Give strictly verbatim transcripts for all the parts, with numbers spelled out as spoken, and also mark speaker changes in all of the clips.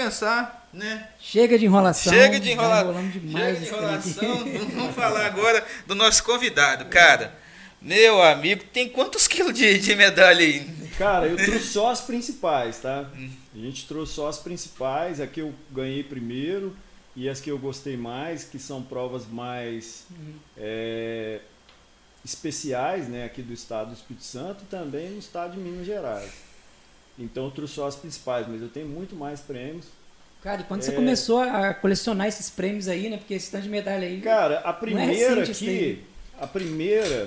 Speaker 1: começar, né?
Speaker 2: Chega de enrolação.
Speaker 1: Chega de enrola...
Speaker 2: demais.
Speaker 1: Chega de enrolação. Vamos falar agora do nosso convidado, cara. Meu amigo, tem quantos quilos de, de medalha aí?
Speaker 3: Cara, eu trouxe só as principais, tá? A gente trouxe só as principais. Aqui eu ganhei primeiro. E as que eu gostei mais, que são provas mais uhum. é, especiais, né? Aqui do estado do Espírito Santo e também no estado de Minas Gerais. Então eu trouxe só as principais, mas eu tenho muito mais prêmios.
Speaker 2: Cara, e quando é... você começou a colecionar esses prêmios aí, né? Porque esse tanto de medalha aí...
Speaker 3: Cara, a primeira é aqui, a primeira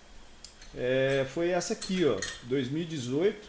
Speaker 3: é, foi essa aqui, ó, dois mil e dezoito.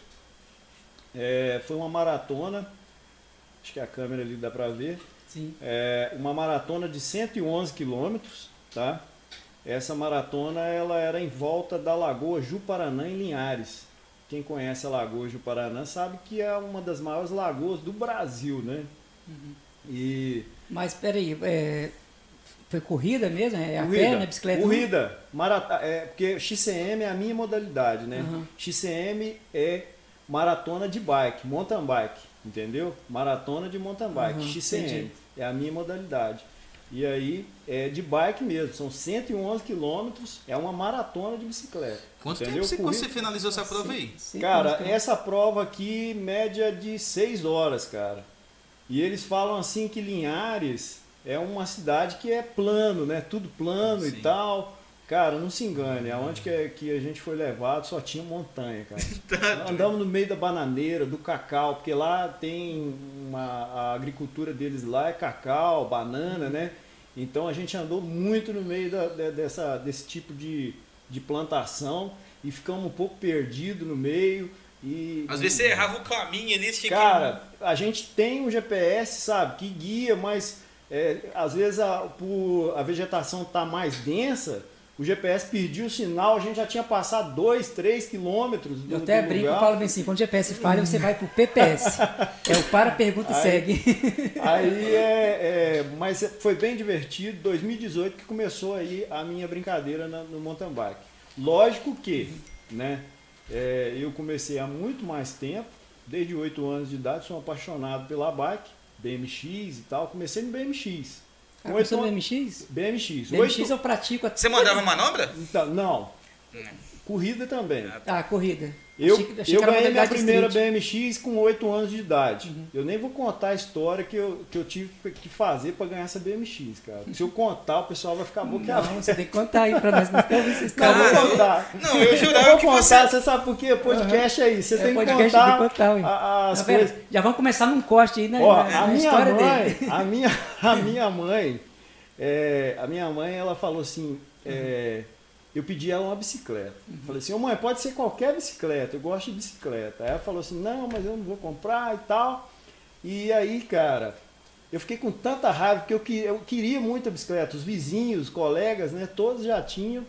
Speaker 3: É, foi uma maratona, acho que a câmera ali dá pra ver.
Speaker 2: Sim.
Speaker 3: É, uma maratona de cento e onze quilômetros, tá? Essa maratona, ela era em volta da Lagoa Juparanã, em Linhares. Quem conhece a Lagoa Juparanã sabe que é uma das maiores lagoas do Brasil, né?
Speaker 2: Uhum.
Speaker 3: E...
Speaker 2: Mas peraí, é... foi corrida mesmo? É a
Speaker 3: corrida,
Speaker 2: pé, né? Bicicleta?
Speaker 3: Corrida, marat... é, porque X C M é a minha modalidade, né?
Speaker 2: Uhum.
Speaker 3: X C M é maratona de bike, mountain bike, entendeu? Maratona de mountain bike,
Speaker 2: uhum,
Speaker 3: X C M,
Speaker 2: entendi.
Speaker 3: É a minha modalidade. E aí é de bike mesmo, são cento e onze quilômetros, é uma maratona de bicicleta.
Speaker 1: Quanto
Speaker 3: entendeu?
Speaker 1: tempo
Speaker 3: Corrida...
Speaker 1: você finalizou essa prova aí?
Speaker 3: Cara, essa prova aqui, média de seis horas, cara. E eles falam assim que Linhares é uma cidade que é plano, né? Tudo plano Sim. e tal. Cara, não se engane, aonde que, é, que a gente foi levado só tinha montanha, cara. Andamos no meio da bananeira, do cacau, porque lá tem uma, a agricultura deles lá é cacau, banana, né? Então a gente andou muito no meio da, de, dessa, desse tipo de, de plantação e ficamos um pouco perdidos no meio. E,
Speaker 1: Às vezes você errava o caminho ali, você tinha
Speaker 3: Cara, que... a gente tem um G P S, sabe, que guia, mas é, às vezes a, por a vegetação tá mais densa, o G P S pediu o sinal, a gente já tinha passado dois, três quilômetros do,
Speaker 2: Eu até
Speaker 3: do
Speaker 2: brinco
Speaker 3: lugar.
Speaker 2: e falo bem assim, quando o G P S falha, você vai pro P P S. É o para, pergunta e
Speaker 3: aí,
Speaker 2: segue.
Speaker 3: Aí é, é... Mas foi bem divertido, dois mil e dezoito que começou aí a minha brincadeira na, no mountain bike. Lógico que, né, é, eu comecei há muito mais tempo, desde oito anos de idade, sou apaixonado pela bike, B M X e tal, comecei no B M X.
Speaker 2: Ah, começou no B M X?
Speaker 3: B M X.
Speaker 2: B M X eu pratico até...
Speaker 1: Você mandava manobra?
Speaker 3: Então, não. Hum. Corrida também.
Speaker 2: Ah, corrida.
Speaker 3: Eu,
Speaker 2: achei, achei
Speaker 3: eu ganhei minha primeira
Speaker 2: street.
Speaker 3: B M X com oito anos de idade.
Speaker 2: Uhum.
Speaker 3: Eu nem vou contar a história que eu, que eu tive que fazer para ganhar essa B M X, cara. Se eu contar, o pessoal vai ficar boquiaberto.
Speaker 2: Não, você tem que contar aí para nós. Não vocês
Speaker 3: não, eu vou contar.
Speaker 1: Não, eu jurava
Speaker 3: eu vou
Speaker 1: que
Speaker 3: contar,
Speaker 1: você...
Speaker 3: você sabe por quê? Podcast é isso. Você
Speaker 2: é,
Speaker 3: tem que
Speaker 2: podcast
Speaker 3: contar,
Speaker 2: de contar
Speaker 3: a, as
Speaker 2: tá
Speaker 3: coisas.
Speaker 2: Já vamos começar num corte aí, né?
Speaker 3: Ó,
Speaker 2: na,
Speaker 3: a,
Speaker 2: na
Speaker 3: minha
Speaker 2: história
Speaker 3: mãe,
Speaker 2: dele.
Speaker 3: a minha A minha mãe, é, a minha mãe, ela falou assim... É, eu pedi ela uma bicicleta. Uhum. Falei assim, ô mãe, pode ser qualquer bicicleta, eu gosto de bicicleta. Aí ela falou assim, não, mas eu não vou comprar e tal. E aí, cara, eu fiquei com tanta raiva, porque eu, que, eu queria muito a bicicleta. Os vizinhos, os colegas, né, todos já tinham.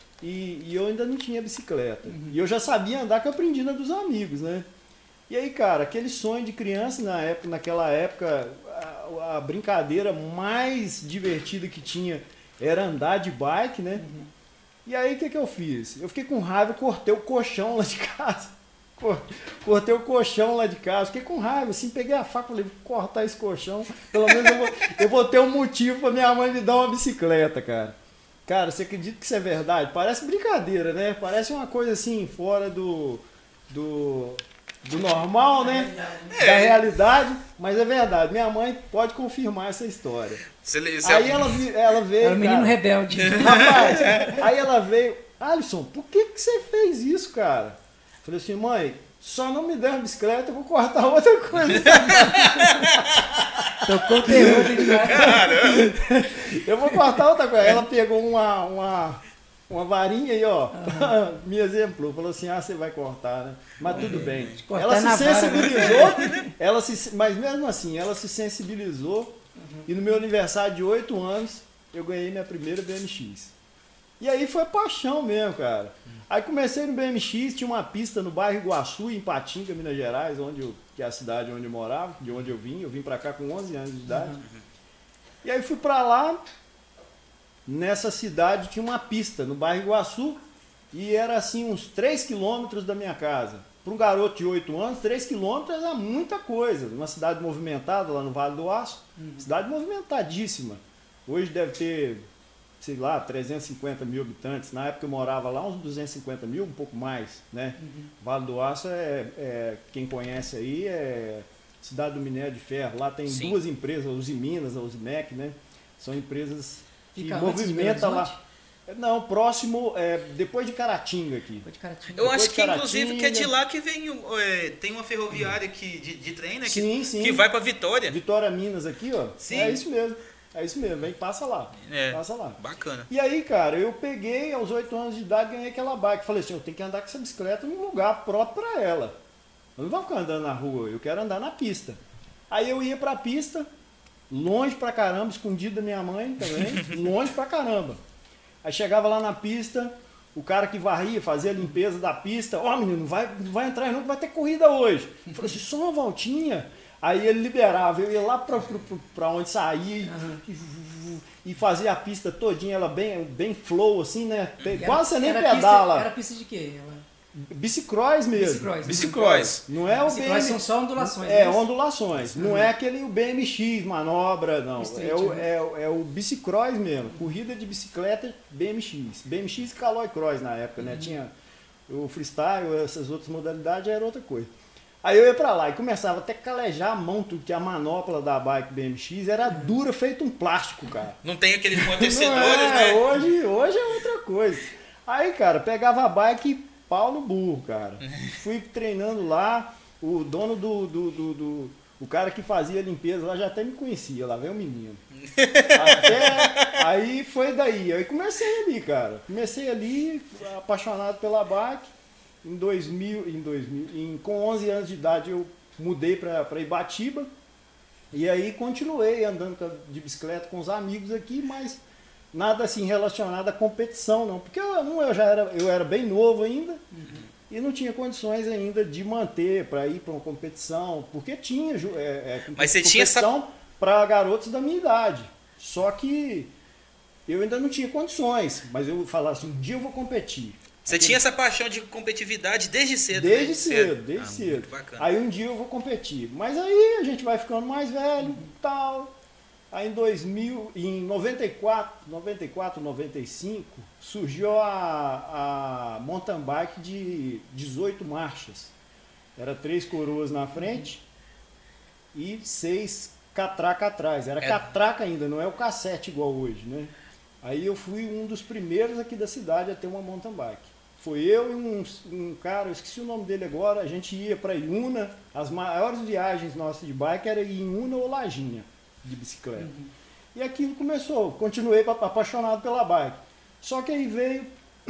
Speaker 3: E, e eu ainda não tinha bicicleta. Uhum. E eu já sabia andar, que eu aprendi na dos amigos, né? E aí, cara, aquele sonho de criança, na época, naquela época, a, a brincadeira mais divertida que tinha era andar de bike, né? Uhum. E aí, o que que eu fiz? Eu fiquei com raiva, cortei o colchão lá de casa. Cortei o colchão lá de casa. Fiquei com raiva, assim, peguei a faca e falei, vou cortar esse colchão. Pelo menos eu vou, eu vou ter um motivo para minha mãe me dar uma bicicleta, cara. Cara, você acredita que isso é verdade? Parece brincadeira, né? Parece uma coisa assim, fora do... do do normal, né? É. Da realidade, mas é verdade. Minha mãe pode confirmar essa história.
Speaker 1: Você, você
Speaker 3: aí ela, ela veio.
Speaker 2: Era um menino
Speaker 3: cara,
Speaker 2: rebelde.
Speaker 3: Rapaz, aí ela veio. Alisson, por que, que você fez isso, cara? Falei assim, mãe, só não me der uma bicicleta, eu vou cortar outra coisa.
Speaker 2: Tocou o terror de
Speaker 1: Caramba!
Speaker 3: Eu vou cortar outra coisa. Ela pegou uma. uma Uma varinha aí, ó, uhum. Me exemplou, falou assim, ah, você vai cortar, né? Mas tudo bem. Ela se sensibilizou, ela se, mas mesmo assim, ela se sensibilizou, uhum. E no meu aniversário de oito anos, eu ganhei minha primeira B M X. E aí foi paixão mesmo, cara. Uhum. Aí comecei no B M X, tinha uma pista no bairro Iguaçu, em Patinga, Minas Gerais, onde eu, que é a cidade onde eu morava, de onde eu vim. Eu vim pra cá com onze anos de idade. Uhum. E aí fui pra lá. Nessa cidade tinha uma pista no bairro Iguaçu e era assim uns três quilômetros da minha casa. para um garoto de oito anos, três quilômetros é muita coisa. Uma cidade movimentada lá no Vale do Aço, uhum. cidade movimentadíssima. Hoje deve ter, sei lá, trezentos e cinquenta mil habitantes. Na época eu morava lá, uns duzentos e cinquenta mil, um pouco mais, né? Uhum. Vale do Aço é, é, quem conhece aí, é cidade do minério de ferro. Lá tem Sim. duas empresas, a Usiminas, a Usimec, né? São empresas que Fica movimentam lá. Não, próximo, é, depois de Caratinga aqui. Depois de
Speaker 1: Caratinga. Eu acho que, inclusive, que é de lá que vem, é, tem uma ferroviária aqui de, de trem, né?
Speaker 3: Sim,
Speaker 1: que,
Speaker 3: sim.
Speaker 1: que vai para Vitória.
Speaker 3: Vitória, Minas aqui, ó.
Speaker 1: Sim.
Speaker 3: É isso mesmo. É isso mesmo, vem, passa lá.
Speaker 1: É,
Speaker 3: passa lá.
Speaker 1: Bacana.
Speaker 3: E aí, cara, eu peguei, aos oito anos de idade, ganhei aquela bike. Falei assim, eu tenho que andar com essa bicicleta num lugar próprio para ela. Eu não vou ficar andando na rua, eu quero andar na pista. Aí eu ia pra pista, longe pra caramba, escondido da minha mãe também, longe pra caramba. Aí chegava lá na pista, o cara que varria, fazia a limpeza da pista, ó, oh, menino, não vai, não vai entrar não, que vai ter corrida hoje. Eu falei assim, só uma voltinha. Aí ele liberava, eu ia lá pra, pra, pra onde saía uhum. e, e fazia a pista todinha, ela bem, bem flow, assim, né? Quase você nem
Speaker 2: era
Speaker 3: pedala.
Speaker 2: Pista, era pista de quê? Ela...
Speaker 3: Bicicross mesmo.
Speaker 2: Bicicross.
Speaker 1: Bicicross.
Speaker 3: Não é o
Speaker 2: Bicicross
Speaker 3: B M...
Speaker 2: são só ondulações.
Speaker 3: É,
Speaker 2: né?
Speaker 3: ondulações. Uhum. Não é aquele B M X, manobra, não.
Speaker 2: Street,
Speaker 3: é, o,
Speaker 2: né?
Speaker 3: é, é o bicicross mesmo. Corrida de bicicleta B M X. B M X e Caloi Cross na época, né? Uhum. Tinha o freestyle, essas outras modalidades, era outra coisa. Aí eu ia pra lá e começava até a calejar a mão, porque a manopla da bike B M X era dura, feito um plástico, cara.
Speaker 1: Não tem aqueles amortecedores,
Speaker 3: é,
Speaker 1: né?
Speaker 3: Hoje, hoje é outra coisa. Aí, cara, pegava a bike e pau no burro, cara. Fui treinando lá, o dono do, do, do, do... O cara que fazia a limpeza lá já até me conhecia, lá veio o menino. Até, aí foi daí. Aí comecei ali, cara. Comecei ali, apaixonado pela bike. Em dois mil, em dois mil, em, com onze anos de idade eu mudei para Ibatiba e aí continuei andando de bicicleta com os amigos aqui, mas nada assim relacionado à competição não, porque eu, não, eu já era, eu era bem novo ainda uhum. e não tinha condições ainda de manter para ir para uma competição, porque tinha é, é,
Speaker 1: mas você
Speaker 3: competição
Speaker 1: tinha essa...
Speaker 3: para garotos da minha idade, só que eu ainda não tinha condições, mas eu falava assim, um dia eu vou competir.
Speaker 1: Você Aquele... tinha essa paixão de competitividade desde cedo,
Speaker 3: Desde
Speaker 1: né?
Speaker 3: cedo, cedo, desde ah, cedo. Aí um dia eu vou competir. Mas aí a gente vai ficando mais velho e uhum. tal. Aí em dois mil, em noventa e quatro, noventa e quatro, noventa e cinco, surgiu a, a mountain bike de dezoito marchas. Era três coroas na frente uhum. e seis catraca atrás. Era é. catraca ainda, não é o cassete igual hoje, né? Aí eu fui um dos primeiros aqui da cidade a ter uma mountain bike. Foi eu e um, um cara, eu esqueci o nome dele agora, a gente ia para Iuna, as maiores viagens nossas de bike era em Iuna ou Lajinha, de bicicleta. Uhum. E aquilo começou, continuei apaixonado pela bike. Só que aí veio,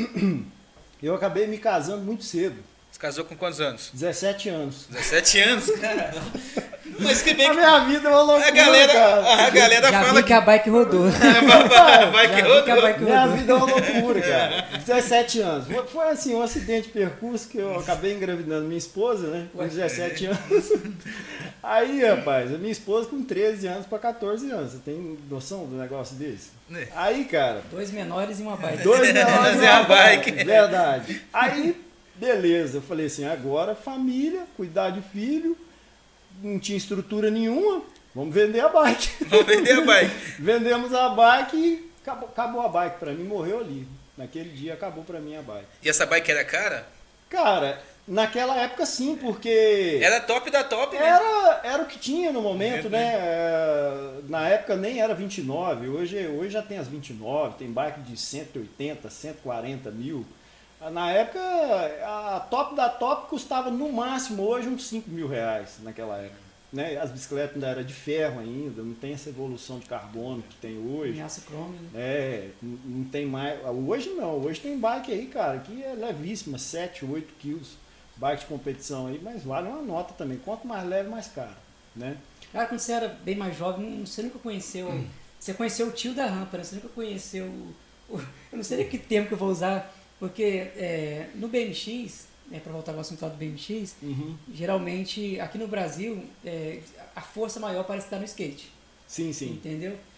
Speaker 3: eu acabei me casando muito cedo.
Speaker 1: Você casou com quantos anos?
Speaker 3: dezessete anos.
Speaker 1: dezessete anos, cara. Mas que bem
Speaker 3: a minha vida é uma loucura,
Speaker 1: a galera,
Speaker 3: cara.
Speaker 1: A galera
Speaker 2: Já
Speaker 1: fala
Speaker 2: vi que a bike rodou.
Speaker 1: a bike
Speaker 2: Já
Speaker 1: rodou.
Speaker 2: vi que a bike rodou.
Speaker 3: Minha vida é uma loucura, cara. dezessete anos. Foi assim, um acidente de percurso que eu acabei engravidando minha esposa, né? Com dezessete anos. Aí, rapaz, a minha esposa com treze anos para quatorze anos. Você tem noção do negócio desse?
Speaker 1: É.
Speaker 3: Aí, cara...
Speaker 2: Dois menores e uma bike.
Speaker 3: Dois menores
Speaker 1: e uma bike.
Speaker 3: Verdade. Aí, beleza. Eu falei assim, agora família, cuidar de filho... Não tinha estrutura nenhuma, vamos vender a bike.
Speaker 1: Vamos vender a bike.
Speaker 3: Vendemos a bike e acabou, acabou a bike para mim, morreu ali. Naquele dia acabou para mim a bike.
Speaker 1: E essa bike era cara?
Speaker 3: Cara, naquela época sim, porque...
Speaker 1: Era top da top, né?
Speaker 3: Era, era o que tinha no momento, é, né? É, na época nem era vinte e nove, hoje, hoje já tem as vinte e nove, tem bike de cento e oitenta, cento e quarenta mil. Na época, a top da top custava no máximo hoje uns cinco mil reais naquela época. Né? As bicicletas ainda eram de ferro ainda, não tem essa evolução de carbono que tem hoje.
Speaker 2: Aço cromo, né?
Speaker 3: É, não tem mais. Hoje não, hoje tem bike aí, cara, que é levíssima, sete, oito quilos, bike de competição aí, mas vale uma nota também. Quanto mais leve, mais caro. Né?
Speaker 2: Cara, quando você era bem mais jovem, você nunca conheceu. Hum. Você conheceu o tio da rampa, né? Você nunca conheceu. O, eu não sei nem que termo que eu vou usar. Porque é, no B M X, é, para voltar ao assunto lá do B M X, uhum. geralmente aqui no Brasil é, a força maior parece estar no skate.
Speaker 3: Sim, sim.
Speaker 2: Entendeu?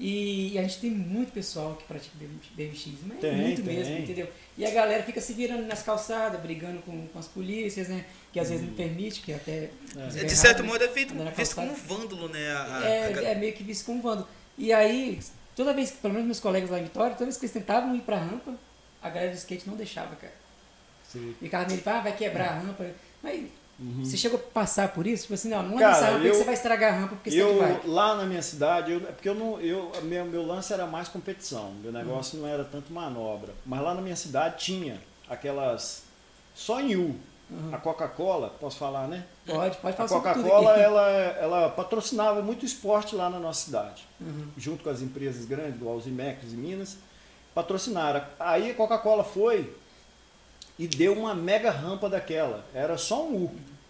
Speaker 2: E, e a gente tem muito pessoal que pratica B M X, mas
Speaker 3: Tem,
Speaker 2: muito
Speaker 3: tem.
Speaker 2: mesmo, entendeu? E a galera fica se virando nas calçadas, brigando com, com as polícias, né? Que às vezes não permite, que até...
Speaker 3: É.
Speaker 1: De certo modo é feito,
Speaker 2: andar na
Speaker 1: visto como
Speaker 2: calçada.
Speaker 1: vândalo, né? A, a-
Speaker 2: É,
Speaker 1: a-
Speaker 2: é meio que visto como vândalo. E aí, toda vez que, pelo menos meus colegas lá em Vitória, toda vez que eles tentavam ir pra rampa, a galera do skate não deixava, cara.
Speaker 3: Sim.
Speaker 2: Ficava meio, ah, vai quebrar a rampa. Mas
Speaker 3: Uhum.
Speaker 2: você chegou a passar por isso? Tipo assim, não, não é
Speaker 3: Cara,
Speaker 2: nessa rampa
Speaker 3: eu-
Speaker 2: que você vai estragar a rampa porque você
Speaker 3: Eu,
Speaker 2: tá de bike.
Speaker 3: lá na minha cidade, eu, é porque eu não, eu, meu, meu lance era mais competição, meu negócio não era tanto manobra. Mas lá na minha cidade tinha aquelas, só em U,
Speaker 2: Uhum.
Speaker 3: a Coca-Cola, posso falar, né?
Speaker 2: Pode, pode
Speaker 3: A
Speaker 2: falar sobre tudo
Speaker 3: Coca-Cola,
Speaker 2: aqui.
Speaker 3: ela, ela patrocinava muito esporte lá na nossa cidade,
Speaker 2: Uhum.
Speaker 3: junto com as empresas grandes, do Alzimex e Minas, patrocinaram. Aí a Coca-Cola foi e deu uma mega rampa daquela, era só um U.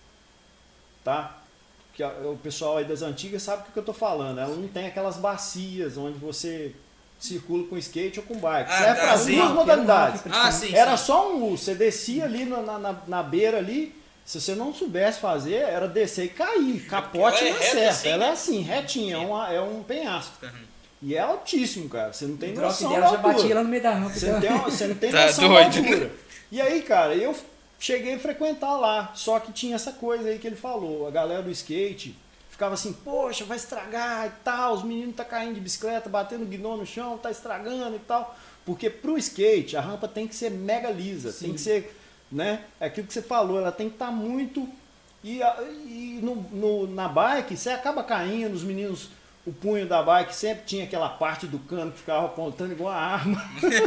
Speaker 3: Tá? Que a- o pessoal aí das antigas sabe o que eu tô falando. Ela não tem aquelas bacias onde você circula com skate ou com bike.
Speaker 1: Ah,
Speaker 3: Serve
Speaker 1: tá,
Speaker 3: para as
Speaker 1: sim.
Speaker 3: duas modalidades.
Speaker 1: Ah, sim,
Speaker 3: Era
Speaker 1: sim.
Speaker 3: só um U. Você descia ali na, na, na- na beira ali. Se você não soubesse fazer, era descer e cair. Capote
Speaker 1: ela é
Speaker 3: na
Speaker 1: reta
Speaker 3: certa.
Speaker 1: assim,
Speaker 3: Ela é
Speaker 1: né?
Speaker 3: assim, retinha. É, uma- é um penhasco.
Speaker 1: Uhum.
Speaker 3: E é altíssimo, cara. Você não tem
Speaker 2: O drop
Speaker 3: noção
Speaker 2: dela
Speaker 3: da
Speaker 2: já
Speaker 3: altura.
Speaker 2: batia lá no meio da rampa.
Speaker 3: Você não tem, você não tem
Speaker 1: Tá
Speaker 3: noção
Speaker 1: doido.
Speaker 3: da altura. E aí, cara, eu cheguei a frequentar lá, só que tinha essa coisa aí que ele falou. A galera do skate ficava assim, poxa, vai estragar e tal, os meninos tá caindo de bicicleta, batendo guidão no chão, tá estragando e tal. Porque pro skate, a rampa tem que ser mega lisa,
Speaker 2: Sim.
Speaker 3: tem que ser, né, é aquilo que você falou, ela tem que estar muito... E, a- e no, no- na bike, você acaba caindo, os meninos... O punho da bike sempre tinha aquela parte do cano que ficava apontando igual a arma.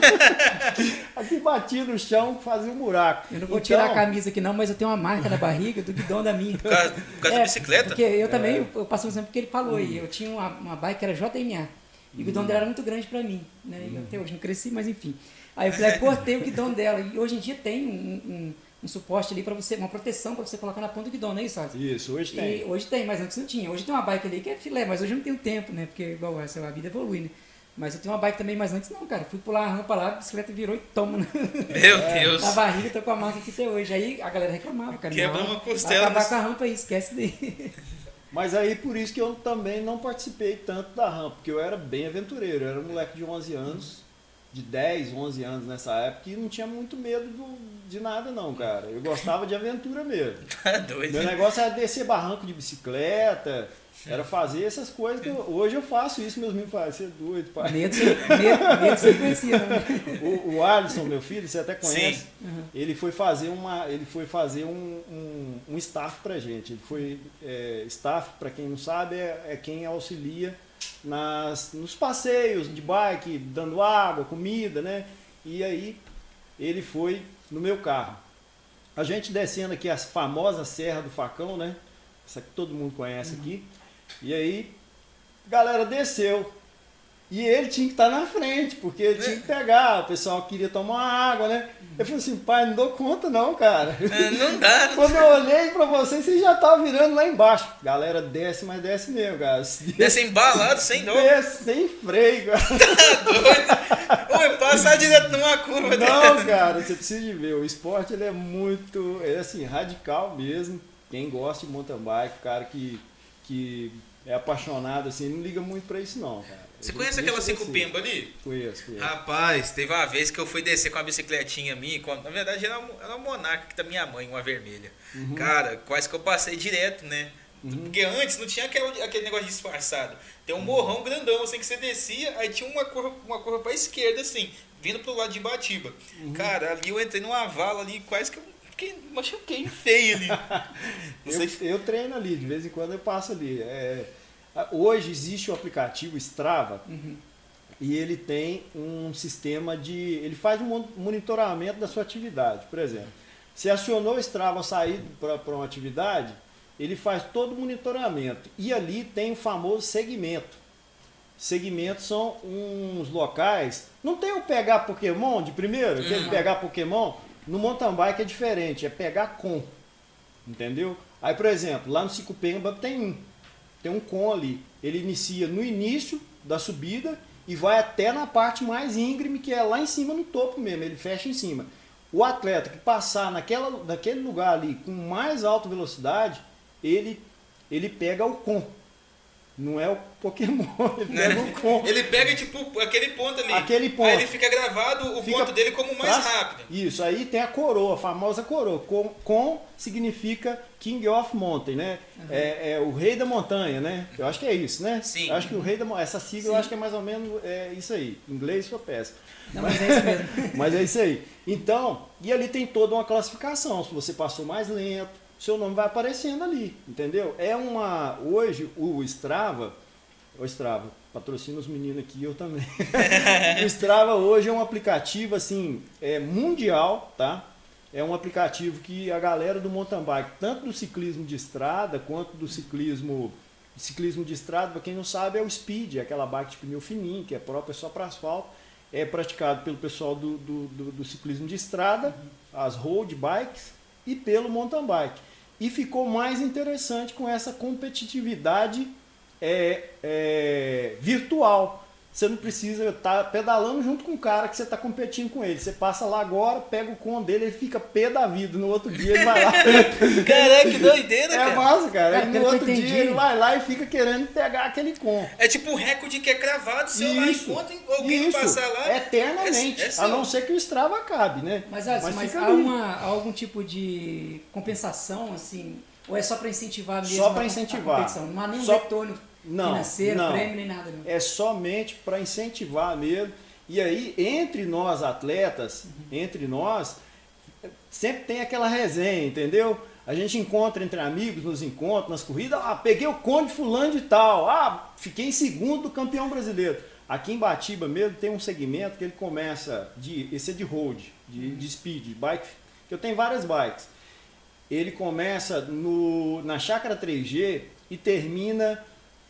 Speaker 3: Aqui batia no chão, fazia um buraco.
Speaker 2: Eu não vou
Speaker 3: Então,
Speaker 2: tirar a camisa aqui não, mas eu tenho uma marca na barriga do guidão da minha.
Speaker 1: Por causa, por causa
Speaker 2: É,
Speaker 1: da bicicleta?
Speaker 2: Porque eu também, eu, eu passei um exemplo que ele falou aí. Eu tinha uma, uma bike que era J M A. E o guidão dela era muito grande pra mim. Né? E eu até hoje não cresci, mas enfim. Aí eu falei, ah, cortei o guidão dela. E hoje em dia tem um, um, um suporte ali pra você, uma proteção pra você colocar na ponta do guidão, não é isso, Alisson?
Speaker 3: Isso, hoje
Speaker 2: E
Speaker 3: tem.
Speaker 2: hoje tem, mas antes não tinha. Hoje tem uma bike ali que é filé, mas hoje eu não tenho tempo, né? Porque igual essa, a vida evolui, né? Mas eu tenho uma bike também, mas antes não, cara. Fui pular a rampa lá, a bicicleta virou e toma na,
Speaker 1: Meu Deus.
Speaker 2: na barriga, tô com a marca aqui até hoje. Aí a galera reclamava, cara.
Speaker 1: Quebra
Speaker 2: não,
Speaker 1: uma
Speaker 2: vai
Speaker 1: costela
Speaker 2: acabar
Speaker 1: nesse-
Speaker 2: com a rampa aí, esquece daí.
Speaker 3: Mas aí por isso que eu também não participei tanto da rampa, porque eu era bem aventureiro. Eu era um moleque de onze anos, de dez, onze anos nessa época, e não tinha muito medo do- de nada não, cara. Eu gostava de aventura mesmo.
Speaker 1: Tá doido.
Speaker 3: Meu negócio era descer barranco de bicicleta, era fazer essas coisas que eu- hoje eu faço isso, meus meninos falam, você é doido, pai.
Speaker 2: Medo, medo, medo você conhecia, né?
Speaker 3: O, o Alisson, meu filho, você até conhece,
Speaker 1: Sim.
Speaker 2: Uhum.
Speaker 3: ele foi fazer uma, ele foi fazer um, um, um staff pra gente. Ele foi é, staff, para quem não sabe, é, é quem auxilia nas, nos passeios de bike, dando água, comida, né? E aí ele foi no meu carro. A gente descendo aqui a famosa Serra do Facão, né? Essa que todo mundo conhece aqui. E aí, a galera desceu. E ele tinha que estar na frente, porque ele tinha que pegar. O pessoal queria tomar uma água, né? Eu falei assim, pai, não dou conta não, cara.
Speaker 1: É, não dá.
Speaker 3: Quando eu olhei pra vocês, vocês já estavam virando lá embaixo. Galera, desce, mas desce mesmo, cara.
Speaker 1: Desce embalado, sem dó.
Speaker 3: Desce sem freio, cara.
Speaker 1: Doido. Oi, passar direto numa curva.
Speaker 3: Não, cara, você precisa de ver. O esporte, ele é muito, ele é assim, radical mesmo. Quem gosta de mountain bike, cara que, que é apaixonado, assim, não liga muito pra isso não, cara.
Speaker 1: Você
Speaker 3: Ele
Speaker 1: conhece
Speaker 3: deixa
Speaker 1: aquela cinco
Speaker 3: descer.
Speaker 1: pimba ali?
Speaker 3: Conheço, conheço.
Speaker 1: Rapaz, teve uma vez que eu fui descer com a bicicletinha minha, com- na verdade era uma, era uma Monarca da minha mãe, uma vermelha.
Speaker 3: Uhum.
Speaker 1: Cara, quase que eu passei direto, né? Porque antes não tinha aquele, aquele negócio disfarçado. Tem um morrão grandão, assim, que você descia, aí tinha uma curva, uma curva pra esquerda, assim, vindo pro lado de Batiba.
Speaker 3: Uhum.
Speaker 1: Cara, ali eu entrei numa vala ali, quase que eu fiquei, machuquei feio ali. Não
Speaker 3: Eu,
Speaker 1: sei se...
Speaker 3: eu treino ali, de vez em quando eu passo ali. É, hoje existe o aplicativo Strava
Speaker 2: Uhum.
Speaker 3: e ele tem um sistema de... Ele faz um mon- monitoramento da sua atividade. Por exemplo, você acionou o Strava ao sair para uma atividade, ele faz todo o monitoramento. E ali tem o famoso segmento. Segmentos são uns locais... Não tem o pegar Pokémon de primeiro? Aquele
Speaker 2: Uhum.
Speaker 3: pegar Pokémon? No mountain bike é diferente, é pegar com. Entendeu? Aí, por exemplo, lá no Cicupemba tem um. Tem um com ali. Ele inicia no início da subida e vai até na parte mais íngreme, que é lá em cima no topo mesmo. Ele fecha em cima. O atleta que passar naquela, naquele lugar ali com mais alta velocidade, ele, ele pega o com. Não é o Pokémon, ele pega
Speaker 1: Né?
Speaker 3: o Con.
Speaker 1: Ele pega, tipo, aquele ponto ali.
Speaker 3: Aquele ponto.
Speaker 1: Aí ele fica gravado o
Speaker 3: Fica
Speaker 1: ponto dele como o mais
Speaker 3: pra-
Speaker 1: rápido.
Speaker 3: Isso, aí tem a coroa, a famosa coroa. Com, com significa King of Mountain, né? É, é o rei da montanha, né? Eu acho que é isso, né?
Speaker 1: Sim.
Speaker 3: Eu acho que o rei da mo- essa sigla eu
Speaker 2: Sim.
Speaker 3: acho que é mais ou menos é, isso aí. Em inglês foi péssimo.
Speaker 2: Não, mas é isso mesmo.
Speaker 3: Mas é isso aí. Então, e ali tem toda uma classificação. Se você passou mais lento, seu nome vai aparecendo ali, entendeu? É uma. Hoje, o Strava. O Strava, patrocina os meninos aqui, eu também. O Strava hoje é um aplicativo assim, é mundial, tá? É um aplicativo que a galera do mountain bike, tanto do ciclismo de estrada quanto do ciclismo ciclismo de estrada, para quem não sabe, é o Speed, é aquela bike de pneu fininho, que é própria só para asfalto. É praticado pelo pessoal do, do, do, do ciclismo de estrada, as road bikes e pelo mountain bike. E ficou mais interessante com essa competitividade é, é, virtual. Você não precisa estar pedalando junto com o cara que você está competindo com ele. Você passa lá agora, pega o com dele, ele fica pé da vida. No outro dia ele vai lá.
Speaker 1: Caraca, que doideira,
Speaker 3: É
Speaker 1: cara.
Speaker 3: massa, cara.
Speaker 2: Cara,
Speaker 3: Aí
Speaker 2: pelo
Speaker 3: no
Speaker 2: que
Speaker 3: outro
Speaker 2: eu
Speaker 3: dia
Speaker 2: entendi-
Speaker 3: ele vai lá e fica querendo pegar aquele com.
Speaker 1: É tipo o recorde que é cravado, se eu lá
Speaker 3: Isso,
Speaker 1: encontro alguém
Speaker 3: isso,
Speaker 1: passar lá.
Speaker 3: eternamente.
Speaker 1: é- é
Speaker 3: a
Speaker 1: seu.
Speaker 3: não ser que o Strava acabe, né?
Speaker 2: Mas, assim, mas
Speaker 3: fica
Speaker 2: há,
Speaker 3: ali.
Speaker 2: uma, há algum tipo de compensação, assim, ou é só para incentivar mesmo
Speaker 3: Só pra
Speaker 2: a-
Speaker 3: incentivar.
Speaker 2: a competição? Não há nenhum
Speaker 3: Só-
Speaker 2: retorno
Speaker 3: Não,
Speaker 2: financeiro,
Speaker 3: não.
Speaker 2: prêmio, nem nada. Não.
Speaker 3: É somente para incentivar mesmo. E aí, entre nós atletas, entre nós, sempre tem aquela resenha, entendeu? A gente encontra entre amigos, nos encontros, nas corridas. Ah, peguei o conde fulano de tal. Ah, fiquei em segundo do campeão brasileiro. Aqui em Batiba mesmo tem um segmento que ele começa, de, esse é de road, de, de speed, de bike, que eu tenho várias bikes. Ele começa no, na Chácara três G e termina,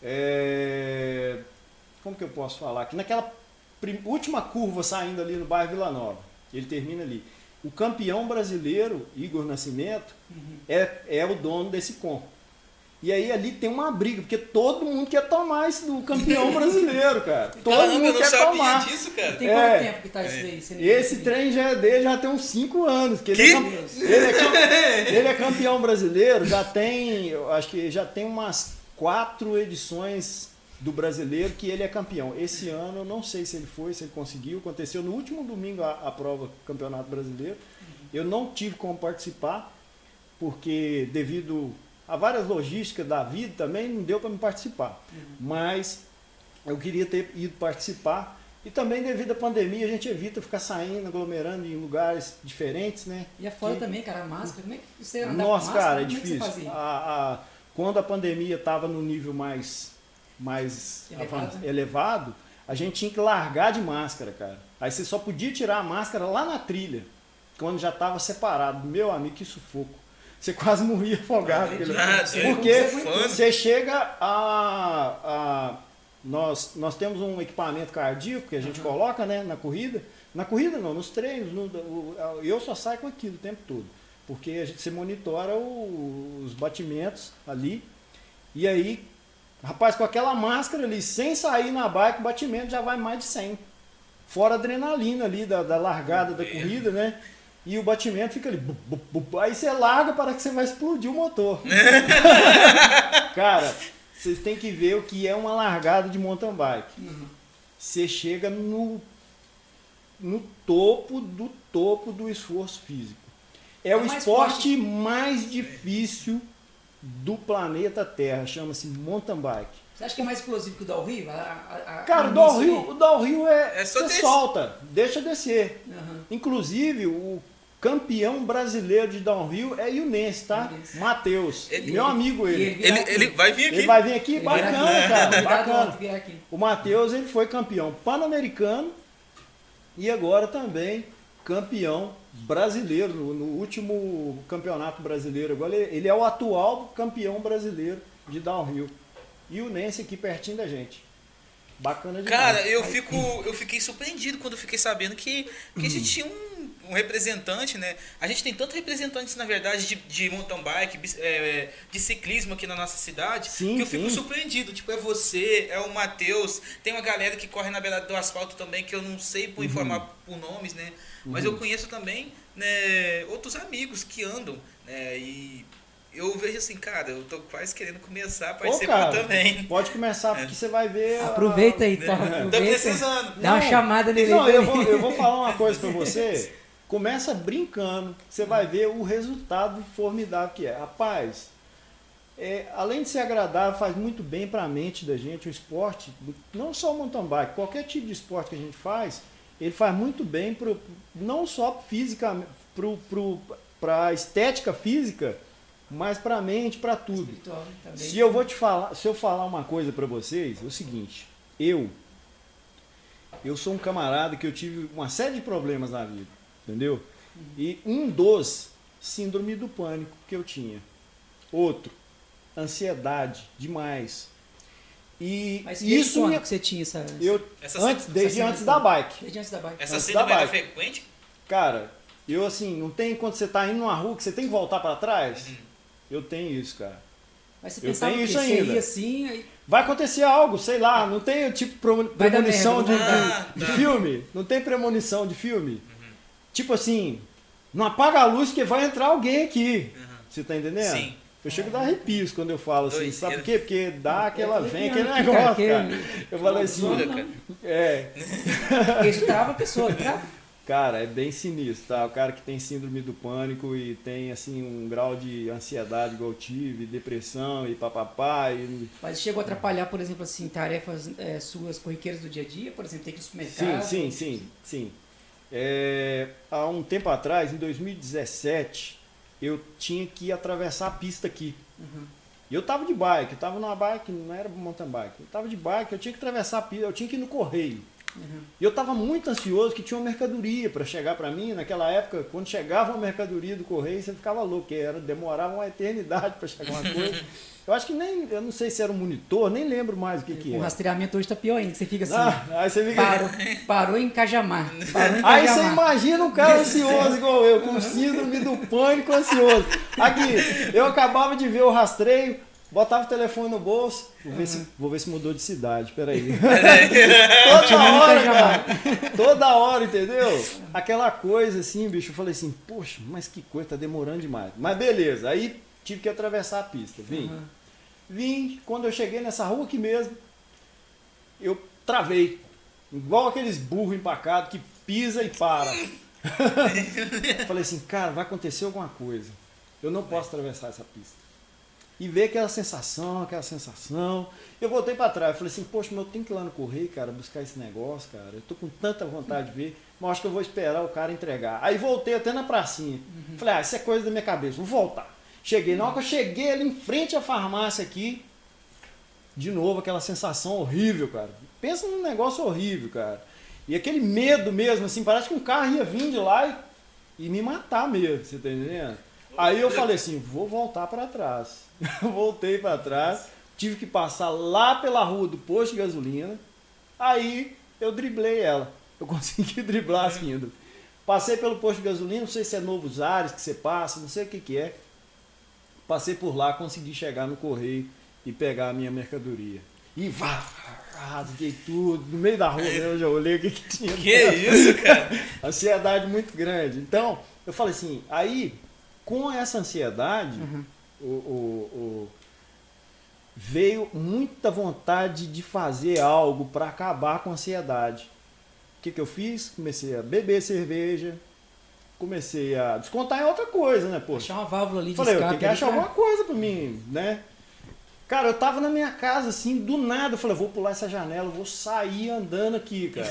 Speaker 3: é, como que eu posso falar? Que naquela prim- última curva saindo ali no bairro Vila Nova, ele termina ali. O campeão brasileiro, Igor Nascimento, é, é o dono desse com. E aí ali tem uma briga, porque todo mundo quer tomar isso do campeão brasileiro, cara. Todo
Speaker 1: Caramba, eu
Speaker 3: mundo
Speaker 1: não
Speaker 3: quer
Speaker 1: sabia
Speaker 3: tomar.
Speaker 1: disso, cara.
Speaker 2: Tem
Speaker 3: É.
Speaker 2: quanto tempo que tá isso daí? sendo
Speaker 3: Esse
Speaker 2: decidido?
Speaker 3: trem já é dele, já tem uns cinco anos. Que ele,
Speaker 1: Que?
Speaker 3: é campe- ele, é campe- ele é campeão brasileiro, já tem, eu acho que já tem umas quatro edições do brasileiro que ele é campeão. Esse ano eu não sei se ele foi, se ele conseguiu. Aconteceu no último domingo a, a prova do Campeonato Brasileiro. Eu não tive como participar, porque devido a várias logísticas da vida também não deu para me participar. Mas eu queria ter ido participar. E também devido à pandemia a gente evita ficar saindo, aglomerando em lugares diferentes, né?
Speaker 2: E é fora
Speaker 3: Que-
Speaker 2: também, cara, a máscara. Como é que você anda
Speaker 3: Nossa,
Speaker 2: com máscara?
Speaker 3: cara, é
Speaker 2: Como
Speaker 3: difícil.
Speaker 2: que você fazia?
Speaker 3: A- a- quando a pandemia estava no nível mais, mais
Speaker 2: Elevado.
Speaker 3: avan- elevado, a gente tinha que largar de máscara, cara. Aí você só podia tirar a máscara lá na trilha, quando já estava separado. Meu amigo, que sufoco. Você quase morria afogado. aquele-
Speaker 1: Ah,
Speaker 3: Porque
Speaker 1: é fã.
Speaker 3: você chega a, a- nós, nós temos um equipamento cardíaco que a gente coloca, né, na corrida. Na corrida não, nos treinos. no- o- eu só saio com aquilo o tempo todo. Porque a gente, você monitora o- os batimentos ali. E aí, rapaz, com aquela máscara ali, sem sair na bike, o batimento já vai mais de cem. Fora a adrenalina ali da, da largada da corrida, né? E o batimento fica ali. bu, bu, bu, aí você larga para que você vai explodir o motor. Cara, vocês têm que ver o que é uma largada de mountain bike. Você chega no, no topo do topo do esforço físico. É,
Speaker 2: É
Speaker 3: o
Speaker 2: mais
Speaker 3: esporte
Speaker 2: forte.
Speaker 3: mais difícil do planeta Terra. Chama-se mountain bike.
Speaker 2: Você acha que é mais explosivo que o downhill? A- a- a-
Speaker 3: Cara, o
Speaker 2: início
Speaker 3: downhill,
Speaker 2: ali?
Speaker 3: o downhill é,
Speaker 1: É só
Speaker 3: você
Speaker 1: descer.
Speaker 3: solta, deixa descer.
Speaker 2: Aham.
Speaker 3: Inclusive, o campeão brasileiro de downhill é iunense, tá?
Speaker 2: Iunense.
Speaker 3: Matheus,
Speaker 1: Ele-
Speaker 3: meu amigo ele.
Speaker 2: ele-
Speaker 1: Ele, ele vai vir aqui.
Speaker 3: Ele vai vir aqui,
Speaker 2: Ele
Speaker 3: bacana,
Speaker 2: virá-
Speaker 3: cara,
Speaker 2: convidado
Speaker 3: bacana.
Speaker 2: ontem, virá aqui.
Speaker 3: O Matheus, ele foi campeão pan-americano e agora também campeão brasileiro no, no último campeonato brasileiro. Agora ele, ele é o atual campeão brasileiro de downhill. E o Nense aqui pertinho da gente. Bacana demais.
Speaker 1: Cara, eu, fico, eu fiquei surpreendido quando eu fiquei sabendo que, que a gente tinha um, um representante, né? A gente tem tantos representantes, na verdade, de, de mountain bike, bis- é, de ciclismo aqui na nossa cidade,
Speaker 3: Sim,
Speaker 1: que eu fico
Speaker 3: sim.
Speaker 1: surpreendido. Tipo, é você, é o Matheus, tem uma galera que corre na beirada do asfalto também, que eu não sei por informar por nomes, né? Mas eu conheço também, né, outros amigos que andam, né? E eu vejo assim, cara, eu tô quase querendo começar a
Speaker 3: Ô,
Speaker 1: participar
Speaker 3: cara,
Speaker 1: também.
Speaker 3: pode começar, porque você vai ver... a-
Speaker 2: Aproveita aí, tá?
Speaker 1: Tô
Speaker 2: Aproveita.
Speaker 1: precisando.
Speaker 2: Dá uma
Speaker 3: Não,
Speaker 2: chamada nele.
Speaker 3: Não,
Speaker 2: aí
Speaker 3: eu
Speaker 2: também.
Speaker 3: vou, eu vou falar uma coisa pra você. Começa brincando, você vai ver o resultado formidável que é. Rapaz, é, além de ser agradável, faz muito bem para a mente da gente o esporte, não só o mountain bike, qualquer tipo de esporte que a gente faz, ele faz muito bem pro, não só fisicamente, para a estética física, mas para a mente, para tudo.
Speaker 2: Espiritual também.
Speaker 3: Se eu vou te falar, se eu falar uma coisa para vocês, é o seguinte, eu eu sou um camarada que eu tive uma série de problemas na vida, entendeu? E um dos, síndrome do pânico que eu tinha. Outro, ansiedade demais. E
Speaker 2: Mas
Speaker 3: isso
Speaker 2: quando
Speaker 3: me,
Speaker 2: que você tinha essa...
Speaker 3: eu
Speaker 1: Essa
Speaker 3: antes,
Speaker 1: essa
Speaker 3: desde
Speaker 2: síndrome
Speaker 3: antes
Speaker 2: do
Speaker 3: da
Speaker 2: pânico?
Speaker 3: bike.
Speaker 2: Desde antes da bike.
Speaker 1: Essa
Speaker 3: Antes
Speaker 1: síndrome
Speaker 3: da
Speaker 1: era
Speaker 3: bike.
Speaker 1: frequente?
Speaker 3: Cara, eu assim, não tem quando você tá indo numa rua que você tem que voltar para trás?
Speaker 1: Uhum.
Speaker 3: Eu tenho isso, cara.
Speaker 2: Mas você
Speaker 3: Eu
Speaker 2: pensava
Speaker 3: tenho
Speaker 2: que
Speaker 3: isso
Speaker 2: você
Speaker 3: ainda.
Speaker 2: ia assim... Aí...
Speaker 3: Vai acontecer algo, sei lá, não tem tipo pro-
Speaker 2: Vai dar
Speaker 3: premonição de,
Speaker 2: merda,
Speaker 1: ah,
Speaker 3: de- de
Speaker 1: tá.
Speaker 3: filme? Não tem premonição de filme? Tipo assim, não apaga a luz que vai entrar alguém aqui.
Speaker 1: Uhum.
Speaker 3: Você tá entendendo?
Speaker 1: Sim.
Speaker 3: Eu chego a dar arrepios quando eu falo assim,
Speaker 1: Doideira.
Speaker 3: sabe por quê? Porque dá aquela, vem aquele
Speaker 2: Fica
Speaker 3: negócio,
Speaker 2: aquele-
Speaker 3: cara. Eu falei assim,
Speaker 1: Loucura, cara.
Speaker 3: é,
Speaker 2: Porque trava a pessoa, trava.
Speaker 3: cara, é bem sinistro, tá? O cara que tem síndrome do pânico e tem, assim, um grau de ansiedade igual eu tive, depressão e papapá, e...
Speaker 2: Mas chegou a atrapalhar, por exemplo, assim, tarefas é, suas corriqueiras do dia a dia? Por exemplo, ter que ir no
Speaker 3: Sim,
Speaker 2: supermercado?
Speaker 3: sim, sim, sim. É, há um tempo atrás, em dois mil e dezessete, eu tinha que atravessar a pista aqui.
Speaker 2: Uhum.
Speaker 3: E eu tava de bike, eu tava numa bike, não era mountain bike. Eu tava de bike, eu tinha que atravessar a pista, eu tinha que ir no correio.
Speaker 2: Uhum.
Speaker 3: E eu tava muito ansioso que tinha uma mercadoria para chegar para mim. Naquela época, quando chegava uma mercadoria do correio, você ficava louco, porque era, demorava uma eternidade para chegar uma coisa. Eu acho que nem, eu não sei se era um monitor, nem lembro mais o que que
Speaker 2: O
Speaker 3: era.
Speaker 2: rastreamento hoje tá pior ainda, você fica assim,
Speaker 3: Ah, aí você fica...
Speaker 2: parou, parou em Cajamar, parou em
Speaker 3: Aí você
Speaker 2: Cajamar.
Speaker 3: imagina um cara ansioso igual eu, com síndrome do pânico ansioso. Aqui, eu acabava de ver o rastreio, botava o telefone no bolso, vou ver, se, vou ver se mudou de cidade, peraí. Toda hora, cara. Toda hora, entendeu? Aquela coisa assim, bicho, eu falei assim, poxa, mas que coisa, tá demorando demais. Mas beleza, aí tive que atravessar a pista, vim.
Speaker 2: Uhum.
Speaker 3: Vim, quando eu cheguei nessa rua aqui mesmo, eu travei. Igual aqueles burros empacados que pisa e para. Falei assim, cara, vai acontecer alguma coisa. Eu não posso atravessar essa pista. E ver aquela sensação, aquela sensação. Eu voltei para trás, falei assim, poxa, mas eu tenho que ir lá no correio, cara, buscar esse negócio, cara. Eu tô com tanta vontade de ver, mas acho que eu vou esperar o cara entregar. Aí voltei até na pracinha. Uhum. Falei, ah, isso é coisa da minha cabeça, vou voltar. Cheguei, na hora que eu cheguei ali em frente à farmácia aqui, de novo aquela sensação horrível, cara. Pensa num negócio horrível, cara. E aquele medo mesmo, assim, parece que um carro ia vir de lá e, e me matar mesmo, você tá entendendo? Aí eu falei assim, vou voltar para trás. Voltei para trás, tive que passar lá pela rua do posto de gasolina, aí eu driblei ela. Eu consegui driblar a síndrome. Passei pelo posto de gasolina, não sei se é Novos Ares que você passa, não sei o que que é. Passei por lá, consegui chegar no correio e pegar a minha mercadoria. E vá, rasguei tudo, no meio da rua, né, eu já olhei o que, que tinha.
Speaker 1: Que isso, cara?
Speaker 3: Ansiedade muito grande. Então, eu falei assim, aí, com essa ansiedade, uhum. o, o, o, veio muita vontade de fazer algo para acabar com a ansiedade. O que, que eu fiz? Comecei a beber cerveja, comecei a descontar em outra coisa, né, pô?
Speaker 2: Achar uma válvula ali de
Speaker 3: Falei, eu
Speaker 2: escape.
Speaker 3: tenho que achar
Speaker 2: pra...
Speaker 3: alguma coisa pra mim, né? Cara, eu tava na minha casa, assim, do nada, eu falei, vou pular essa janela, vou sair andando aqui, cara.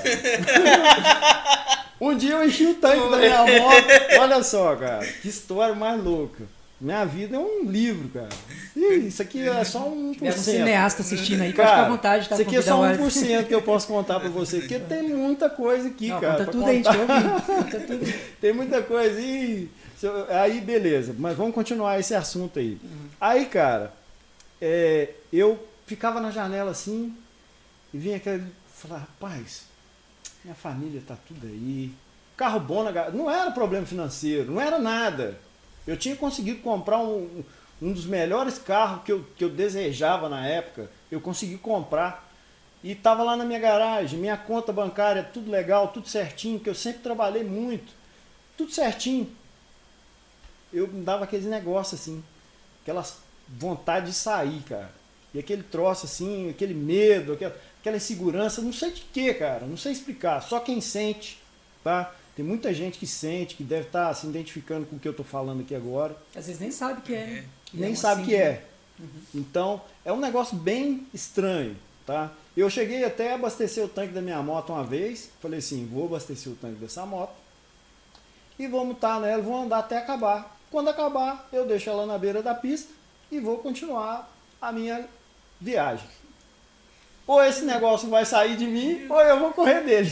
Speaker 3: Um dia eu enchi o tanque da minha moto, olha só, cara, que história mais louca. Minha vida é um livro, cara. Ih, isso aqui é só um por cento.
Speaker 2: Um cineasta assistindo aí, pode
Speaker 3: cara,
Speaker 2: ficar à vontade de estar
Speaker 3: isso aqui é só
Speaker 2: convidado.
Speaker 3: um por cento que eu posso contar pra você, porque tem muita coisa aqui,
Speaker 2: Não,
Speaker 3: cara.
Speaker 2: conta
Speaker 3: pra
Speaker 2: tudo aí,
Speaker 3: contar.
Speaker 2: gente, eu ouvi. Conta tudo.
Speaker 3: Tem muita coisa. E, aí, beleza. Mas vamos continuar esse assunto aí. Uhum. Aí, cara, é, eu ficava na janela assim e vinha aquele... Falar, rapaz, minha família tá tudo aí. Carro bom na garagem. Não era problema financeiro, não era nada. Eu tinha conseguido comprar um, um dos melhores carros que eu, que eu desejava na época. Eu consegui comprar. E estava lá na minha garagem, minha conta bancária, tudo legal, tudo certinho, que eu sempre trabalhei muito. Tudo certinho. Eu dava aqueles negócios assim. aquelas vontade de sair, cara. E aquele troço assim, aquele medo, aquela, aquela insegurança, não sei de quê, cara, não sei explicar, só quem sente, tá? Tem muita gente que sente, que deve estar se identificando com o que eu tô falando aqui agora.
Speaker 2: Às vezes nem sabe o que é, né? Que
Speaker 3: Nem
Speaker 2: é
Speaker 3: sabe o
Speaker 2: assim,
Speaker 3: que é.
Speaker 2: Uhum.
Speaker 3: Então, é um negócio bem estranho, tá? Eu cheguei até a abastecer o tanque da minha moto uma vez, falei assim, vou abastecer o tanque dessa moto e vou montar nela, vou andar até acabar. Quando acabar, eu deixo ela na beira da pista e vou continuar a minha viagem. Ou esse negócio vai sair de mim, ou eu vou correr dele.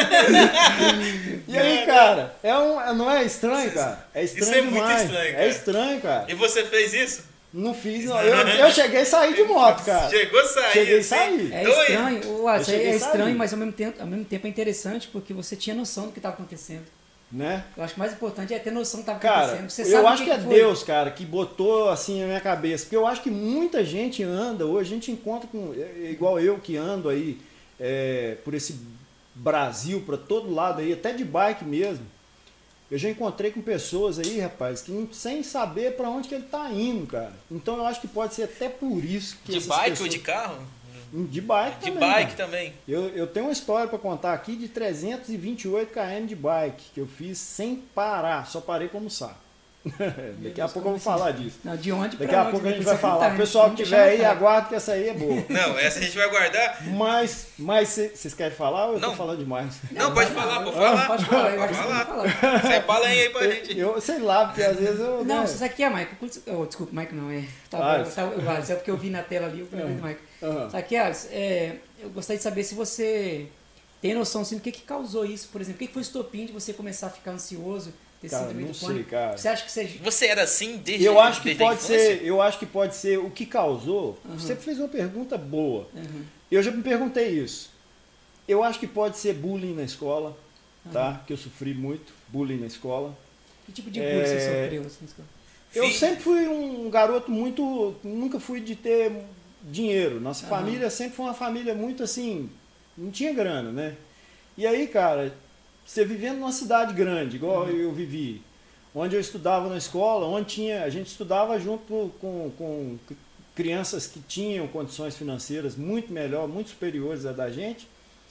Speaker 3: E aí, cara, é um, não é estranho, cara? É estranho
Speaker 1: Isso é muito
Speaker 3: demais.
Speaker 1: estranho, cara.
Speaker 3: É estranho, cara.
Speaker 1: E você fez isso?
Speaker 3: Não fiz, não. Eu, eu cheguei a sair de moto, cara.
Speaker 1: Chegou a sair.
Speaker 3: Cheguei a
Speaker 1: assim.
Speaker 3: sair.
Speaker 2: É
Speaker 1: Doido.
Speaker 2: estranho, o Alisson,
Speaker 3: Eu cheguei
Speaker 2: é
Speaker 3: a sair.
Speaker 2: estranho, mas ao mesmo, tempo, ao mesmo tempo é interessante porque você tinha noção do que estava acontecendo.
Speaker 3: Né?
Speaker 2: Eu acho que o mais importante é ter noção do que estava
Speaker 3: Cara,
Speaker 2: acontecendo. Você
Speaker 3: eu
Speaker 2: sabe o
Speaker 3: acho que, é
Speaker 2: foi.
Speaker 3: Deus, cara, que botou assim na minha cabeça. Porque eu acho que muita gente anda hoje, a gente encontra com. é, igual eu que ando aí é, por esse Brasil, para todo lado aí, até de bike mesmo. Eu já encontrei com pessoas aí, rapaz, que não, sem saber para onde que ele tá indo, cara. Então eu acho que pode ser até por isso que.
Speaker 1: De
Speaker 3: essas
Speaker 1: bike
Speaker 3: pessoas...
Speaker 1: ou de carro?
Speaker 3: De bike
Speaker 1: De
Speaker 3: também.
Speaker 1: bike
Speaker 3: cara.
Speaker 1: também.
Speaker 3: Eu, eu tenho uma história para contar aqui de trezentos e vinte e oito quilômetros de bike que eu fiz sem parar, só parei para almoçar. Daqui a pouco eu vou falar disso.
Speaker 2: Não, de onde
Speaker 3: Daqui
Speaker 2: pra
Speaker 3: a
Speaker 2: onde,
Speaker 3: pouco a gente
Speaker 2: depois
Speaker 3: vai
Speaker 2: você
Speaker 3: falar.
Speaker 2: contar,
Speaker 3: O pessoal
Speaker 2: não
Speaker 3: que
Speaker 2: deixa
Speaker 3: estiver aí,
Speaker 2: marcado.
Speaker 3: aguarde que essa aí é boa.
Speaker 1: Não, essa a gente vai guardar.
Speaker 3: Mas, mas cê- vocês querem falar ou eu
Speaker 1: Não.
Speaker 3: tô falando demais?
Speaker 1: Não, pode
Speaker 2: Não,
Speaker 1: falar,
Speaker 2: não,
Speaker 1: pode
Speaker 2: não,
Speaker 1: falar.
Speaker 2: Pode falar, eu acho que
Speaker 1: Pode
Speaker 2: você pode
Speaker 1: falar.
Speaker 2: falar.
Speaker 1: Você fala aí pra gente.
Speaker 3: Eu, eu sei lá, porque às vezes eu.
Speaker 2: Não,
Speaker 3: né?
Speaker 2: você sabe o que é, Michael? Putz, oh, desculpa, Michael não, é. Tá,
Speaker 3: Ah,
Speaker 2: tá, tá, Alisson, é porque eu vi na tela ali o primeiro do Michael.
Speaker 3: Aham.
Speaker 2: Sabe o que é, Alisson? É, eu gostaria de saber se você tem noção assim, do que, que causou isso, por exemplo. O que, que foi o estopim de você começar a ficar ansioso, ter
Speaker 3: Cara,
Speaker 2: síndrome
Speaker 3: não
Speaker 2: do
Speaker 3: sei,
Speaker 2: pânico?
Speaker 3: cara.
Speaker 2: Você acha que você.
Speaker 1: Você era assim desde
Speaker 3: Eu acho que
Speaker 1: desde a
Speaker 3: pode
Speaker 1: infância?
Speaker 3: ser, eu acho que pode ser o que causou.
Speaker 2: Uhum.
Speaker 3: Você fez uma pergunta boa.
Speaker 2: Uhum.
Speaker 3: Eu já me perguntei isso. Eu acho que pode ser bullying na escola, tá? Que eu sofri muito bullying na escola.
Speaker 2: Que tipo de bullying você
Speaker 3: É,
Speaker 2: sofreu? Assim,
Speaker 3: Eu
Speaker 1: Filho.
Speaker 3: sempre fui um garoto muito. Nunca fui de ter dinheiro. Nossa
Speaker 2: Aham.
Speaker 3: família sempre foi uma família muito assim. Não tinha grana, né? E aí, cara, você vivendo numa cidade grande, igual
Speaker 2: Uhum.
Speaker 3: eu vivi, onde eu estudava na escola, onde tinha. A gente estudava junto com, com crianças que tinham condições financeiras muito melhor, muito superiores à da gente.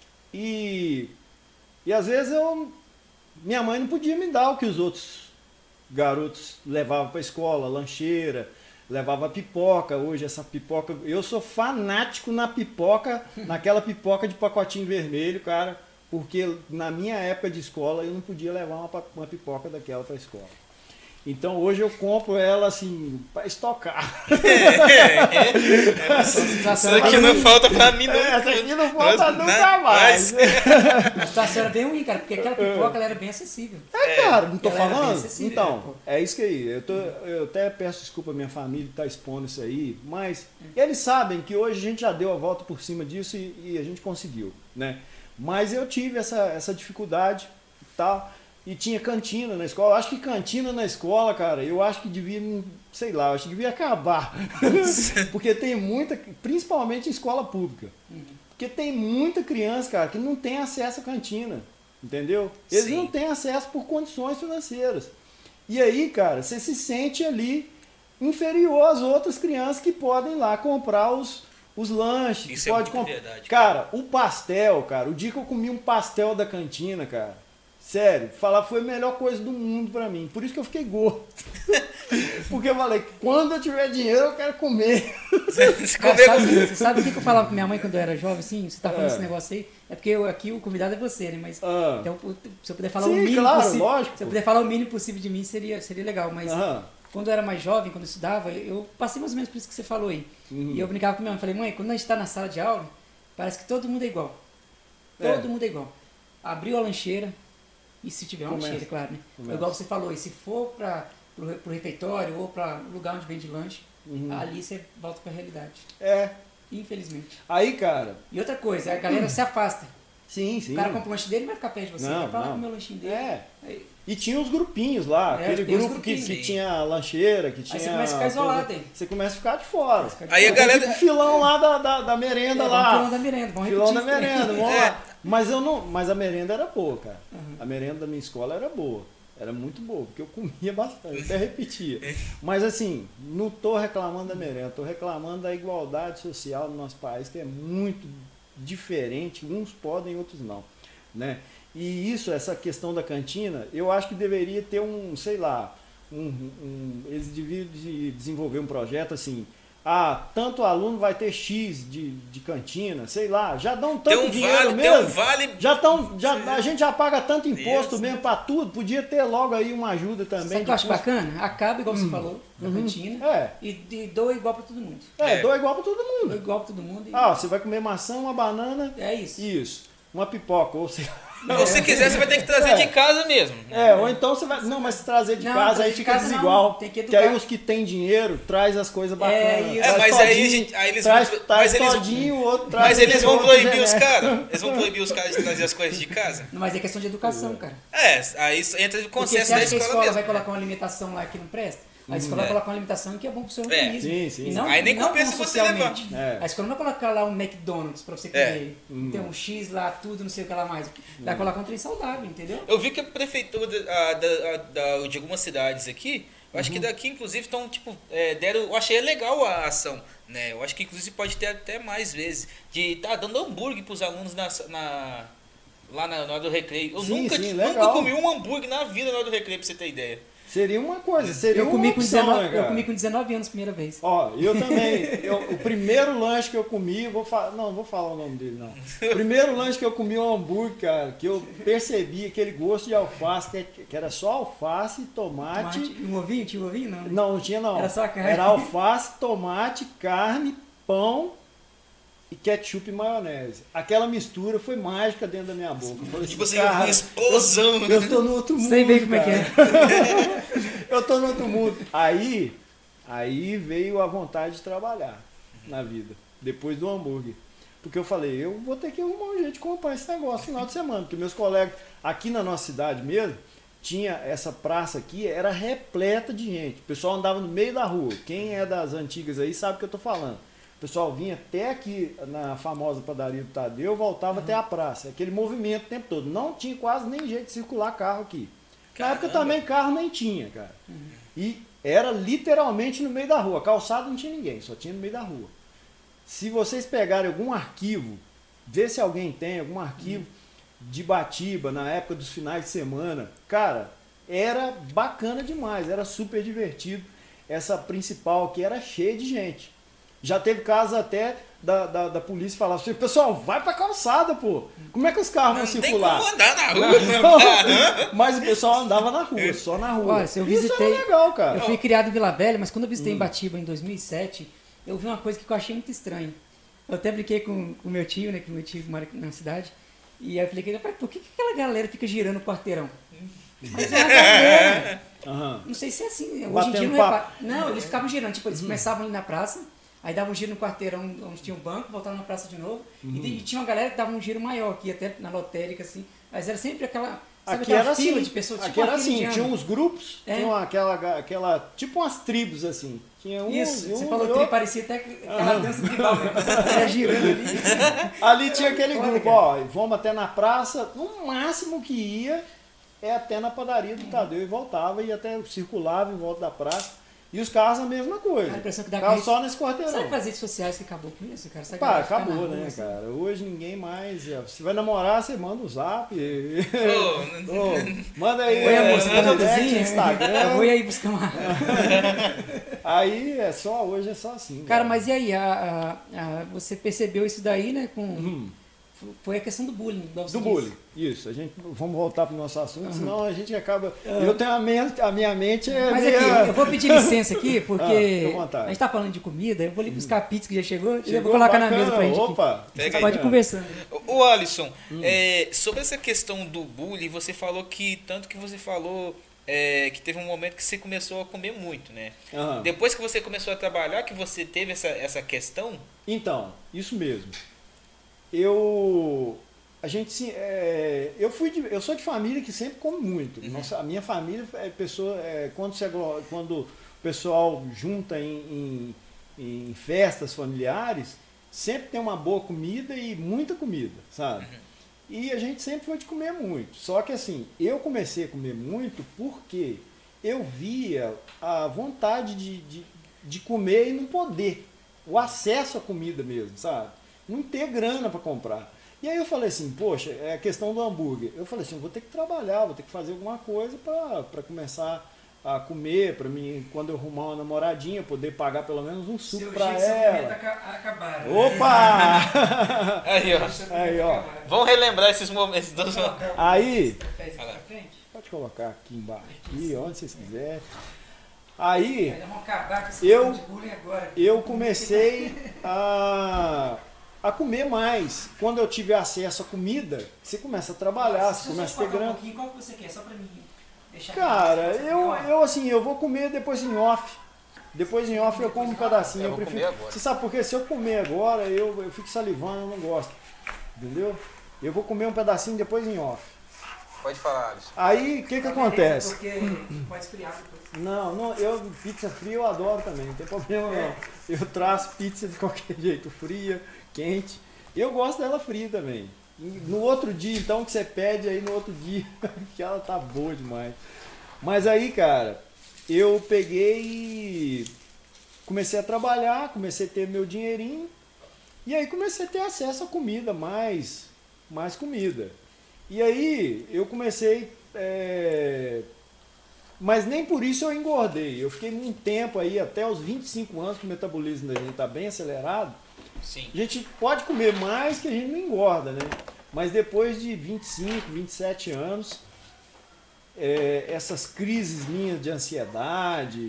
Speaker 3: E, e às vezes eu. Minha mãe não podia me dar o que os outros garotos levavam para a escola, lancheira, levava pipoca. Hoje essa pipoca, eu sou fanático na pipoca, naquela pipoca de pacotinho vermelho, cara, porque na minha época de escola eu não podia levar uma, pa- uma pipoca daquela para a escola. Então hoje eu compro ela assim para estocar.
Speaker 1: Isso aqui não falta pra mim, não.
Speaker 3: Essa aqui não falta
Speaker 1: Nós-
Speaker 3: nunca
Speaker 1: na-
Speaker 3: mais.
Speaker 2: A situação era bem ruim, cara, porque aquela pipoca ela era bem acessível.
Speaker 3: É, cara, não tô
Speaker 2: Ela era bem
Speaker 3: falando?
Speaker 2: acessível,
Speaker 3: Então,
Speaker 2: né, pô?
Speaker 3: é isso que aí. Eu, tô, eu até peço desculpa à minha família que tá expondo isso aí, mas eles sabem que hoje a gente já deu a volta por cima disso e, e a gente conseguiu, né? Mas eu tive essa, essa dificuldade e tal. E tinha cantina na escola. Eu acho que cantina na escola, cara, eu acho que devia, sei lá, eu acho que devia acabar. Porque tem muita, principalmente em escola pública. Porque tem muita criança, cara, que não tem acesso à cantina. Entendeu? Eles
Speaker 1: Sim.
Speaker 3: não têm acesso por condições financeiras. E aí, cara, você se sente ali inferior às outras crianças que podem ir lá comprar os, os lanches.
Speaker 1: Isso
Speaker 3: que
Speaker 1: é
Speaker 3: pode
Speaker 1: muito
Speaker 3: comp-
Speaker 1: verdade,
Speaker 3: Cara, o pastel, cara, o dia que eu comi um pastel da cantina, cara, sério, falar foi a melhor coisa do mundo pra mim. Por isso que eu fiquei gordo. Porque eu falei, quando eu tiver dinheiro eu quero comer.
Speaker 1: Você
Speaker 2: Cara,
Speaker 1: comeu-
Speaker 2: sabe, você sabe o que que eu falava com minha mãe quando eu era jovem, assim? Você tá falando
Speaker 3: É.
Speaker 2: esse negócio aí? É porque eu, aqui o convidado é você, né? Mas
Speaker 3: Ah.
Speaker 2: então, se eu puder falar
Speaker 3: Sim,
Speaker 2: o mínimo
Speaker 3: claro,
Speaker 2: possível.
Speaker 3: lógico.
Speaker 2: Se eu puder falar o mínimo possível de mim, seria, seria legal. Mas
Speaker 3: Aham.
Speaker 2: quando eu era mais jovem, quando eu estudava, eu passei mais ou menos por isso que você falou aí.
Speaker 3: Uhum.
Speaker 2: E eu brincava com minha mãe, falei, mãe, quando a gente tá na sala de aula, parece que todo mundo é igual. Todo
Speaker 3: É.
Speaker 2: mundo é igual. Abriu a lancheira, e se tiver uma
Speaker 3: Começa.
Speaker 2: lancheira, claro, né?
Speaker 3: Começa.
Speaker 2: Igual você falou, e se for para pro, pro refeitório ou para o lugar onde vende lanche,
Speaker 3: Uhum.
Speaker 2: ali você volta para a realidade.
Speaker 3: É.
Speaker 2: Infelizmente.
Speaker 3: Aí, cara,
Speaker 2: E outra coisa, a galera se afasta.
Speaker 3: sim, sim.
Speaker 2: O cara compra o lanche dele e vai ficar perto de você.
Speaker 3: Não,
Speaker 2: vai pra lá
Speaker 3: não.
Speaker 2: comer o lanchinho dele.
Speaker 3: É.
Speaker 2: Aí,
Speaker 3: E tinha os grupinhos lá,
Speaker 2: É,
Speaker 3: aquele
Speaker 2: tem os
Speaker 3: grupo que,
Speaker 2: grupinhos.
Speaker 3: que tinha lancheira, que tinha.
Speaker 2: você começa a ficar isolado aí.
Speaker 3: Você começa a ficar de fora.
Speaker 1: Aí a
Speaker 3: Tem
Speaker 1: galera-
Speaker 3: tipo filão lá da, da, da merenda
Speaker 2: é,
Speaker 3: lá.
Speaker 2: Filão da merenda, vamos
Speaker 3: Filão da
Speaker 2: repetir isso
Speaker 3: merenda,
Speaker 2: também.
Speaker 3: vamos
Speaker 1: É.
Speaker 3: lá. Mas eu não. Mas a merenda era boa, cara.
Speaker 2: Uhum.
Speaker 3: A merenda da minha escola era boa. Era muito boa, porque eu comia bastante, até repetia. Mas assim, não estou reclamando da merenda, estou reclamando da igualdade social do nosso país, que é muito diferente, uns podem, outros não, né? E isso, essa questão da cantina, eu acho que deveria ter um, sei lá, um, um, eles deviam de desenvolver um projeto assim, ah, tanto aluno vai ter X de, de cantina, sei lá, já dão tanto
Speaker 1: tem um
Speaker 3: dinheiro
Speaker 1: vale,
Speaker 3: mesmo.
Speaker 1: Tem um vale.
Speaker 3: Já tão, já, a gente já paga tanto imposto
Speaker 1: Isso.
Speaker 3: mesmo para tudo, podia ter logo aí uma ajuda também.
Speaker 2: Sabe o que eu acho bacana? Acaba, igual você falou, na cantina,
Speaker 3: É.
Speaker 2: e, e doa igual pra todo mundo.
Speaker 3: É,
Speaker 1: É.
Speaker 3: dou igual para todo mundo.
Speaker 2: Doa igual pra todo mundo. E...
Speaker 3: Ah, você vai comer maçã, uma banana,
Speaker 2: É isso.
Speaker 3: isso, uma pipoca, ou sei
Speaker 1: Se você quiser, você vai ter que trazer
Speaker 3: É.
Speaker 1: de casa mesmo.
Speaker 3: É, ou então você vai. Não, mas se trazer de
Speaker 2: Não,
Speaker 3: casa
Speaker 2: trazer
Speaker 3: aí
Speaker 2: de
Speaker 3: fica
Speaker 2: casa não,
Speaker 3: desigual.
Speaker 2: tem que
Speaker 3: que aí
Speaker 2: educar.
Speaker 3: os que têm dinheiro traz as coisas bacanas.
Speaker 2: É, isso.
Speaker 3: Traz
Speaker 1: É, mas aí
Speaker 3: todinho,
Speaker 1: a gente- aí eles
Speaker 3: traz,
Speaker 1: vão-
Speaker 3: traz
Speaker 1: mas eles-
Speaker 3: todinho, o outro traz.
Speaker 1: Mas eles vão
Speaker 3: outro
Speaker 1: proibir os
Speaker 3: genérico.
Speaker 1: caras. Eles vão proibir os caras de trazer as coisas de casa.
Speaker 2: Mas é questão de educação, cara.
Speaker 1: É, aí isso entra no
Speaker 2: Porque
Speaker 1: consenso
Speaker 2: você
Speaker 1: da
Speaker 2: acha que a
Speaker 1: escola
Speaker 2: escola
Speaker 1: mesmo.
Speaker 2: vai colocar uma alimentação lá que não presta? A escola vai
Speaker 1: É.
Speaker 2: colocar uma alimentação que é bom pro seu
Speaker 1: É.
Speaker 2: organismo.
Speaker 3: Sim, sim.
Speaker 2: E não,
Speaker 1: Aí nem
Speaker 2: não
Speaker 1: compensa
Speaker 2: bom
Speaker 1: você
Speaker 2: socialmente.
Speaker 3: levar. É.
Speaker 2: A escola não vai colocar lá um McDonald's pra você
Speaker 1: É.
Speaker 2: comer. Tem um X lá, tudo, não sei o que lá mais. Vai colocar um trem saudável, entendeu?
Speaker 1: Eu vi que a prefeitura da, da- da- de algumas cidades aqui, eu
Speaker 2: Uhum.
Speaker 1: acho que daqui, inclusive, estão, tipo, é, deram. Eu achei legal a ação, né? Eu acho que, inclusive, pode ter até mais vezes. De tá dando hambúrguer pros alunos na. na- lá na, na hora do recreio. Eu
Speaker 3: Sim,
Speaker 1: nunca,
Speaker 3: sim,
Speaker 1: nunca
Speaker 3: legal.
Speaker 1: comi um hambúrguer na vida na hora do recreio, pra você ter ideia.
Speaker 3: Seria uma coisa, seria
Speaker 2: Eu comi,
Speaker 3: uma
Speaker 2: com
Speaker 3: opção,
Speaker 2: dezenove,
Speaker 3: né,
Speaker 2: eu
Speaker 3: cara?
Speaker 2: comi com dezenove anos a primeira vez.
Speaker 3: Ó, eu também. Eu- o primeiro lanche que eu comi, eu vou falar. Não, vou falar o nome dele, não. O primeiro lanche que eu comi um hambúrguer, cara, que eu percebi aquele gosto de alface, que, que era só alface, tomate.
Speaker 2: Tomate, um ovinho? Tinha um ovinho? Não.
Speaker 3: Não, não tinha não.
Speaker 2: Era só carne.
Speaker 3: Era alface, tomate, carne, pão e ketchup e maionese. Aquela mistura foi mágica dentro da minha boca. Eu falei
Speaker 1: Tipo
Speaker 3: assim,
Speaker 1: assim,
Speaker 3: cara,
Speaker 1: uma explosão.
Speaker 3: eu, eu tô no outro mundo.
Speaker 2: Sei bem como é que
Speaker 3: cara.
Speaker 2: é.
Speaker 3: Eu tô no outro mundo. Aí, aí veio a vontade de trabalhar na vida, depois do hambúrguer. Porque eu falei, eu vou ter que arrumar um jeito de comprar esse negócio no final de semana. Porque meus colegas, aqui na nossa cidade mesmo, tinha essa praça aqui, era repleta de gente. O pessoal andava no meio da rua. Quem é das antigas aí sabe o que eu tô falando. O pessoal vinha até aqui na famosa padaria do Tadeu, voltava até a praça. Aquele movimento o tempo todo. Não tinha quase nem jeito de circular carro aqui. Na época
Speaker 1: Caramba.
Speaker 3: também carro nem tinha, cara. E era literalmente no meio da rua. Calçado não tinha ninguém, só tinha no meio da rua. Se vocês pegarem algum arquivo, ver se alguém tem algum arquivo de Batiba na época dos finais de semana, cara, era bacana demais, era super divertido. Essa principal aqui era cheia de gente. Já teve casos até da, da, da polícia falar assim, pessoal, vai pra calçada, pô. Como é que os carros vão
Speaker 1: Não tem
Speaker 3: circular?
Speaker 1: como andar na rua, meu caramba.
Speaker 3: Mas o pessoal andava na rua, só na rua.
Speaker 2: Olha, se eu
Speaker 3: Isso
Speaker 2: visitei-
Speaker 3: era legal, cara.
Speaker 2: Eu fui criado em Vila Velha, mas quando eu visitei
Speaker 3: Hum.
Speaker 2: em Batiba em dois mil e sete, eu vi uma coisa que eu achei muito estranha. Eu até brinquei com o meu tio, né, que meu tio mora aqui na cidade, e aí eu falei, pai, por que, que aquela galera fica girando o quarteirão? Mas é uma galera.
Speaker 3: Aham.
Speaker 2: Não sei se é assim. Hoje em
Speaker 3: Batendo
Speaker 2: dia não é.
Speaker 3: papo.
Speaker 2: pa- Não, eles ficavam girando. Tipo, eles começavam ali na praça, aí davam um giro no quarteirão onde tinha um banco, voltavam na praça de novo. E, de- e tinha uma galera que dava um giro maior aqui, até na lotérica, assim. Mas era sempre aquela. Sabe
Speaker 3: Aqui
Speaker 2: aquela
Speaker 3: era
Speaker 2: fila
Speaker 3: assim,
Speaker 2: de pessoas?
Speaker 3: aqui
Speaker 2: Tipo
Speaker 3: era
Speaker 2: uma fila
Speaker 3: assim,
Speaker 2: indiana.
Speaker 3: tinha uns grupos,
Speaker 2: É.
Speaker 3: tinha uma- aquela, aquela, tipo umas tribos assim. Tinha um,
Speaker 2: Isso,
Speaker 3: e
Speaker 2: você
Speaker 3: um,
Speaker 2: falou
Speaker 3: e
Speaker 2: que
Speaker 3: outro.
Speaker 2: parecia até aquela dança tribal mesmo. Era girando ali.
Speaker 3: Ali tinha aquele
Speaker 2: Olha,
Speaker 3: grupo, ó, vamos até na praça, no máximo que ia é até na padaria do Tadeu e voltava, e até circulava em volta da praça. E os carros a mesma coisa.
Speaker 2: A impressão que dá
Speaker 3: Carro
Speaker 2: com
Speaker 3: só nesse
Speaker 2: Sabe
Speaker 3: quarteirão.
Speaker 2: que as redes sociais que acabou com isso, cara? Sabe
Speaker 3: Pá,
Speaker 2: que vai ficar
Speaker 3: acabou,
Speaker 2: na rua,
Speaker 3: né,
Speaker 2: assim?
Speaker 3: cara? Hoje ninguém mais. é, Se vai namorar, você manda o zap.
Speaker 1: Ô,
Speaker 3: Ô, manda aí,
Speaker 2: Oi,
Speaker 3: é,
Speaker 2: amor, você tá
Speaker 3: no
Speaker 2: na
Speaker 3: direct,
Speaker 2: cozinha?
Speaker 3: Instagram.
Speaker 2: Eu vou aí buscar uma.
Speaker 3: Aí é só, hoje é só assim.
Speaker 2: Cara, mas e aí? A, a- a- você percebeu isso daí, né? Com,
Speaker 3: Hum.
Speaker 2: Foi a questão do bullying. igual você
Speaker 3: Do
Speaker 2: disse.
Speaker 3: bullying, isso. A gente, vamos voltar para o nosso assunto, senão a gente acaba. Eu tenho a, mente, a minha mente é
Speaker 2: Mas
Speaker 3: meio-
Speaker 2: aqui, eu vou pedir licença aqui, porque
Speaker 3: Ah, fica à vontade.
Speaker 2: a gente tá falando de comida, eu vou ali buscar a pizza que já chegou, e eu
Speaker 3: Chegou
Speaker 2: vou colocar na
Speaker 3: bacana.
Speaker 2: mesa pra gente. aqui.
Speaker 3: Opa!
Speaker 1: Pega
Speaker 2: Você
Speaker 1: aí.
Speaker 2: pode ir conversando.
Speaker 1: O Alisson,
Speaker 3: Hum.
Speaker 1: é, sobre essa questão do bullying, você falou que, tanto que você falou é, que teve um momento que você começou a comer muito, né?
Speaker 3: Aham.
Speaker 1: Depois que você começou a trabalhar, que você teve essa, essa questão,
Speaker 3: Então, isso mesmo. Eu. A gente se. é, eu, fui de- eu sou de família que sempre come muito. Nossa, a minha família é pessoa. é, quando, se aglo- quando o pessoal junta em, em, em festas familiares, sempre tem uma boa comida e muita comida, sabe? E a gente sempre foi de comer muito. Só que assim, eu comecei a comer muito porque eu via a vontade de, de, de comer e não poder. O acesso à comida mesmo, sabe? Não ter grana para comprar. E aí eu falei assim, poxa, é a questão do hambúrguer. Eu falei assim, vou ter que trabalhar, vou ter que fazer alguma coisa para começar a comer, para mim, quando eu arrumar uma namoradinha, poder pagar pelo menos um suco para ela.
Speaker 2: Tá acabaram.
Speaker 3: Opa!
Speaker 1: Aí, ó.
Speaker 3: Aí, ó.
Speaker 1: Vamos relembrar esses momentos. Dos...
Speaker 3: Aí, pode colocar aqui embaixo, aqui, onde vocês quiserem. Aí, eu, eu comecei a, a comer mais. Quando eu tive acesso à comida, você começa a trabalhar, você começa a ter grana.
Speaker 2: Qual que você quer? Só pra mim deixar.
Speaker 3: Cara, eu, eu assim, eu vou comer depois em off. Depois em off eu como um pedacinho. Eu, eu prefiro. Você sabe por quê? Se eu comer agora, eu, eu fico salivando, eu não gosto. Entendeu? Eu vou comer um pedacinho depois em off.
Speaker 1: Pode falar, Alisson.
Speaker 3: Aí, o que que acontece?
Speaker 2: Porque pode esfriar depois.
Speaker 3: Não, não, eu pizza fria eu adoro também, não tem problema não. Eu traço pizza de qualquer jeito, fria, quente. Eu gosto dela fria também. No outro dia, então, que você pede aí no outro dia, que ela tá boa demais. Mas aí, cara, eu peguei e comecei a trabalhar, comecei a ter meu dinheirinho, e aí comecei a ter acesso a comida, mais, mais comida. E aí eu comecei, é... mas nem por isso eu engordei. Eu fiquei um tempo aí, até os vinte e cinco anos, que o metabolismo da gente está bem acelerado.
Speaker 1: Sim.
Speaker 3: A gente pode comer mais que a gente não engorda, né? Mas depois de vinte e cinco, vinte e sete anos, é, essas crises minhas de ansiedade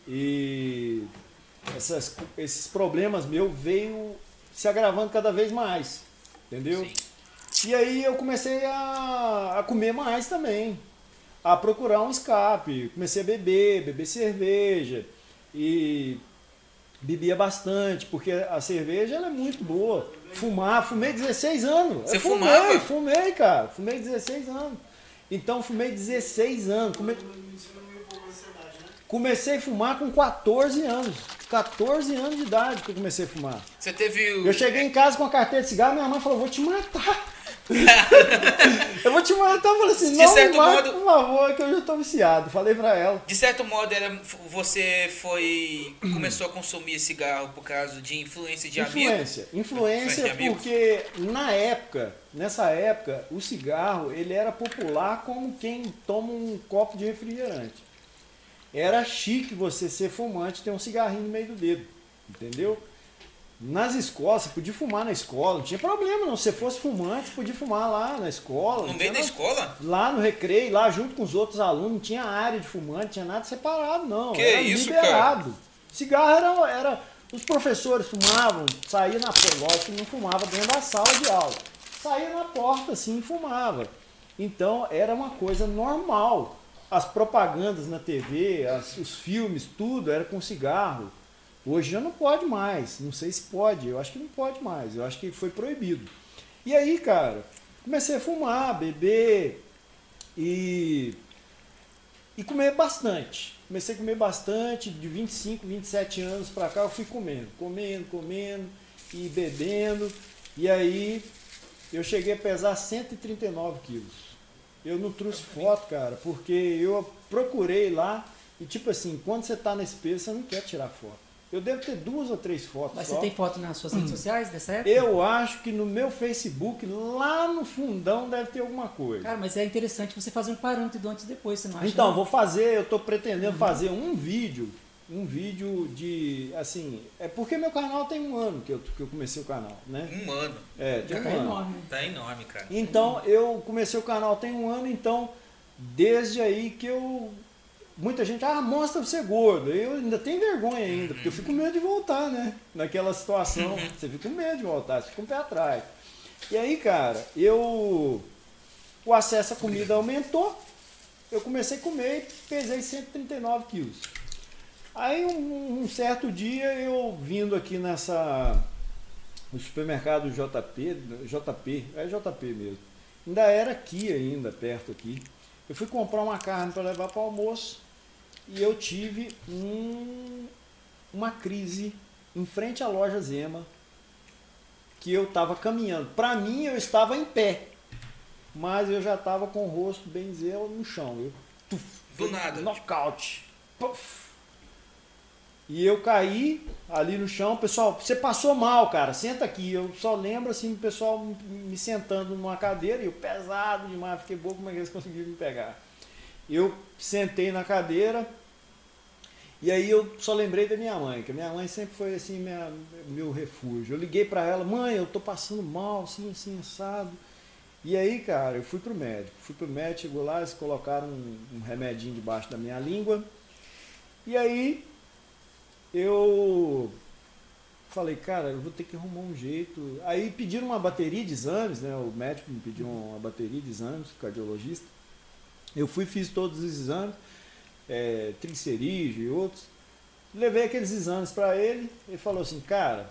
Speaker 3: e essas, esses problemas meus veio se agravando cada vez mais, entendeu?
Speaker 1: Sim.
Speaker 3: E aí eu comecei a, a comer mais também, a procurar um escape, comecei a beber, beber cerveja e bebia bastante, porque a cerveja ela é muito boa. Fumar, fumei dezesseis anos.
Speaker 1: Você
Speaker 3: eu fumei,
Speaker 1: fumava?
Speaker 3: Fumei, cara, fumei dezesseis anos. Então fumei dezesseis anos. Come... Comecei a fumar com quatorze anos. quatorze anos de idade que eu comecei a fumar.
Speaker 1: Você teve...
Speaker 3: Eu cheguei em casa com a carteira de cigarro, minha mãe falou, vou te matar. Eu vou te matar. Eu falei assim,
Speaker 1: De
Speaker 3: não
Speaker 1: certo
Speaker 3: me mate,
Speaker 1: modo-
Speaker 3: por favor, que eu já tô viciado. Falei pra ela.
Speaker 1: De certo modo, era, você foi começou a consumir cigarro por causa de influência de amigos?
Speaker 3: Influência. Influência
Speaker 1: de amigos?
Speaker 3: porque na época, nessa época, o cigarro ele era popular como quem toma um copo de refrigerante. Era chique você ser fumante e ter um cigarrinho no meio do dedo. Entendeu? Nas escolas, você podia fumar na escola, não tinha problema não. Se você fosse fumante, você podia fumar lá na escola.
Speaker 1: No
Speaker 3: não
Speaker 1: meio da
Speaker 3: tinha
Speaker 1: escola?
Speaker 3: Lá no recreio, lá junto com os outros alunos, não tinha área de fumante, não tinha nada separado, não.
Speaker 1: Que
Speaker 3: era
Speaker 1: isso,
Speaker 3: liberado. Cigarro era, era. Os professores fumavam, saía na porta, lógico que não fumava dentro da sala de aula. Saía na porta assim e fumava. Então era uma coisa normal. As propagandas na T V, as, os filmes, tudo era com cigarro. Hoje já não pode mais, não sei se pode, eu acho que não pode mais, eu acho que foi proibido. E aí, cara, comecei a fumar, beber e, e comer bastante. Comecei a comer bastante, de vinte e cinco, vinte e sete anos pra cá eu fui comendo, comendo, comendo e bebendo. E aí eu cheguei a pesar cento e trinta e nove quilos. Eu não trouxe foto, cara, porque eu procurei lá e tipo assim, quando você tá nesse peso, você não quer tirar foto. Eu devo ter duas ou três fotos.
Speaker 2: Mas
Speaker 3: só.
Speaker 2: você tem foto nas suas redes sociais dessa época?
Speaker 3: Eu acho que no meu Facebook, lá no fundão, deve ter alguma coisa.
Speaker 2: Cara, mas é interessante você fazer um parâmetro do antes e depois, você não acha?
Speaker 3: Então,
Speaker 2: não?
Speaker 3: vou fazer, eu estou pretendendo fazer um vídeo, um vídeo de, assim, é porque meu canal tem um ano que eu, que eu comecei o canal, né?
Speaker 1: Um ano.
Speaker 3: É, tem
Speaker 2: Já
Speaker 3: um
Speaker 2: tá
Speaker 3: ano.
Speaker 2: enorme.
Speaker 1: Tá enorme, cara.
Speaker 3: Então, eu comecei o canal tem um ano, então, desde aí que eu... Muita gente, ah, mostra você gordo. Eu ainda tenho vergonha ainda, porque eu fico com medo de voltar, né? Naquela situação, você fica com medo de voltar, você fica um pé atrás. E aí, cara, eu... O acesso à comida aumentou, eu comecei a comer e pesei cento e trinta e nove quilos. Aí, um, um certo dia, eu vindo aqui nessa... No supermercado J P, J P, é J P mesmo. Ainda era aqui ainda, perto aqui. Eu fui comprar uma carne para levar para o almoço e eu tive um, uma crise em frente à loja Zema, que eu estava caminhando. Para mim, eu estava em pé. mas eu já estava com o rosto, bem dizer, no chão. Eu, tuf,
Speaker 1: Do nada.
Speaker 3: Nocaute. Puff. E eu caí ali no chão. Pessoal, você passou mal, cara. Senta aqui. Eu só lembro assim, o pessoal me sentando numa cadeira e eu pesado demais. Fiquei bobo, como é que eles conseguiram me pegar. Eu sentei na cadeira e aí eu só lembrei da minha mãe, que a minha mãe sempre foi assim, minha, meu refúgio. Eu liguei pra ela, mãe, eu tô passando mal, assim, assim, assado. E aí, cara, eu fui pro médico. Fui pro médico, chegou lá, eles colocaram um, um remedinho debaixo da minha língua. E aí, eu falei, cara, eu vou ter que arrumar um jeito. Aí pediram uma bateria de exames, né? O médico me pediu uma bateria de exames, o cardiologista. Eu fui, fiz todos os exames, é, triglicerídeo e outros. Levei aqueles exames para ele. Ele falou assim, cara,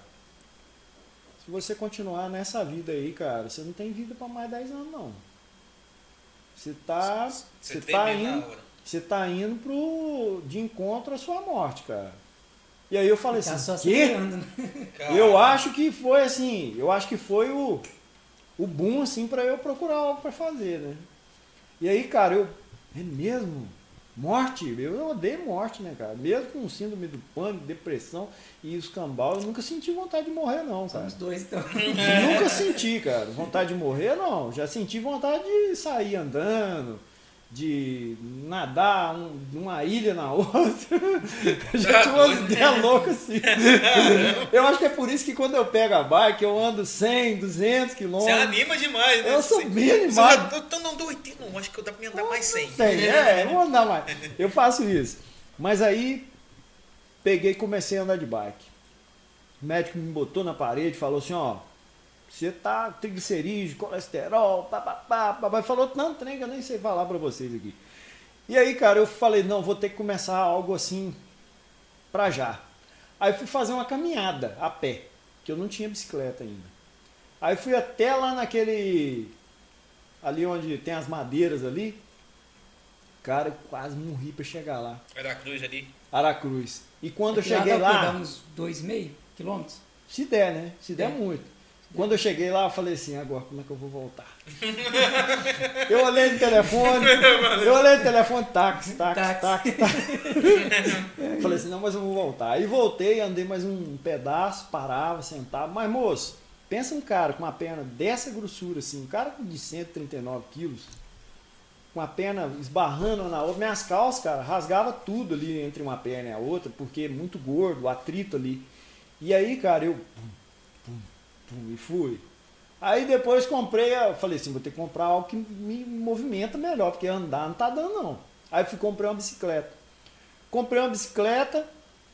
Speaker 3: se você continuar nessa vida aí, cara, você não tem vida para mais dez anos, não. Você tá, você, você tá indo, você tá indo pro, de encontro à sua morte, cara. E aí eu falei tá assim, quê? Eu acho que foi assim, eu acho que foi o, o boom, assim, para eu procurar algo para fazer, né? E aí, cara, eu, é mesmo? Morte? Eu odeio morte, né, cara? Mesmo com síndrome do pânico, depressão e os cambal, eu nunca senti vontade de morrer, não, cara.
Speaker 2: Somos dois, então.
Speaker 3: Nunca senti, cara. Vontade de morrer, não. Já senti vontade de sair andando, de nadar um, de uma ilha na outra. Já tinha umas ideias loucas assim. Eu acho que é por isso que quando eu pego a bike, eu ando cem, duzentos quilômetros.
Speaker 1: Você anima demais, né?
Speaker 3: Eu sou bem animado.
Speaker 1: Eu tô andando oitenta, não, acho que eu dá pra me andar mais cem.
Speaker 3: cem. É, eu vou andar mais. Eu faço isso. Mas aí, peguei e comecei a andar de bike. O médico me botou na parede e falou assim, ó, você tá triglicerídeo, colesterol, papapá, papai. Falou, não, trem, eu nem sei falar pra vocês aqui. E aí, cara, eu falei, não, vou ter que começar algo assim pra já. Aí fui fazer uma caminhada a pé, que eu não tinha bicicleta ainda. Aí fui até lá naquele, ali onde tem as madeiras ali. Cara, eu quase morri pra chegar lá.
Speaker 1: Aracruz ali.
Speaker 3: Aracruz. E quando eu
Speaker 2: Aqui
Speaker 3: cheguei
Speaker 2: lá,
Speaker 3: lá...
Speaker 2: dá uns dois e meio quilômetros?
Speaker 3: Se der, né? Se der
Speaker 2: É.
Speaker 3: muito. Quando eu cheguei lá, eu falei assim, agora como é que eu vou voltar? Eu olhei no telefone, eu olhei no telefone, táxi, táxi, táxi, táxi. Falei assim, não, mas eu vou voltar. Aí voltei, andei mais um pedaço, parava, sentava. Mas, moço, pensa um cara com uma perna dessa grossura, assim, um cara de cento e trinta e nove quilos, com a perna esbarrando na outra. Minhas calças, cara, rasgava tudo ali entre uma perna e a outra, porque é muito gordo, o atrito ali. E aí, cara, eu... e fui. Aí depois comprei, eu falei assim, vou ter que comprar algo que me movimenta melhor, porque andar não tá dando não. Aí fui comprei uma bicicleta. Comprei uma bicicleta,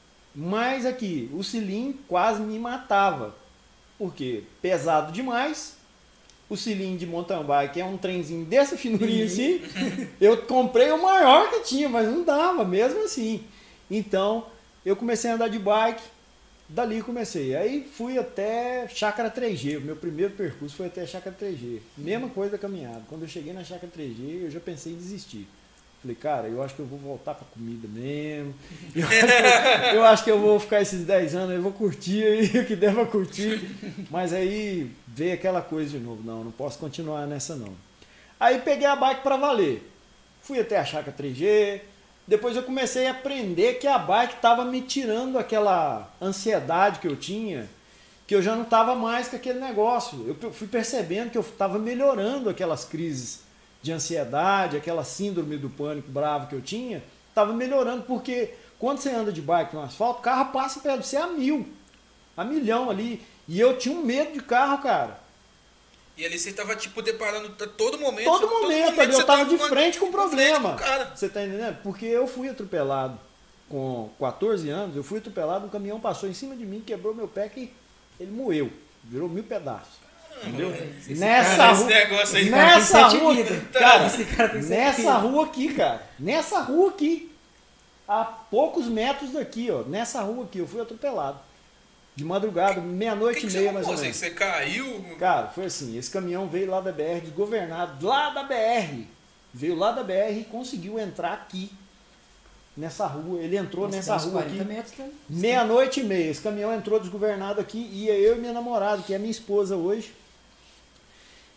Speaker 3: mas aqui, o cilindro quase me matava. Por quê? Pesado demais. O cilindro de mountain bike é um trenzinho dessa finurinha assim. Eu comprei o maior que tinha, mas não dava mesmo assim. Então, eu comecei a andar de bike. Dali comecei. Aí fui até Chácara três G. O meu primeiro percurso foi até Chácara três G. Mesma coisa da caminhada. Quando eu cheguei na Chácara três G, eu já pensei em desistir. Falei, cara, eu acho que eu vou voltar pra comida mesmo. Eu acho que eu, eu, acho que eu vou ficar esses dez anos, eu vou curtir aí o que der pra curtir. Mas aí veio aquela coisa de novo. Não, não posso continuar nessa não. Aí peguei a bike pra valer. Fui até a Chácara três G. Depois eu comecei a aprender que a bike estava me tirando aquela ansiedade que eu tinha, que eu já não estava mais com aquele negócio. Eu fui percebendo que eu estava melhorando aquelas crises de ansiedade, aquela síndrome do pânico bravo que eu tinha, estava melhorando, porque quando você anda de bike no asfalto, o carro passa perto de você a mil, a milhão ali. E eu tinha um medo de carro, cara.
Speaker 1: E ali você tava, tipo, deparando a todo momento.
Speaker 3: Todo, todo momento, momento ali, eu tava de frente com problema.
Speaker 1: Com
Speaker 3: você tá entendendo? Porque eu fui atropelado com quatorze anos, eu fui atropelado, um caminhão passou em cima de mim, quebrou meu pé que ele moeu, virou mil pedaços. Entendeu?
Speaker 2: Esse
Speaker 3: nessa
Speaker 1: cara,
Speaker 3: rua,
Speaker 1: esse negócio aí,
Speaker 3: nessa rua, cara,
Speaker 2: esse cara tem
Speaker 3: nessa rua aqui, cara, nessa rua aqui, a poucos metros daqui, ó, nessa rua aqui, eu fui atropelado. De madrugada, meia-noite e meia mais ou menos.
Speaker 1: Você caiu?
Speaker 3: Cara, foi assim, esse caminhão veio lá da B R, desgovernado, lá da B R. Veio lá da B R e conseguiu entrar aqui, nessa rua. Ele entrou
Speaker 2: Nossa,
Speaker 3: nessa rua
Speaker 2: quarenta
Speaker 3: aqui,
Speaker 2: metros, né?
Speaker 3: meia-noite e meia. Esse caminhão entrou desgovernado aqui, ia eu e minha namorada, que é minha esposa hoje.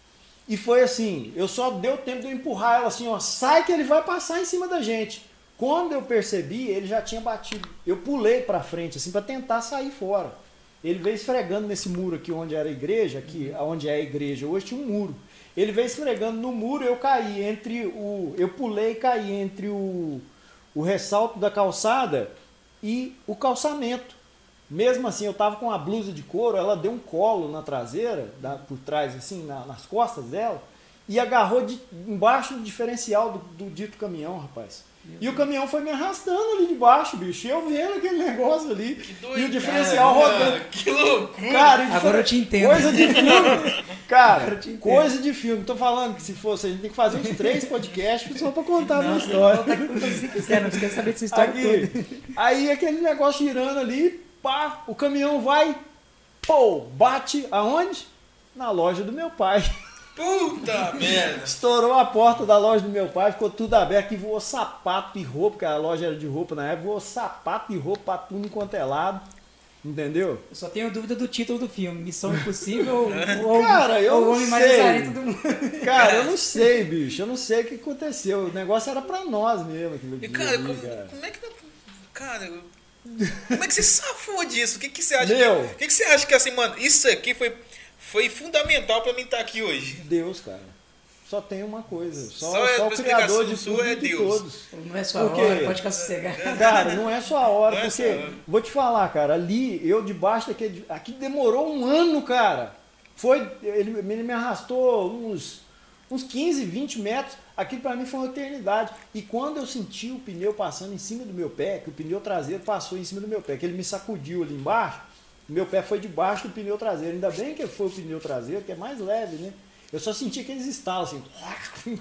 Speaker 3: E foi assim, eu só deu tempo de eu empurrar ela assim, ó, sai que ele vai passar em cima da gente. Quando eu percebi, ele já tinha batido. Eu pulei pra frente, assim, pra tentar sair fora. Ele veio esfregando nesse muro aqui onde era a igreja, aqui onde é a igreja hoje tinha um muro. Ele veio esfregando no muro, eu caí entre o... Eu pulei e caí entre o, o ressalto da calçada e o calçamento. Mesmo assim, eu tava com a blusa de couro, ela deu um colo na traseira, da, por trás, assim, na, nas costas dela, e agarrou de, embaixo do diferencial do, do dito caminhão, rapaz. E o caminhão foi me arrastando ali de baixo, bicho. E eu vendo aquele negócio ali. Que doido, e o diferencial cara, rodando. Mano,
Speaker 1: que loucura.
Speaker 3: Cara,
Speaker 2: agora eu te entendo.
Speaker 3: Coisa de filme. Cara, coisa de filme. Tô falando que se fosse, a gente tem que fazer uns três podcasts só pra contar uma história.
Speaker 2: Não, não, se quiser, não quer saber dessa história
Speaker 3: aqui,
Speaker 2: toda.
Speaker 3: Aí aquele negócio girando ali, pá, o caminhão vai, pô, bate aonde? Na loja do meu pai.
Speaker 1: Puta merda!
Speaker 3: Estourou a porta da loja do meu pai, ficou tudo aberto e voou sapato e roupa, porque a loja era de roupa na época, voou sapato e roupa pra tudo enquanto é lado, entendeu?
Speaker 2: Eu só tenho dúvida do título do filme, Missão Impossível ou
Speaker 3: Cara, eu
Speaker 2: ou o
Speaker 3: não
Speaker 2: Homem Mais
Speaker 3: sei.
Speaker 2: Lazarento do Mundo.
Speaker 3: Cara, eu não sei, bicho, eu não sei o que aconteceu, o negócio era pra nós mesmo. Aquilo
Speaker 1: E
Speaker 3: dia
Speaker 1: cara,
Speaker 3: ali,
Speaker 1: como,
Speaker 3: cara.
Speaker 1: como é que... Cara, como é que você safou disso? O que, que você acha?
Speaker 3: Meu.
Speaker 1: O que, que você acha que assim, mano, isso aqui foi, foi fundamental pra mim estar aqui hoje?
Speaker 3: Deus, cara. Só tem uma coisa, só,
Speaker 1: Só é
Speaker 3: só
Speaker 1: a
Speaker 3: o Criador de
Speaker 1: explicação
Speaker 3: tudo
Speaker 1: sua é
Speaker 3: e de
Speaker 1: Deus.
Speaker 3: todos.
Speaker 2: Não é sua
Speaker 3: Por quê?
Speaker 2: hora, pode ficar sossegado.
Speaker 3: Cara, não é só a hora,
Speaker 1: Não é
Speaker 3: porque,
Speaker 1: só a hora.
Speaker 3: vou te falar, cara, ali, eu debaixo daquele, aqui demorou um ano, cara. Foi, ele, ele me arrastou uns, uns quinze, vinte metros, aquilo pra mim foi uma eternidade. E quando eu senti o pneu passando em cima do meu pé, que o pneu traseiro passou em cima do meu pé, que ele me sacudiu ali embaixo, meu pé foi debaixo do pneu traseiro. Ainda bem que foi o pneu traseiro, que é mais leve, né? Eu só senti aqueles estalos assim.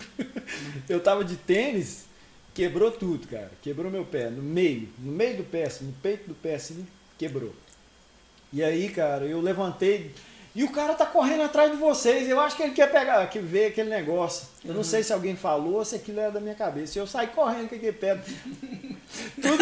Speaker 3: Eu tava de tênis, quebrou tudo, cara. Quebrou meu pé, no meio, no meio do pé, assim, no peito do pé, assim, quebrou. E aí, cara, eu levantei. E o cara tá correndo atrás de vocês. Eu acho que ele quer pegar, que ver aquele negócio. Eu não sei se alguém falou ou se aquilo era da minha cabeça. Eu saí correndo com aquele pé. Tudo.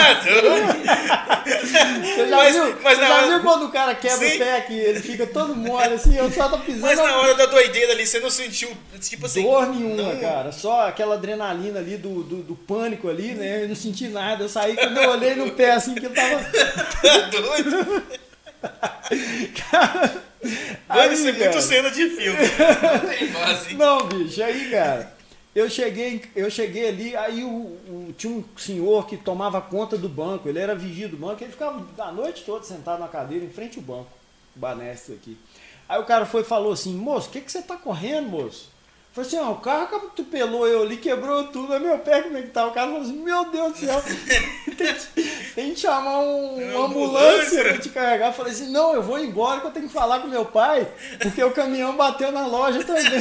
Speaker 3: Você já
Speaker 1: Mas-
Speaker 3: viu,
Speaker 1: mas
Speaker 3: você
Speaker 1: na
Speaker 3: já
Speaker 1: hora-
Speaker 3: viu quando o cara quebra
Speaker 1: Sim.
Speaker 3: o pé aqui? Ele fica todo mole assim. Eu só tô pisando.
Speaker 1: Mas na hora da doideira ali, você não sentiu, tipo assim...
Speaker 3: Dor nenhuma,
Speaker 1: não-
Speaker 3: cara. Só aquela adrenalina ali do, do, do pânico ali, né? Eu não senti nada. Eu saí quando eu olhei no pé assim que eu tava.
Speaker 1: Tá doido?
Speaker 3: Cara,
Speaker 1: Deve ser
Speaker 3: cara.
Speaker 1: muito cena de filme. Não tem base.
Speaker 3: Não, bicho, aí, cara, eu cheguei, eu cheguei ali, aí o, o- tinha um senhor que tomava conta do banco, ele era vigia do banco, ele ficava a noite toda sentado na cadeira em frente ao banco, o Banestes aqui. Aí o cara foi e falou assim, moço, o que, que você tá correndo, moço? Eu falei assim, ó, o carro atropelou eu ali, quebrou tudo, aí meu pé como é que tá? O cara falou assim, meu Deus do céu, tem, que- tem que chamar um,
Speaker 1: Uma
Speaker 3: uma ambulância
Speaker 1: ambulância.
Speaker 3: pra te carregar. Eu falei assim, não, eu vou embora que eu tenho que falar com meu pai, porque o caminhão bateu na loja também.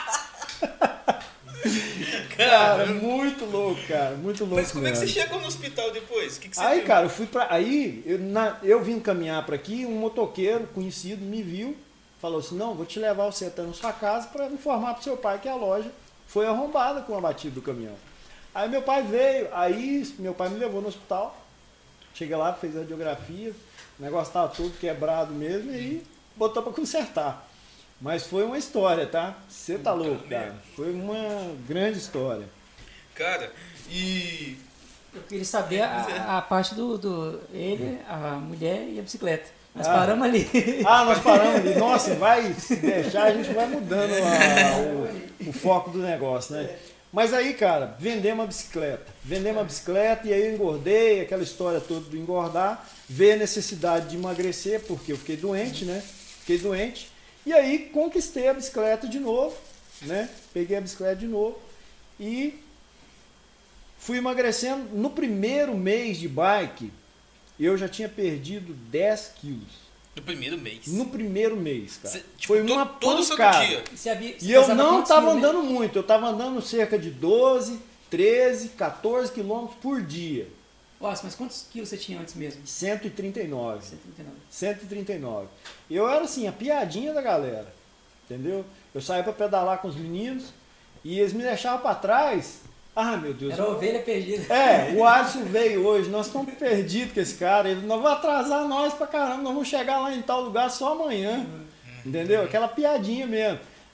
Speaker 3: Cara, muito louco, cara, muito louco.
Speaker 1: Mas como é que você
Speaker 3: mesmo.
Speaker 1: chegou no hospital depois? O que, que você
Speaker 3: Aí,
Speaker 1: viu?
Speaker 3: cara, eu fui pra. Aí, eu, na- eu vim caminhar pra aqui, um motoqueiro conhecido me viu, falou assim: não, vou te levar você até na sua casa pra informar pro seu pai que a loja foi arrombada com a batida do caminhão. Aí meu pai veio, aí meu pai me levou no hospital, cheguei lá, fez a radiografia, o negócio tava todo quebrado mesmo, e aí botou pra consertar. Mas foi uma história, tá? Você tá
Speaker 1: Puta
Speaker 3: louco, cara.
Speaker 1: merda.
Speaker 3: Foi uma grande história.
Speaker 1: Cara, e...
Speaker 2: Eu queria saber a, a parte do, do ele, a mulher e a bicicleta. Nós
Speaker 3: Ah.
Speaker 2: paramos ali.
Speaker 3: Ah, nós paramos ali. Nossa, vai se deixar, a gente vai mudando a- o, o foco do negócio, né? Mas aí, cara, vendemos a bicicleta. Vendemos a bicicleta e aí eu engordei, aquela história toda do engordar. Veio a necessidade de emagrecer, porque eu fiquei doente, né? Fiquei doente. E aí conquistei a bicicleta de novo, né? Peguei a bicicleta de novo e fui emagrecendo. No primeiro mês de bike, eu já tinha perdido dez quilos.
Speaker 1: No primeiro mês.
Speaker 3: No primeiro mês, cara.
Speaker 1: Cê, tipo,
Speaker 3: Foi
Speaker 1: to-
Speaker 3: uma
Speaker 1: todo santo
Speaker 3: pancada.
Speaker 1: dia.
Speaker 2: Você havia- você
Speaker 3: E eu
Speaker 2: pesava
Speaker 3: não
Speaker 2: quantos
Speaker 3: estava
Speaker 2: quilos, né?
Speaker 3: andando muito. Eu estava andando cerca de doze, treze, quatorze quilômetros por dia.
Speaker 2: Nossa, mas quantos quilos você tinha antes mesmo?
Speaker 3: cento e trinta e nove.
Speaker 2: cento e trinta e nove.
Speaker 3: cento e trinta e nove. Eu era assim, a piadinha da galera. Entendeu? Eu saía para pedalar com os meninos e eles me deixavam para trás. Ah, meu Deus.
Speaker 2: Era
Speaker 3: eu-
Speaker 2: ovelha perdida.
Speaker 3: É, o Alisson veio hoje, nós estamos perdidos com esse cara, ele não vai atrasar nós pra caramba, nós vamos chegar lá em tal lugar só amanhã, entendeu? Aquela piadinha mesmo.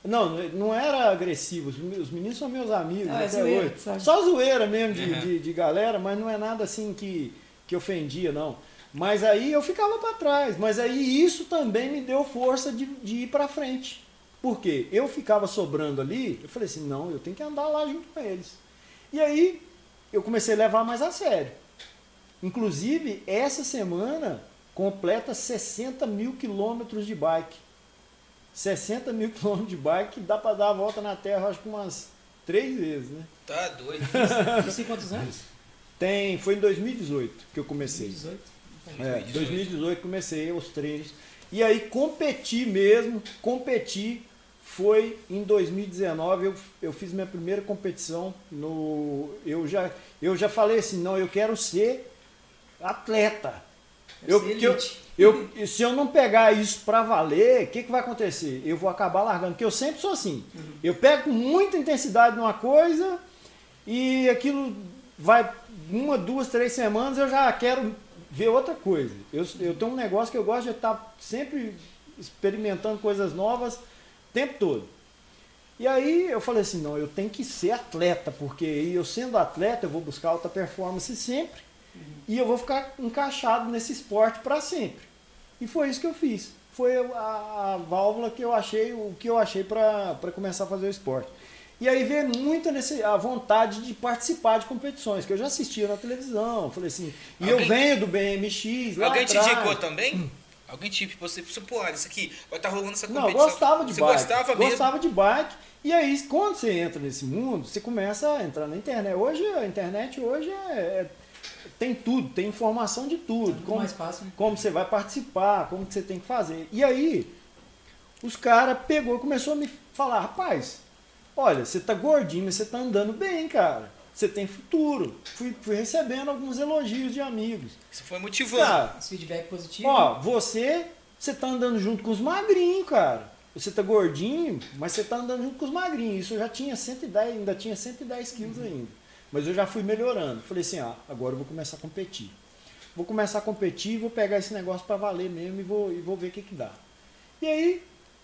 Speaker 3: Não, não era agressivo. Os meninos são meus amigos
Speaker 2: Ah, é
Speaker 3: até
Speaker 2: zoeira,
Speaker 3: hoje.
Speaker 2: sabe?
Speaker 3: Só zoeira mesmo de,
Speaker 1: Uhum.
Speaker 3: de, de galera, mas não é nada assim que, que ofendia, não. Mas aí eu ficava para trás. Mas aí isso também me deu força de, de ir para frente. Por quê? Eu ficava sobrando ali, eu falei assim, não, eu tenho que andar lá junto com eles. E aí eu comecei a levar mais a sério. Inclusive, essa semana completa sessenta mil quilômetros de bike. sessenta mil quilômetros de bike, dá para dar a volta na Terra, acho que umas três vezes, né?
Speaker 1: Tá doido.
Speaker 2: Isso em quantos anos?
Speaker 3: Tem, foi em dois mil e dezoito que eu comecei.
Speaker 2: dois mil e dezoito?
Speaker 3: É, dois mil e dezoito comecei os treinos. E aí competi mesmo, competi, foi em dois mil e dezenove, eu, eu fiz minha primeira competição. No, eu, já, eu já falei assim, não, eu quero ser atleta. Eu,
Speaker 2: ser
Speaker 3: que eu,
Speaker 2: elite.
Speaker 3: eu, se eu não pegar isso pra valer, o que, que vai acontecer? Eu vou acabar largando, porque eu sempre sou assim.
Speaker 2: Uhum.
Speaker 3: Eu pego com muita intensidade numa coisa e aquilo vai uma, duas, três semanas, eu já quero ver outra coisa. Eu, eu tenho um negócio que eu gosto de estar sempre experimentando coisas novas o tempo todo. E aí eu falei assim, não, eu tenho que ser atleta, porque eu sendo atleta eu vou buscar alta performance sempre. E eu vou ficar encaixado nesse esporte para sempre. E foi isso que eu fiz. Foi a, a válvula que eu achei, o que eu achei para começar a fazer o esporte. E aí veio muita nesse, a vontade de participar de competições, que eu já assistia na televisão. Falei assim, e
Speaker 1: Alguém-
Speaker 3: eu venho do B M X lá
Speaker 1: Alguém te
Speaker 3: atrás.
Speaker 1: indicou também? Alguém tipo, você pô, olha, isso aqui vai estar rolando essa
Speaker 3: Não,
Speaker 1: competição.
Speaker 3: eu gostava de
Speaker 1: você
Speaker 3: bike.
Speaker 1: gostava mesmo?
Speaker 3: Gostava de bike. E aí, quando você entra nesse mundo, você começa a entrar na internet. Hoje, a internet hoje é, é- tem tudo, tem informação de tudo.
Speaker 2: Muito
Speaker 3: Como,
Speaker 2: mais fácil, né?
Speaker 3: como você vai participar, como que você tem que fazer. E aí, os caras pegou e começou a me falar, rapaz, olha, você tá gordinho, mas você tá andando bem, cara. Você tem futuro. Fui, fui recebendo alguns elogios de amigos.
Speaker 1: Isso foi motivando.
Speaker 3: Cara,
Speaker 2: Esse feedback positivo.
Speaker 3: ó, você, você tá andando junto com os magrinhos, cara. Você tá gordinho, mas você tá andando junto com os magrinhos. Isso eu já tinha cento e dez, ainda tinha cento e dez quilos ainda. Mas eu já fui melhorando. Falei assim, ah, agora eu vou começar a competir. Vou começar a competir, vou pegar esse negócio para valer mesmo e vou, e vou ver o que que dá. E aí,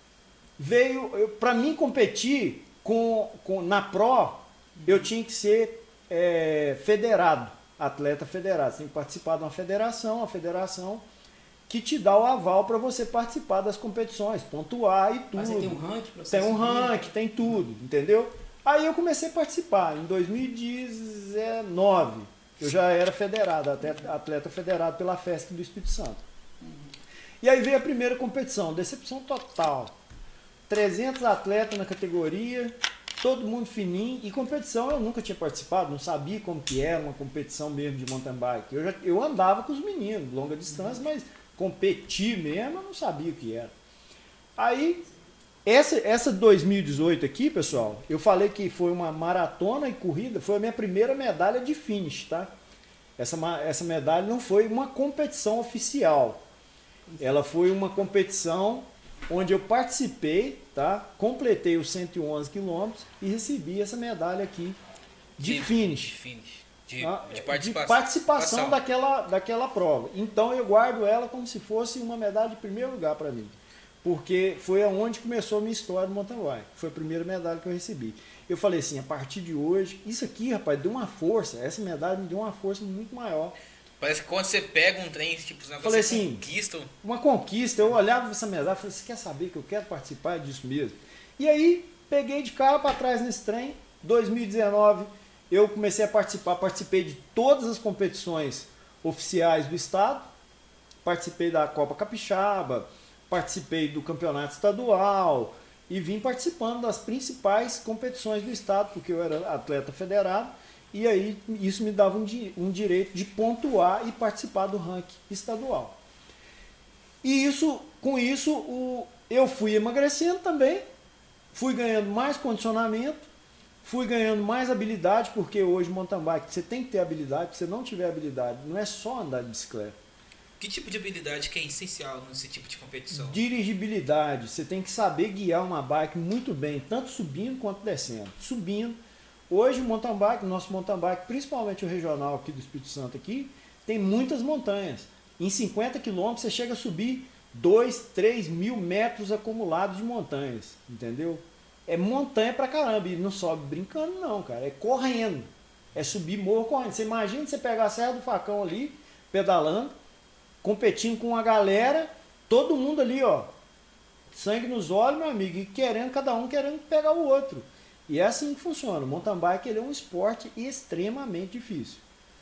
Speaker 3: veio, para mim competir com, com, na Pro, eu tinha que ser é, federado, atleta federado. Você tem que participar de uma federação, a federação que te dá o aval para você participar das competições, pontuar e tudo.
Speaker 2: Mas aí tem um ranking pra você
Speaker 3: Tem um
Speaker 2: subir.
Speaker 3: ranking, tem tudo, entendeu? Aí eu comecei a participar. Em dois mil e dezenove, eu já era federado, até atleta federado pela Festa do Espírito Santo. E aí veio a primeira competição, decepção total. trezentos atletas na categoria, todo mundo fininho. E competição eu nunca tinha participado, não sabia como que era uma competição mesmo de mountain bike. Eu, já, eu andava com os meninos, longa distância, mas competir mesmo eu não sabia o que era. Aí... Essa, essa dois mil e dezoito aqui, pessoal, eu falei que foi uma maratona e corrida, foi a minha primeira medalha de finish, tá? Essa, essa medalha não foi uma competição oficial. Ela foi uma competição onde eu participei, tá? Completei os cento e onze quilômetros e recebi essa medalha aqui de,
Speaker 1: De
Speaker 3: finish.
Speaker 1: finish. De,
Speaker 3: Tá?
Speaker 1: de participação.
Speaker 3: De participação daquela, daquela prova. Então eu guardo ela como se fosse uma medalha de primeiro lugar para mim. Porque foi aonde começou a minha história do mountain bike. Foi a primeira medalha que eu recebi. Eu falei assim, a partir de hoje, isso aqui, rapaz, deu uma força. Essa medalha me deu uma força muito maior.
Speaker 1: Parece que quando você pega um trem, tipo, você
Speaker 3: Falei assim,
Speaker 1: conquista.
Speaker 3: Uma conquista. Eu olhava essa medalha e falei, você quer saber que eu quero participar disso mesmo? E aí, peguei de cara para trás nesse trem. dois mil e dezenove, eu comecei a participar. Participei de todas as competições oficiais do estado. Participei da Copa Capixaba. Participei do campeonato estadual e vim participando das principais competições do estado, porque eu era atleta federado, e aí isso me dava um, di um direito de pontuar e participar do ranking estadual. E isso, com isso, o, eu fui emagrecendo também, fui ganhando mais condicionamento, fui ganhando mais habilidade, porque hoje mountain bike você tem que ter habilidade, se você não tiver habilidade, não é só andar de bicicleta.
Speaker 1: Que tipo de habilidade que é essencial nesse tipo de competição?
Speaker 3: Dirigibilidade. Você tem que saber guiar uma bike muito bem, tanto subindo quanto descendo. Subindo. Hoje o mountain bike, nosso mountain bike, principalmente o regional aqui do Espírito Santo aqui, tem muitas montanhas. Em cinquenta quilômetros você chega a subir dois, três mil metros acumulados de montanhas. Entendeu? é montanha pra caramba. E não sobe brincando, não, cara. É correndo. É subir morro correndo. Você imagina você pegar a Serra do Facão ali, pedalando, competindo com a galera, todo mundo ali, ó, sangue nos olhos, meu amigo, e querendo, cada um querendo pegar o outro. E é assim que funciona. O mountain bike ele é um esporte extremamente difícil.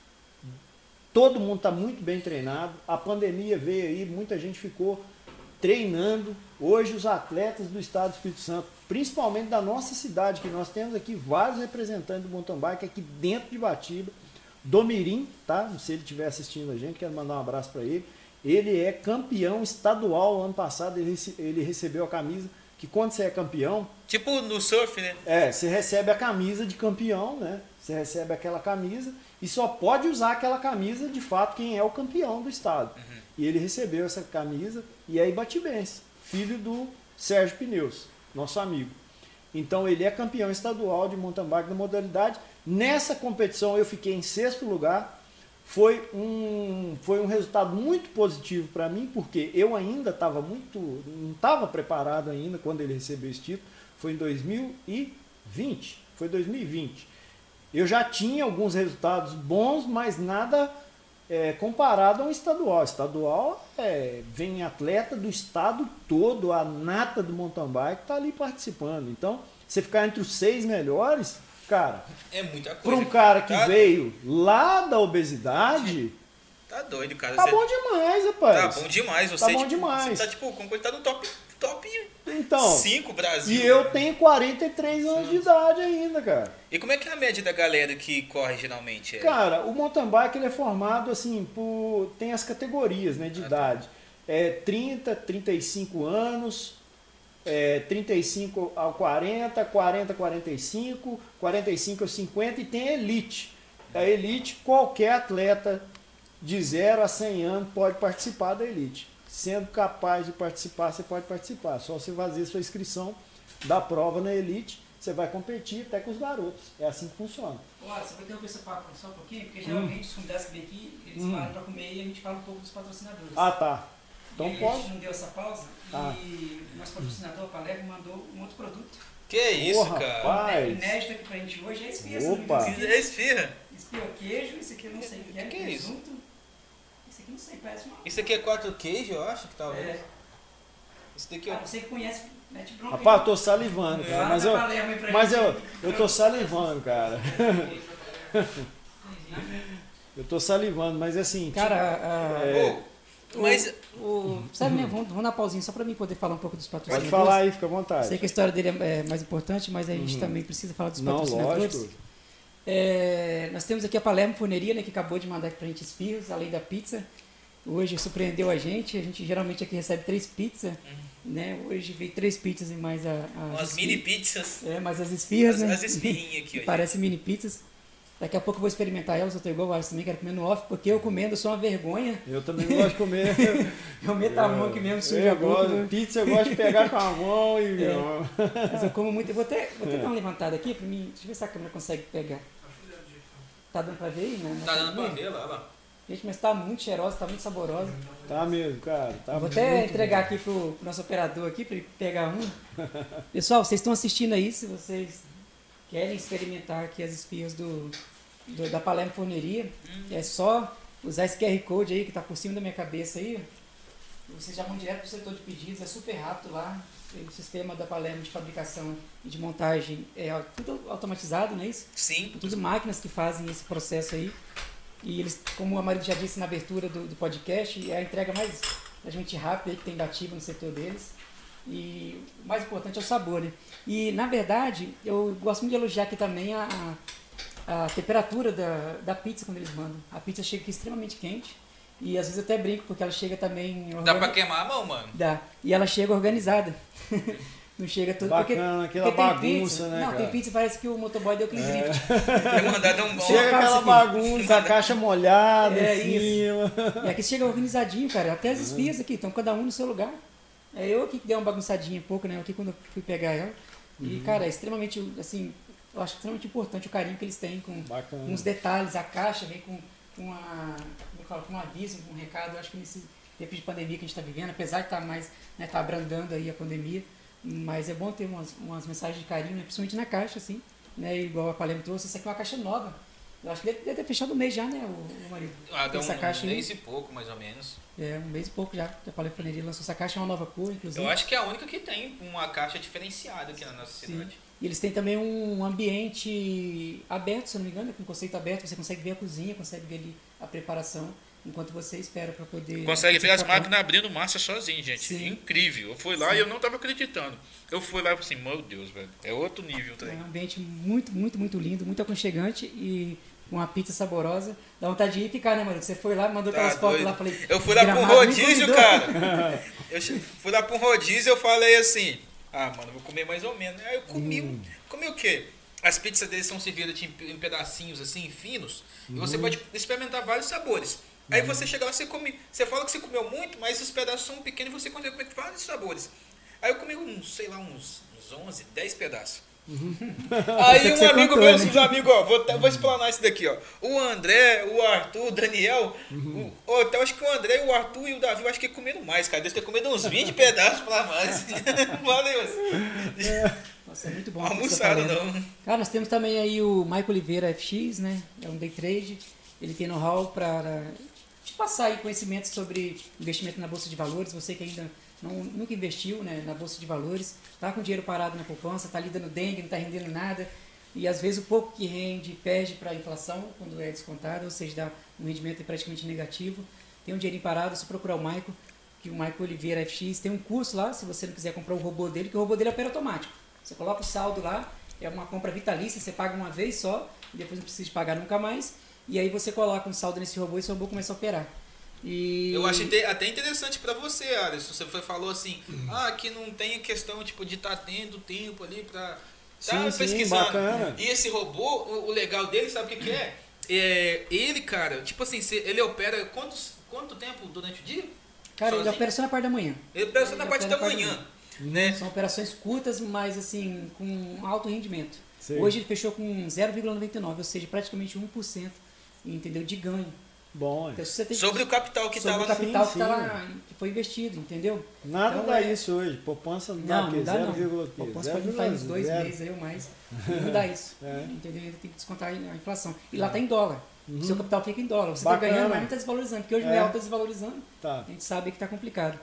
Speaker 3: Todo mundo está muito bem treinado. A pandemia veio aí, muita gente ficou treinando. Hoje os atletas do estado do Espírito Santo, principalmente da nossa cidade, que nós temos aqui vários representantes do mountain bike aqui dentro de Batiba. Domirim, tá? Não sei se ele estiver assistindo a gente, quero mandar um abraço para ele. Ele é campeão estadual. Ano passado ele, ele recebeu a camisa, que quando você é campeão...
Speaker 1: Tipo no surf, né?
Speaker 3: É, você recebe a camisa de campeão, né? Você recebe aquela camisa e só pode usar aquela camisa, de fato, quem é o campeão do estado. Uhum. E ele recebeu essa camisa e é ibatibense, filho do Sérgio Pneus, nosso amigo. Então ele é campeão estadual de mountain bike da modalidade. Nessa competição eu fiquei em sexto lugar. Foi um, foi um resultado muito positivo para mim, porque eu ainda estava muito, não estava preparado ainda quando ele recebeu esse título. Foi em dois mil e vinte. Foi dois mil e vinte. Eu já tinha alguns resultados bons, mas nada é, comparado a um estadual. Estadual é, vem atleta do estado todo, a nata do mountain bike está ali participando. Então, você ficar entre os seis melhores, cara,
Speaker 1: é muita coisa.
Speaker 3: Para um cara que
Speaker 1: tá
Speaker 3: veio lá da obesidade,
Speaker 1: tá doido, cara.
Speaker 3: Tá
Speaker 1: você...
Speaker 3: bom demais, rapaz.
Speaker 1: Tá bom demais. Você,
Speaker 3: tá bom
Speaker 1: tipo,
Speaker 3: demais.
Speaker 1: Você tá, tipo, como ele tá no top, top
Speaker 3: então,
Speaker 1: cinco Brasil.
Speaker 3: E eu tenho quarenta e três anos de idade ainda, cara.
Speaker 1: E como é que é a média da galera que corre geralmente? É?
Speaker 3: Cara, o mountain bike ele é formado assim, por... tem as categorias, né, de ah, idade. Tá. É trinta, trinta e cinco anos, é trinta e cinco ao quarenta, quarenta a quarenta e cinco, quarenta e cinco a cinquenta e tem a elite. A elite, qualquer atleta de zero a cem anos pode participar da elite. Sendo capaz de participar, você pode participar. Só você fazer sua inscrição da prova na elite, você vai competir até com os garotos. É assim que funciona.
Speaker 2: Olha, você vai interromper esse papo só um pouquinho? Porque geralmente hum. os convidados que vêm aqui, eles hum. param para comer e a gente fala um pouco dos patrocinadores.
Speaker 3: Ah, tá. Então
Speaker 2: e
Speaker 3: pode.
Speaker 2: A gente não deu essa pausa ah. e o nosso patrocinador, o Palermo, mandou um outro produto.
Speaker 1: Que isso,
Speaker 3: oh,
Speaker 1: cara?
Speaker 3: Rapaz.
Speaker 2: Inédito aqui pra gente hoje é esfirra.
Speaker 3: Opa!
Speaker 1: É esfirra?
Speaker 2: Esfirra queijo, esse aqui eu não sei o que é.
Speaker 1: Que é isso?
Speaker 2: Esse aqui não sei, parece uma...
Speaker 1: Isso aqui é quatro queijo, eu acho que talvez. É.
Speaker 2: Esse daqui eu... Ah, você que conhece, mete bronca.
Speaker 3: Rapaz, eu tô salivando, cara. Mas eu, mas eu, eu tô salivando, cara. Eu tô salivando, mas assim...
Speaker 2: Cara,
Speaker 3: tipo,
Speaker 2: a...
Speaker 3: é...
Speaker 1: o, mas...
Speaker 2: O, sabe, né? Vamos, vamos dar pausinha só pra mim poder falar um pouco dos patrocinadores.
Speaker 3: Pode falar aí, fica à vontade.
Speaker 2: Sei que a história dele é mais importante, mas a gente uhum. também precisa falar dos
Speaker 3: Não,
Speaker 2: patrocinadores.
Speaker 3: Lógico.
Speaker 2: É, nós temos aqui a Palermo Forneria, né, que acabou de mandar aqui pra gente esfirros, além da pizza. Hoje surpreendeu a gente, a gente geralmente aqui recebe três pizzas, uhum. né? Hoje veio três pizzas e mais a... a
Speaker 1: As mini pizzas.
Speaker 2: É, mais as esfirras,
Speaker 1: as,
Speaker 2: né?
Speaker 1: As esfirrinhas aqui.
Speaker 2: Parece mini pizzas. Daqui a pouco eu vou experimentar elas, eu tô igual o Alisson também, quero comer no off, porque eu comendo sou uma vergonha.
Speaker 3: Eu também não gosto de comer.
Speaker 2: Eu meto a mão aqui mesmo, suja
Speaker 3: eu
Speaker 2: a boca.
Speaker 3: Gosto, pizza eu gosto de pegar com a mão e...
Speaker 2: É, mas eu como muito, eu vou até, vou até dar uma levantada aqui pra mim, deixa eu ver se a câmera consegue pegar. Tá dando pra ver aí, né?
Speaker 1: Tá dando pra ver lá, lá.
Speaker 2: Gente, mas tá muito cheirosa, tá muito saborosa.
Speaker 3: Tá mesmo, cara. Tá
Speaker 2: Vou até entregar bom. aqui pro, pro nosso operador aqui, pra ele pegar um. Pessoal, vocês estão assistindo aí, se vocês querem experimentar aqui as esfirras do, do, da Palermo Forneria, hum. é só usar esse Q R Code aí, que tá por cima da minha cabeça aí. Vocês já vão direto pro setor de pedidos, é super rápido lá. O sistema da Palermo de fabricação e de montagem é tudo automatizado, não é isso?
Speaker 1: Sim.
Speaker 2: Tudo máquinas que fazem esse processo aí. E eles, como a Maria já disse na abertura do, do podcast, é a entrega mais a gente rápida aí que tem Batiba no setor deles. E o mais importante é o sabor, né? E, na verdade, eu gosto muito de elogiar aqui também a, a temperatura da, da pizza quando eles mandam. A pizza chega aqui extremamente quente. E às vezes eu até brinco, porque ela chega também... Organiz...
Speaker 1: Dá pra queimar a mão, mano?
Speaker 2: Dá. E ela chega organizada. Não chega tudo...
Speaker 3: Bacana,
Speaker 2: porque,
Speaker 3: aquela
Speaker 2: porque
Speaker 3: bagunça,
Speaker 2: pizza,
Speaker 3: né,
Speaker 2: Não,
Speaker 3: cara?
Speaker 2: tem pizza parece que o motoboy deu clean
Speaker 3: é.
Speaker 2: drift.
Speaker 1: É mandado um bom.
Speaker 3: Chega aquela bagunça, a caixa molhada
Speaker 2: é,
Speaker 3: em cima.
Speaker 2: Isso. E aqui chega organizadinho, cara. Até as esfias aqui, estão cada um no seu lugar. É eu aqui que dei uma bagunçadinha um pouco, né? Aqui quando eu fui pegar ela. E, uhum. cara, é extremamente, assim... Eu acho extremamente importante o carinho que eles têm com, com os detalhes. A caixa vem com... com a, com um aviso, com um recado. Eu acho que nesse tempo de pandemia que a gente está vivendo, apesar de estar tá mais, né, tá abrandando aí a pandemia, mas é bom ter umas, umas mensagens de carinho, né? Principalmente na caixa, assim, né? Igual a Palema trouxe, essa aqui é uma caixa nova. Eu acho que deve, deve ter fechado um mês já, né, o, o marido?
Speaker 1: Ah, deu
Speaker 2: essa
Speaker 1: um,
Speaker 2: caixa
Speaker 1: um
Speaker 2: aí,
Speaker 1: mês e pouco, mais ou menos.
Speaker 2: É, um mês e pouco já. A Palema Flaneria lançou essa caixa, é uma nova cor, inclusive.
Speaker 1: Eu acho que é a única que tem uma caixa diferenciada aqui na nossa
Speaker 2: Sim.
Speaker 1: cidade.
Speaker 2: E eles têm também um ambiente aberto, se eu não me engano, com conceito aberto, você consegue ver a cozinha, consegue ver ali a preparação, enquanto você espera para poder...
Speaker 1: Consegue ver as máquinas abrindo massa sozinho, gente.
Speaker 2: Sim.
Speaker 1: Incrível. Eu fui lá
Speaker 2: Sim.
Speaker 1: e eu não estava acreditando. Eu fui lá e falei assim, meu Deus, velho. É outro nível. Tá
Speaker 2: É
Speaker 1: aí.
Speaker 2: um ambiente muito, muito, muito lindo, muito aconchegante e uma pizza saborosa. Dá vontade de ir e ficar, né, mano? Você foi lá, mandou
Speaker 1: Tá
Speaker 2: aquelas fotos
Speaker 1: doido.
Speaker 2: lá, falei...
Speaker 1: Eu fui lá pra um
Speaker 2: Gramado, me
Speaker 1: rodízio,
Speaker 2: convidou.
Speaker 1: cara. Eu che- fui lá pra um rodízio e eu falei assim, ah, mano, vou comer mais ou menos. Aí eu comi,
Speaker 3: Hum.
Speaker 1: comi o quê? As pizzas deles são servidas tipo, em pedacinhos assim, finos, e você
Speaker 3: Uhum.
Speaker 1: pode experimentar vários sabores. Aí você chega lá, você come, você fala que você comeu muito, mas os pedaços são pequenos e você consegue comer vários sabores. Aí eu comi uns, sei lá, uns, uns onze, dez pedaços. Aí
Speaker 2: Isso é que
Speaker 1: um
Speaker 2: você
Speaker 1: amigo
Speaker 2: contou,
Speaker 1: meu,
Speaker 2: né?
Speaker 1: uns amigos, ó, vou, vou explanar isso daqui, ó. O André, o Arthur, o Daniel, o, ó, então acho que o André, o Arthur e o Davi, eu acho que comeram mais, cara. Eles ter comido uns vinte pedaços pra mais. Valeu.
Speaker 2: Nossa, é muito bom. a pizza
Speaker 1: Almoçaram
Speaker 2: Palema.
Speaker 1: não.
Speaker 2: Cara, nós temos também aí o Michael Oliveira F X, né? É um day trade. Ele tem know-how para te passar aí conhecimentos sobre investimento na Bolsa de Valores. Você que ainda não, nunca investiu, né, na Bolsa de Valores, tá com dinheiro parado na poupança, tá ali dando dengue, não tá rendendo nada. E às vezes o pouco que rende perde para a inflação quando é descontado, ou seja, dá um rendimento praticamente negativo. Tem um dinheirinho parado, se procurar o Michael, que o Michael Oliveira F X tem um curso lá, se você não quiser comprar o robô dele, que o robô dele é opera automático. Você coloca o saldo lá, é uma compra vitalícia, você paga uma vez só, e depois não precisa de pagar nunca mais. E aí você coloca um saldo nesse robô e esse robô começa a operar. E...
Speaker 1: Eu acho inte- até interessante pra você, Alisson. Você foi, falou assim, ah, que não tem questão tipo, de estar tendo tempo ali pra tá
Speaker 3: Sim, sim,
Speaker 1: pesquisando.
Speaker 3: bacana.
Speaker 1: E esse robô, o, o legal dele, sabe o que, que é? É, ele, cara, tipo assim, se- ele opera quantos, quanto tempo durante o dia?
Speaker 2: Cara, ele
Speaker 1: Sozinho?
Speaker 2: opera só na parte da manhã.
Speaker 1: Ele opera só
Speaker 2: ele
Speaker 1: na parte
Speaker 2: opera
Speaker 1: da
Speaker 2: na parte da
Speaker 1: manhã, né?
Speaker 2: São operações curtas, mas assim, com alto rendimento.
Speaker 3: Sei.
Speaker 2: Hoje ele fechou com zero vírgula noventa e nove, ou seja, praticamente um por cento, entendeu, de ganho.
Speaker 3: Bom,
Speaker 2: Então, se você tem
Speaker 1: Sobre o capital que
Speaker 2: sobre
Speaker 1: tá
Speaker 2: o
Speaker 1: lá.
Speaker 2: capital
Speaker 3: sim,
Speaker 2: que, tá
Speaker 3: sim.
Speaker 2: lá, que foi investido, entendeu?
Speaker 3: nada
Speaker 2: Então,
Speaker 3: dá
Speaker 2: é-
Speaker 3: isso hoje. Poupança não dá
Speaker 2: Não,
Speaker 3: o quê?
Speaker 2: não dá não.
Speaker 3: zero,
Speaker 2: Poupança pode estar uns dois meses aí ou mais. E não dá isso.
Speaker 3: É.
Speaker 2: Entendeu? Ainda tem que descontar a inflação. E lá está em dólar. O seu capital fica em dólar. Você está
Speaker 3: Bacana.
Speaker 2: ganhando, mas não está desvalorizando. Porque hoje o
Speaker 3: É.
Speaker 2: real está desvalorizando.
Speaker 3: Tá.
Speaker 2: A gente sabe que está complicado.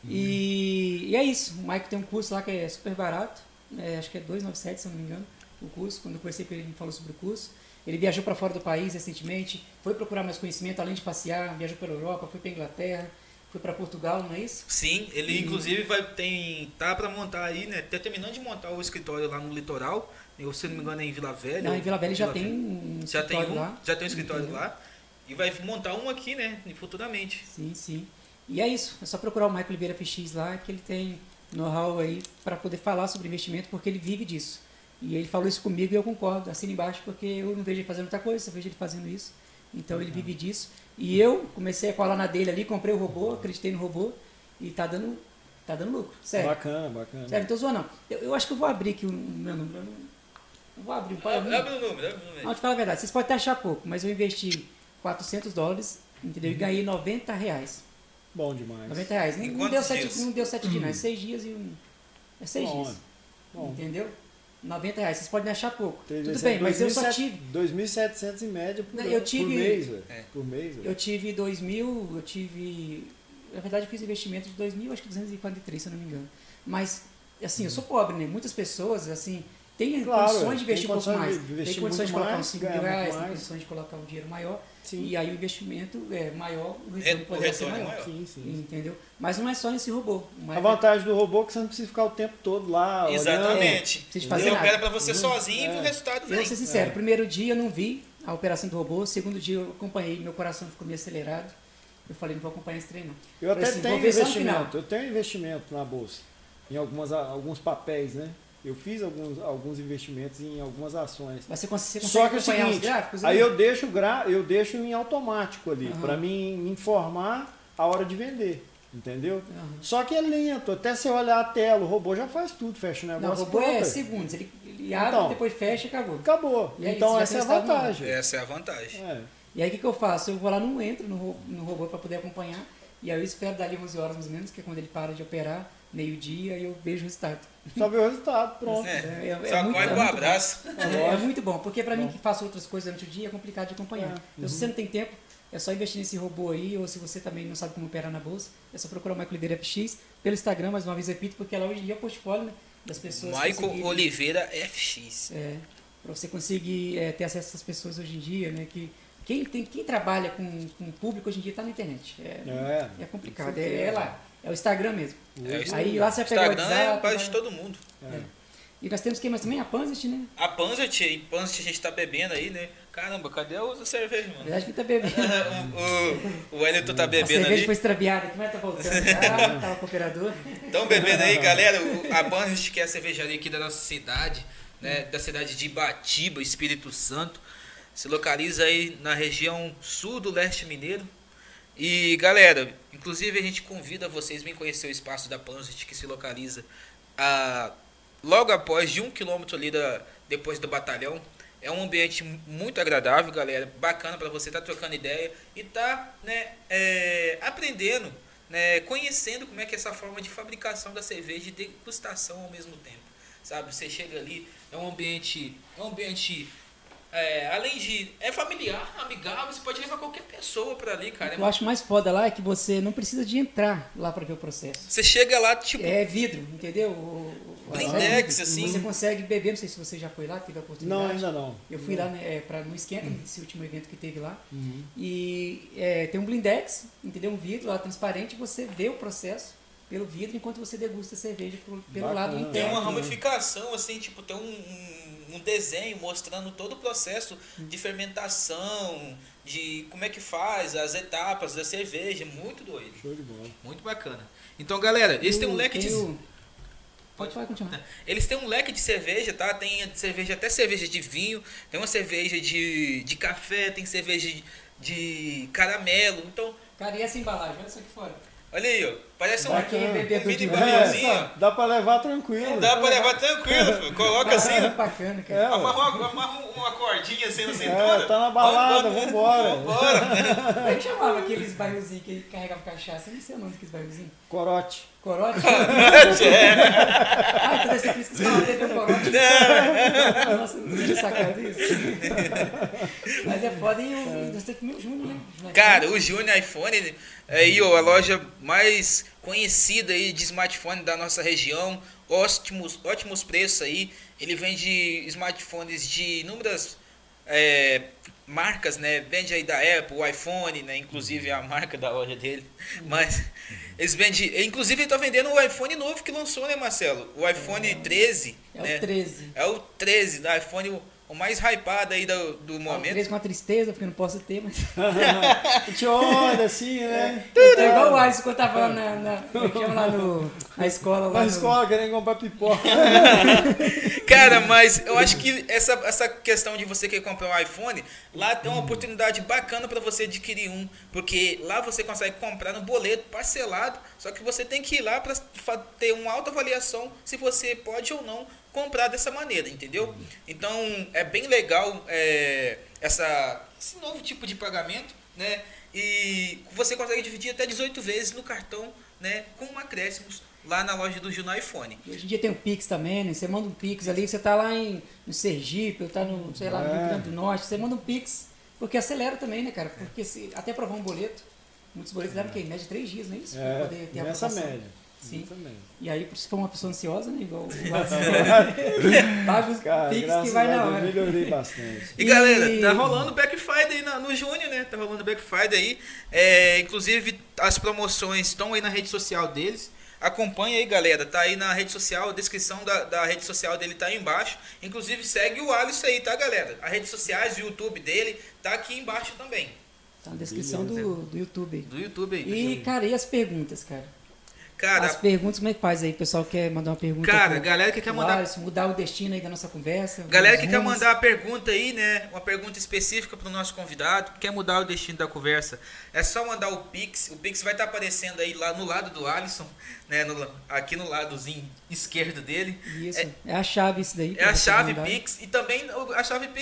Speaker 2: E, e é isso. O Mike tem um curso lá que é super barato. É, acho que é duzentos e noventa e sete, se eu não me engano, o curso. Quando eu conversei com ele, ele me falou sobre o curso. Ele viajou para fora do país recentemente, foi procurar mais conhecimento, além de passear, viajou pela Europa, foi para Inglaterra, foi para Portugal, não é isso?
Speaker 1: Sim, ele
Speaker 2: E-
Speaker 1: inclusive vai tem tá para montar aí, né? Tá terminando de montar o escritório lá no litoral. Eu, se não me engano, é em Vila Velha.
Speaker 2: Não, em Vila Velha já
Speaker 1: Vila
Speaker 2: tem
Speaker 1: Velha.
Speaker 2: um
Speaker 1: Já tem
Speaker 2: escritório
Speaker 1: um,
Speaker 2: lá.
Speaker 1: já tem um escritório
Speaker 2: Entendeu?
Speaker 1: lá e vai montar um aqui, né? Futuramente.
Speaker 2: Sim, sim. E é isso. É só procurar o Michael Oliveira F X lá, que ele tem know-how aí para poder falar sobre investimento, porque ele vive disso. E ele falou isso comigo e eu concordo. Assina embaixo, porque eu não vejo ele fazendo outra coisa, só vejo ele fazendo isso. Então ele vive disso. E eu comecei a colar na dele ali, comprei o robô, acreditei no robô e tá dando, tá dando lucro. Sério.
Speaker 3: Bacana, bacana.
Speaker 2: Sério, não tô zoando não. Eu, eu acho que eu vou abrir aqui o meu número. Eu não, eu vou abrir um pai.
Speaker 1: Abre abre o número, abre o número.
Speaker 2: Não, te falar a verdade, vocês podem até achar pouco, mas eu investi quatrocentos dólares, entendeu? E ganhei noventa reais.
Speaker 3: Bom demais.
Speaker 2: noventa reais. Não,
Speaker 1: Em
Speaker 2: não
Speaker 1: quantos
Speaker 2: deu sete,
Speaker 1: dias?
Speaker 2: não deu sete dias, não. É seis dias e um. É seis
Speaker 3: Bom,
Speaker 2: dias.
Speaker 3: bom.
Speaker 2: Entendeu? noventa reais. Vocês podem achar pouco.
Speaker 3: Três
Speaker 2: Tudo
Speaker 3: vezes
Speaker 2: bem, mas eu só
Speaker 3: dois mil e sete-
Speaker 2: tive.
Speaker 3: dois mil e setecentos em média por,
Speaker 2: Não, eu
Speaker 3: por
Speaker 2: tive-
Speaker 3: mês, velho.
Speaker 1: É.
Speaker 3: Por mês, velho.
Speaker 2: Eu tive dois mil, eu tive. Na verdade, eu fiz investimento de dois mil, acho que duzentos e quarenta e três, se eu não me engano. Mas, assim, eu sou pobre, né? Muitas pessoas, assim, têm
Speaker 3: Claro,
Speaker 2: condições de
Speaker 3: tem
Speaker 2: investir um pouco
Speaker 3: condições
Speaker 2: mais.
Speaker 3: de investir
Speaker 2: Tem condições de
Speaker 3: muito
Speaker 2: colocar
Speaker 3: mais,
Speaker 2: uns cinco
Speaker 3: ganhar
Speaker 2: mil
Speaker 3: muito
Speaker 2: reais, tem
Speaker 3: mais.
Speaker 2: condições de colocar um dinheiro maior.
Speaker 3: Sim.
Speaker 2: E aí o investimento é maior, o
Speaker 1: Re-
Speaker 2: retorno
Speaker 1: o
Speaker 2: poderia ser
Speaker 1: retorno é
Speaker 2: maior.
Speaker 1: maior.
Speaker 3: Sim, sim.
Speaker 2: Entendeu? Mas não é só nesse robô. O
Speaker 3: A
Speaker 2: Michael-
Speaker 3: vantagem do robô é que você não precisa ficar o tempo todo lá. olhando.
Speaker 1: Exatamente.
Speaker 2: precisa fazer
Speaker 1: Ele
Speaker 2: nada.
Speaker 1: opera pra você sozinho e
Speaker 3: É.
Speaker 1: o resultado
Speaker 2: Eu
Speaker 1: vem.
Speaker 2: vou ser sincero, primeiro dia eu não vi a operação do robô, segundo dia eu acompanhei, meu coração ficou meio acelerado. Eu falei, não vou acompanhar esse treino não.
Speaker 3: Eu até
Speaker 2: Falei assim,
Speaker 3: tenho
Speaker 2: vou ver só no final.
Speaker 3: investimento. Eu tenho investimento na bolsa. Em algumas, alguns papéis, né? Eu fiz alguns, alguns investimentos em algumas ações.
Speaker 2: Mas você consegue, você
Speaker 3: Só
Speaker 2: consegue
Speaker 3: que é o
Speaker 2: acompanhar
Speaker 3: seguinte,
Speaker 2: os gráficos?
Speaker 3: aí
Speaker 2: né?
Speaker 3: eu deixo, gra, eu deixo em automático ali,
Speaker 2: Aham.
Speaker 3: para mim me informar a hora de vender, entendeu?
Speaker 2: Aham.
Speaker 3: Só que é lento, até você olhar a tela, o robô já faz tudo, fecha o
Speaker 2: Não, o
Speaker 3: negócio.
Speaker 2: robô é
Speaker 3: pronto.
Speaker 2: segundos, ele, ele abre,
Speaker 3: Então.
Speaker 2: depois fecha e acabou.
Speaker 3: Acabou.
Speaker 2: E é
Speaker 3: então
Speaker 2: isso, já
Speaker 3: essa é a
Speaker 2: tem estado
Speaker 3: vantagem.
Speaker 1: Essa é a vantagem.
Speaker 3: É.
Speaker 2: E aí o que, que eu faço? Eu vou lá, não entro no, ro- no robô para poder acompanhar, E aí eu espero dali onze horas mais ou menos, que é quando ele para de operar, meio-dia, e eu vejo o resultado.
Speaker 3: Só ver o resultado, pronto.
Speaker 1: É,
Speaker 2: É, é,
Speaker 1: só
Speaker 2: é muito,
Speaker 1: corre
Speaker 2: é
Speaker 1: com um
Speaker 2: muito
Speaker 1: abraço.
Speaker 2: É, é muito bom, porque pra mim que faço outras coisas durante o dia é complicado de acompanhar.
Speaker 3: É.
Speaker 2: Então se você não tem tempo, é só investir nesse robô aí, ou se você também não sabe como operar na bolsa, é só procurar o Michael Oliveira F X pelo Instagram, mais uma vez repito, porque lá hoje em dia é o portfólio, né, das pessoas.
Speaker 1: Michael
Speaker 2: conseguirem-
Speaker 1: Oliveira F X.
Speaker 2: É, para você conseguir é, ter acesso a essas pessoas hoje em dia, né? Que quem, tem, quem trabalha com, com o público hoje em dia está na internet. É,
Speaker 3: É.
Speaker 2: é complicado, é, é lá, é o Instagram mesmo.
Speaker 1: É, o
Speaker 2: Aí lá você vai pegar o
Speaker 1: Instagram é a
Speaker 2: WhatsApp,
Speaker 1: base
Speaker 2: vai-
Speaker 1: de todo mundo.
Speaker 3: É.
Speaker 2: E nós temos quem mais também? A Panzit, né?
Speaker 1: A Panzert, e Panzert a gente tá bebendo aí, né? Caramba, cadê a cerveja,
Speaker 2: Na
Speaker 1: mano?
Speaker 2: verdade que tá bebendo.
Speaker 1: o, o, o Wellington tá
Speaker 2: A
Speaker 1: bebendo
Speaker 2: cerveja
Speaker 1: ali.
Speaker 2: foi extraviada aqui, mas tá voltando já, tava com o operador.
Speaker 1: Estão bebendo aí, galera. O- A Panzert, que é a cervejaria aqui da nossa cidade, né? Da cidade de Ibatiba, Espírito Santo. Se localiza aí na região sul do leste mineiro. E, galera, inclusive a gente convida vocês a virem conhecer o espaço da Panzert, que se localiza a, logo após de um quilômetro ali da, depois do batalhão. É um ambiente muito agradável, galera, bacana para você estar tá trocando ideia e tá, né, é, aprendendo, né, conhecendo como é que é essa forma de fabricação da cerveja e degustação ao mesmo tempo, sabe? Você chega ali, é um ambiente, é um ambiente é, além de é familiar, amigável, você pode levar qualquer pessoa para ali, cara.
Speaker 2: O que eu acho mais foda lá é que você não precisa de entrar lá para ver o processo.
Speaker 1: Você chega lá, tipo,
Speaker 2: É vidro, entendeu? O, o,
Speaker 1: blindex,
Speaker 2: o-
Speaker 1: assim.
Speaker 2: Você consegue beber, não sei se você já foi lá, teve a oportunidade.
Speaker 3: Não, ainda não.
Speaker 2: Eu fui lá né, é, pra, no Esquenta, nesse último evento que teve lá.
Speaker 3: Uhum.
Speaker 2: E é, tem um blindex, entendeu? Um vidro lá transparente, você vê o processo pelo vidro enquanto você degusta a cerveja pelo, pelo
Speaker 3: Bacana.
Speaker 2: lado
Speaker 1: tem
Speaker 2: interno.
Speaker 1: uma ramificação, assim, tipo, tem um, um, um desenho mostrando todo o processo de fermentação, de como é que faz, as etapas da cerveja, muito doido,
Speaker 3: Show de bola.
Speaker 1: muito bacana. Então, galera, eles têm um leque de...
Speaker 2: o- Pode falar, continuar.
Speaker 1: Eles têm um leque de cerveja, tá? Tem cerveja, até cerveja de vinho, tem uma cerveja de, de café, tem cerveja de, de caramelo. Então,
Speaker 2: Cara, e essa embalagem? Olha isso aqui fora.
Speaker 1: olha aí, ó. Parece um,
Speaker 2: Pra quem é
Speaker 1: um
Speaker 2: bebedor
Speaker 1: mini
Speaker 2: de
Speaker 1: barrilzinho.
Speaker 3: É, dá pra levar tranquilo.
Speaker 1: Dá pra levar tranquilo, filho. Coloca assim,
Speaker 2: É
Speaker 1: ó.
Speaker 2: bacana, cara.
Speaker 3: É,
Speaker 1: Amarra uma, amarra uma cordinha assim na
Speaker 3: É,
Speaker 1: cintura.
Speaker 3: tá na balada,
Speaker 1: Vamos-
Speaker 3: vambora.
Speaker 1: Vambora.
Speaker 2: Como é que chamava aqueles barrilzinhos que carregavam cachaça? Eu não sei o nome daqueles barrilzinhos.
Speaker 3: Corote.
Speaker 2: Corote?
Speaker 1: É.
Speaker 2: Ah, então deve ser por isso que você fala bebendo corote. Nossa, não tinha sacado isso. Mas é foda, e o- você tem o Júnior, né?
Speaker 1: Cara, o Júnior iPhone é aí, ó, a loja mais conhecida aí de smartphone da nossa região. Ótimos, ótimos preços aí. Ele vende smartphones de inúmeras é, marcas, né? Vende aí da Apple, o iPhone, né? Inclusive é a marca da loja dele. Mas eles vendem. Inclusive ele tá vendendo o iPhone novo que lançou, né, Marcelo? O iPhone treze.
Speaker 2: É
Speaker 1: né?
Speaker 2: o treze.
Speaker 1: É o treze, da iPhone, o, o mais hypado aí do, do
Speaker 2: É o
Speaker 1: momento.
Speaker 2: treze com a tristeza, porque eu não posso ter, mas.
Speaker 3: Te olha assim, né?
Speaker 2: É igual o Alisson quando tava na, na, como é que chama lá no, na escola. Lá
Speaker 3: Na
Speaker 2: no-
Speaker 3: escola querendo comprar pipoca.
Speaker 1: Cara, mas eu acho que essa, essa questão de você querer comprar um iPhone, lá tem uma oportunidade bacana para você adquirir um, porque lá você consegue comprar no boleto parcelado, só que você tem que ir lá para ter uma autoavaliação se você pode ou não comprar dessa maneira, entendeu? Então é bem legal é, essa, esse novo tipo de pagamento, né? E você consegue dividir até dezoito vezes no cartão, né? Com acréscimos lá na loja do Juno iPhone.
Speaker 2: E hoje em dia tem o Pix também, né? Você manda um Pix ali, você tá lá em, no Sergipe, ou tá no, sei lá, no Rio
Speaker 3: É.
Speaker 2: Grande do Norte, você manda um Pix, porque acelera também, né, cara? Porque se, até provar um boleto, muitos boletos levam o quê? Em média três dias, não é isso? Pra
Speaker 3: É,
Speaker 2: poder ter a
Speaker 3: nessa
Speaker 2: aprovação.
Speaker 3: média.
Speaker 2: Sim.
Speaker 3: Nessa média.
Speaker 2: E aí, se for uma pessoa ansiosa, né? Igual o Alisson, paga os
Speaker 3: Cara,
Speaker 2: Pix que
Speaker 3: graças
Speaker 2: vai
Speaker 3: a
Speaker 2: na
Speaker 3: Deus,
Speaker 2: hora.
Speaker 3: melhorei bastante.
Speaker 1: E,
Speaker 2: E-
Speaker 1: galera, tá rolando Black Friday aí na- no Júnior, né? Tá rolando Black Friday aí. É, inclusive, as promoções estão aí na rede social deles. Acompanha aí, galera. Tá aí na rede social, a descrição da, da rede social dele tá aí embaixo. Inclusive, segue o Alisson aí, tá, galera? As redes sociais, o YouTube dele, tá aqui embaixo também.
Speaker 2: Tá na descrição do, do YouTube aí.
Speaker 1: Do YouTube aí.
Speaker 2: E, cara, e as perguntas, cara?
Speaker 1: Cara,
Speaker 2: As perguntas, como é que faz aí? O pessoal quer mandar uma pergunta?
Speaker 1: cara,
Speaker 2: pro-
Speaker 1: galera que quer
Speaker 2: pro
Speaker 1: mandar
Speaker 2: Alisson, mudar o destino aí da nossa conversa.
Speaker 1: Galera
Speaker 2: os
Speaker 1: que quer
Speaker 2: rumos.
Speaker 1: mandar a pergunta aí, né? Uma pergunta específica para o nosso convidado, quer mudar o destino da conversa, é só mandar o Pix. O Pix vai estar aparecendo aí lá no lado do Alisson, né? No- aqui no ladozinho esquerdo dele.
Speaker 2: Isso, é, a chave isso daí.
Speaker 1: É
Speaker 2: pra
Speaker 1: a
Speaker 2: vocês
Speaker 1: chave
Speaker 2: mandarem.
Speaker 1: Pix. E também o- a chave Pix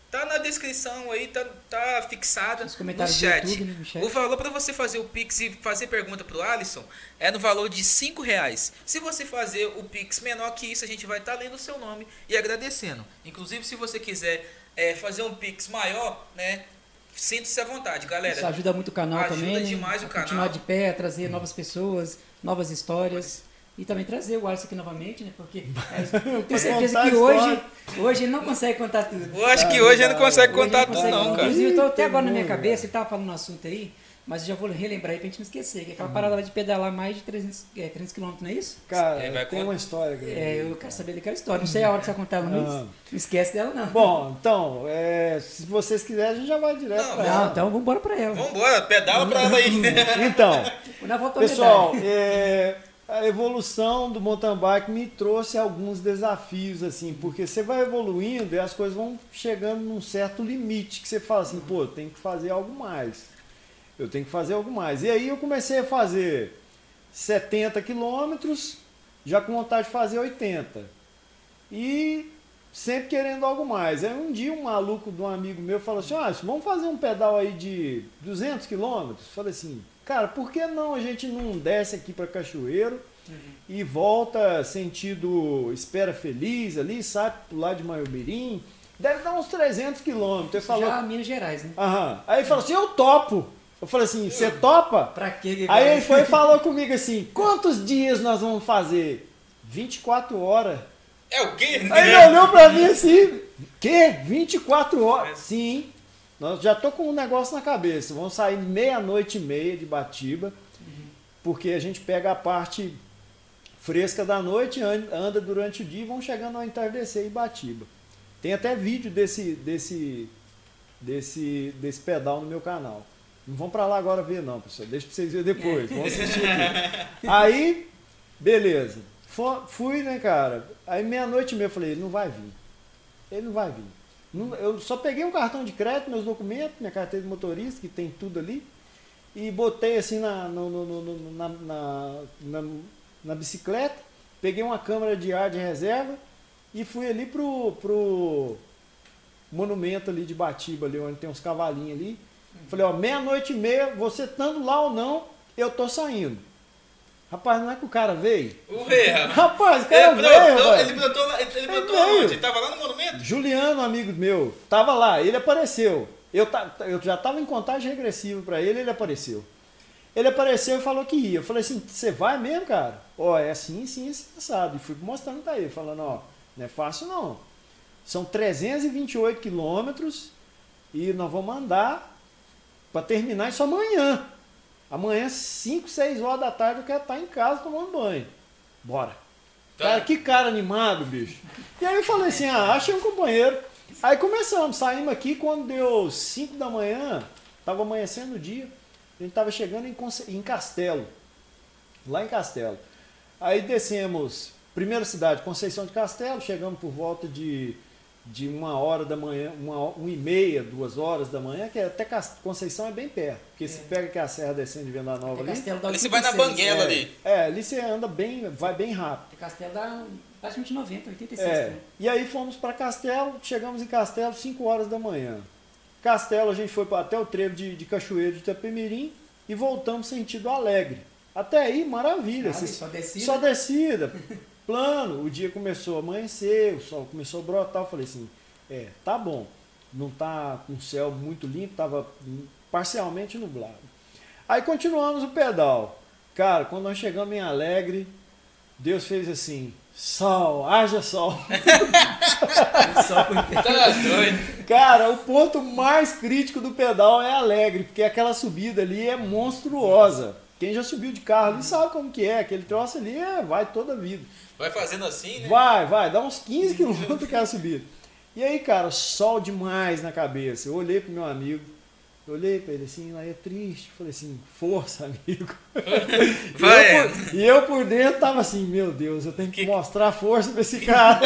Speaker 1: tá na descrição aí, tá, tá fixada
Speaker 2: Os
Speaker 1: no
Speaker 2: comentários do
Speaker 1: chat.
Speaker 2: YouTube, né, no chat.
Speaker 1: O valor para você fazer o Pix e fazer pergunta pro Alisson é no valor de cinco reais. Se você fazer o Pix menor que isso, a gente vai estar lendo o seu nome e agradecendo. Inclusive, se você quiser é, fazer um Pix maior, né? Sinta-se à vontade, galera.
Speaker 2: Isso ajuda muito o canal
Speaker 1: Ajuda
Speaker 2: também, né?
Speaker 1: demais o
Speaker 2: A
Speaker 1: canal.
Speaker 2: continuar de pé, trazer novas pessoas, novas histórias. E também trazer o Alisson aqui novamente, né? Porque é, eu tenho certeza
Speaker 3: contar
Speaker 2: que
Speaker 3: a
Speaker 2: hoje,
Speaker 3: história.
Speaker 2: hoje ele não consegue contar tudo.
Speaker 1: Eu acho que hoje ele não consegue
Speaker 2: Hoje ele
Speaker 1: contar
Speaker 2: não
Speaker 1: tudo
Speaker 2: consegue
Speaker 1: não,
Speaker 2: contar.
Speaker 1: cara.
Speaker 2: Inclusive, eu tô até
Speaker 3: Tem
Speaker 2: agora na minha
Speaker 3: muito,
Speaker 2: cabeça, ele tava falando um assunto aí, mas eu já vou relembrar aí pra gente não esquecer. Que é aquela parada lá de pedalar mais de trezentos, é, trezentos quilômetros, não é isso?
Speaker 3: Cara,
Speaker 1: É, vai
Speaker 3: tem
Speaker 1: contar.
Speaker 3: uma história. Grande.
Speaker 2: É, eu quero saber daquela história. Não sei a hora que você vai contar ela, Luiz.
Speaker 3: Ah.
Speaker 2: Não esquece dela, não.
Speaker 3: Bom, então, é, se vocês quiserem, a gente já vai direto
Speaker 1: Não,
Speaker 3: pra
Speaker 2: Não,
Speaker 3: ela.
Speaker 2: então vamos embora pra ela.
Speaker 1: Vambora, pedala pra ela aí.
Speaker 3: Então,
Speaker 2: Na volta
Speaker 3: pessoal, é, a evolução do mountain bike me trouxe alguns desafios, assim, porque você vai evoluindo e as coisas vão chegando num certo limite, que você fala assim, pô, eu tenho que fazer algo mais. Eu tenho que fazer algo mais. E aí eu comecei a fazer setenta quilômetros, já com vontade de fazer oitenta. E sempre querendo algo mais. Aí um dia um maluco de um amigo meu falou assim, ah, vamos fazer um pedal aí de duzentos quilômetros? Falei assim, cara, por que não a gente não desce aqui para Cachoeiro uhum. e volta sentido Espera Feliz ali, sai pro lado de Maiomirim? Deve dar uns trezentos quilômetros. Ele falou,
Speaker 2: já Minas Gerais, né?
Speaker 3: Aham. Aí ele falou assim, eu topo. Eu falei assim, você topa?
Speaker 2: Pra quê?
Speaker 3: Aí ele foi e falou comigo assim, quantos dias nós vamos fazer? vinte e quatro horas.
Speaker 1: É o quê?
Speaker 3: Aí ele olhou pra mim assim, quê? vinte e quatro horas? Sim, nós já tô com um negócio na cabeça. Vamos sair meia-noite e meia de Batiba, uhum. porque a gente pega a parte fresca da noite, anda durante o dia e vão chegando ao entardecer em Batiba. Tem até vídeo desse, desse, desse, desse pedal no meu canal. Não vão pra lá agora ver não, pessoal. Deixa pra vocês verem depois. Vão assistir aqui. Aí, beleza. Fui, né, cara? Aí meia-noite e meia eu falei, ele não vai vir. Ele não vai vir. Não, eu só peguei um cartão de crédito, meus documentos, minha carteira de motorista, que tem tudo ali, e botei assim na, no, no, no, na, na, na, na bicicleta, peguei uma câmera de ar de reserva e fui ali pro, pro monumento ali de Batiba, ali onde tem uns cavalinhos ali. Falei, ó, meia-noite e meia, você estando lá ou não, eu tô saindo. Rapaz, não é que o cara veio?
Speaker 1: Ué,
Speaker 3: rapaz, o cara
Speaker 1: ele
Speaker 3: veio,
Speaker 1: brotou,
Speaker 3: velho.
Speaker 1: ele brotou, lá- ele
Speaker 3: Ele
Speaker 1: brotou
Speaker 3: veio.
Speaker 1: onde? Ele tava lá no monumento?
Speaker 3: Juliano, amigo meu, tava lá, ele apareceu. Eu, ta- eu já tava em contagem regressiva pra ele, ele apareceu. Ele apareceu e falou que ia. Eu falei assim, você vai mesmo, cara? Ó, é assim, sim, assim, assado. E fui mostrando pra ele, falando, ó, não é fácil não. São trezentos e vinte e oito quilômetros e nós vamos andar pra terminar isso amanhã. Amanhã, cinco, seis horas da tarde, eu quero estar em casa tomando banho. Bora.
Speaker 1: Tá.
Speaker 3: Cara, que cara animado, bicho. E aí eu falei assim, ah, achei um companheiro. Aí começamos, saímos aqui quando deu cinco da manhã, estava amanhecendo o dia, a gente estava chegando em, Conce... em Castelo, lá em Castelo. Aí descemos, primeira cidade, Conceição de Castelo, chegamos por volta de, de uma hora da manhã, uma, uma e meia, duas horas da manhã, que até Conceição é bem perto, porque é. Você pega que a serra descendo de Venda Nova ali,
Speaker 1: ali você vai na Banguela
Speaker 3: é,
Speaker 1: ali.
Speaker 3: É, ali você anda bem, vai bem rápido.
Speaker 2: O Castelo dá praticamente noventa, oitenta e seis.
Speaker 3: É,
Speaker 2: Né?
Speaker 3: e aí fomos para Castelo, chegamos em Castelo cinco horas da manhã. Castelo a gente foi pra, até o trevo de, de Cachoeiro de Itapemirim e voltamos sentido Alegre. Até aí, maravilha.
Speaker 2: Ah, só descida.
Speaker 3: Só descida, plano. O dia começou a amanhecer, o sol começou a brotar. Eu falei assim, é, tá bom. Não tá com o céu muito limpo, tava parcialmente nublado. Aí continuamos o pedal. Cara, quando nós chegamos em Alegre, Deus fez assim, sol, haja sol.
Speaker 2: Só porque...
Speaker 1: Tá doido.
Speaker 3: Cara, o ponto mais crítico do pedal é Alegre, porque aquela subida ali é monstruosa. Quem já subiu de carro ali sabe como que é, aquele troço ali é, vai toda a vida.
Speaker 1: Vai fazendo assim, né?
Speaker 3: Vai, vai, dá uns quinze quilômetros aquela subida. E aí, cara, sol demais na cabeça. Eu olhei pro meu amigo, eu olhei pra ele assim, aí é triste. Falei assim, força, amigo.
Speaker 1: Vai.
Speaker 3: E eu, por, e eu por dentro tava assim, meu Deus, eu tenho que, que... mostrar força pra esse cara.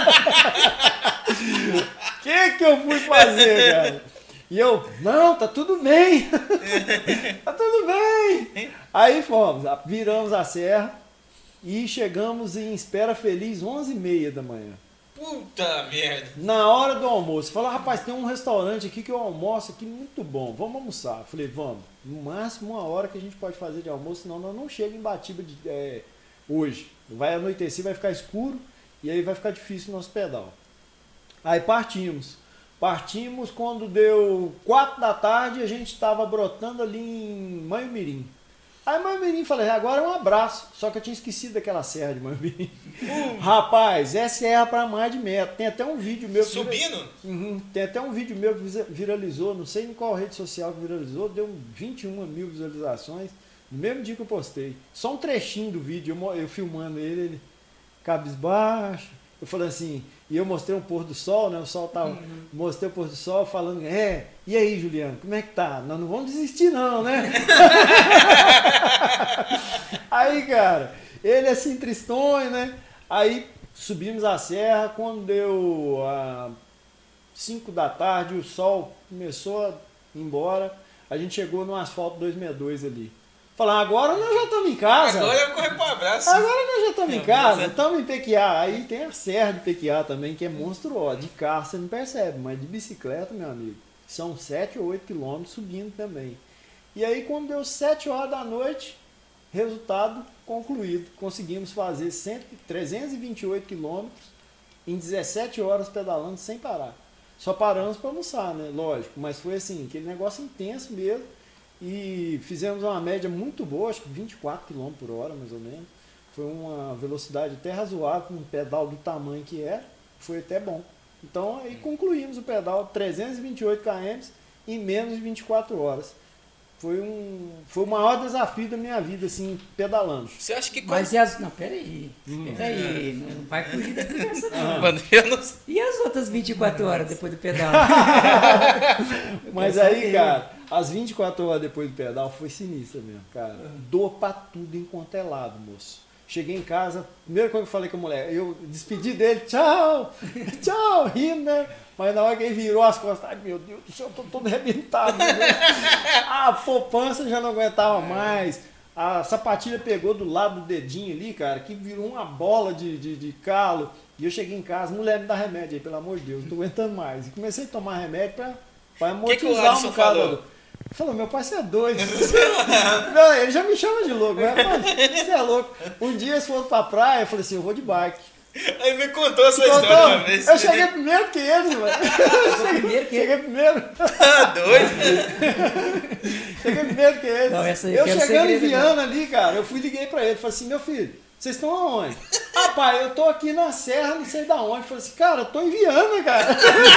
Speaker 3: O que que eu fui fazer, cara? E eu, não, tá tudo bem. Tá tudo bem. Aí fomos, viramos a serra e chegamos em Espera Feliz onze e meia da manhã.
Speaker 1: Puta merda.
Speaker 3: Na hora do almoço, falou, rapaz, tem um restaurante aqui que eu almoço aqui muito bom, vamos almoçar. Eu falei, vamos, no máximo uma hora que a gente pode fazer de almoço, senão nós não chega em Batiba de, é, hoje. Vai anoitecer, vai ficar escuro e aí vai ficar difícil o nosso pedal. Aí partimos. Partimos quando deu quatro da tarde, a gente estava brotando ali em Manhumirim. Aí Manhumirim, falei, agora é um abraço. Só que eu tinha esquecido daquela serra de Manhumirim. Uh. Rapaz, é serra para mais de metro. Tem até um vídeo meu...
Speaker 1: Subindo?
Speaker 3: Vira... Uhum. Tem até um vídeo meu que viralizou, não sei em qual rede social que viralizou, deu vinte e uma mil visualizações, no mesmo dia que eu postei. Só um trechinho do vídeo, eu, eu filmando ele, ele cabisbaixo. Eu falei assim, e eu mostrei um pôr do sol, né? O sol tava... Uhum. Mostrei o pôr do sol falando, é, e aí, Juliano, como é que tá? Nós não vamos desistir não, né? Aí, cara, ele assim, tristonho, né? Aí subimos a serra, quando deu ah, cinco da tarde, o sol começou a ir embora, a gente chegou no asfalto duzentos e sessenta e dois ali. Falar, agora nós já estamos em casa.
Speaker 1: Agora eu correr pro abraço.
Speaker 3: Agora nós já estamos em casa, estamos em Pequiá. Aí tem a serra de Pequiá também, que é monstruosa. De carro você não percebe, mas de bicicleta, meu amigo, são sete ou oito quilômetros subindo também. E aí quando deu sete horas da noite, resultado concluído. Conseguimos fazer trezentos e vinte e oito quilômetros em dezessete horas pedalando sem parar. Só paramos para almoçar, né? Lógico, mas foi assim, aquele negócio intenso mesmo. E fizemos uma média muito boa, acho que vinte e quatro quilômetros por hora, mais ou menos. Foi uma velocidade até razoável, com um pedal do tamanho que é, foi até bom. Então aí concluímos o pedal trezentos e vinte e oito quilômetros em menos de vinte e quatro horas. Foi, um, foi o maior desafio da minha vida, assim, pedalando.
Speaker 1: Você acha que...
Speaker 2: Mas e as... Não, peraí. Hum. Peraí, não vai fugir da conversa, não.
Speaker 1: Mano, eu não...
Speaker 2: E as outras vinte e quatro horas depois do pedal?
Speaker 3: Mas aí, cara, as vinte e quatro horas depois do pedal foi sinistra mesmo, cara. Dor pra tudo enquanto é lado, moço. Cheguei em casa, primeira coisa que eu falei com a mulher, eu despedi dele, tchau, tchau, rindo, né? Mas na hora que ele virou as costas, ai meu Deus do céu, eu tô todo arrebentado. A poupança já não aguentava mais. A sapatilha pegou do lado do dedinho ali, cara, que virou uma bola de, de, de calo. E eu cheguei em casa, mulher, me dá remédio aí, pelo amor de Deus, não tô aguentando mais. E comecei a tomar remédio pra, pra amortizar um bocado. Falou, meu pai, você é doido. Não, ele já me chama de louco. Você é louco. Um dia eles foram pra praia, eu falei assim, eu vou de bike.
Speaker 1: Aí me contou essa
Speaker 3: contou?
Speaker 1: história uma vez.
Speaker 3: Eu cheguei primeiro que eles, mano.
Speaker 2: Primeiro que
Speaker 3: cheguei primeiro.
Speaker 1: Ah, doido?
Speaker 3: Cheguei primeiro que eles.
Speaker 2: Não, essa aí
Speaker 3: eu
Speaker 2: que
Speaker 3: chegando em
Speaker 2: segredo,
Speaker 3: Viana ali, cara, eu fui liguei pra ele. Falei assim, meu filho, vocês estão aonde? Ah, pai, eu tô aqui na serra, não sei da onde. Eu falei assim, cara, eu tô em Viana, cara.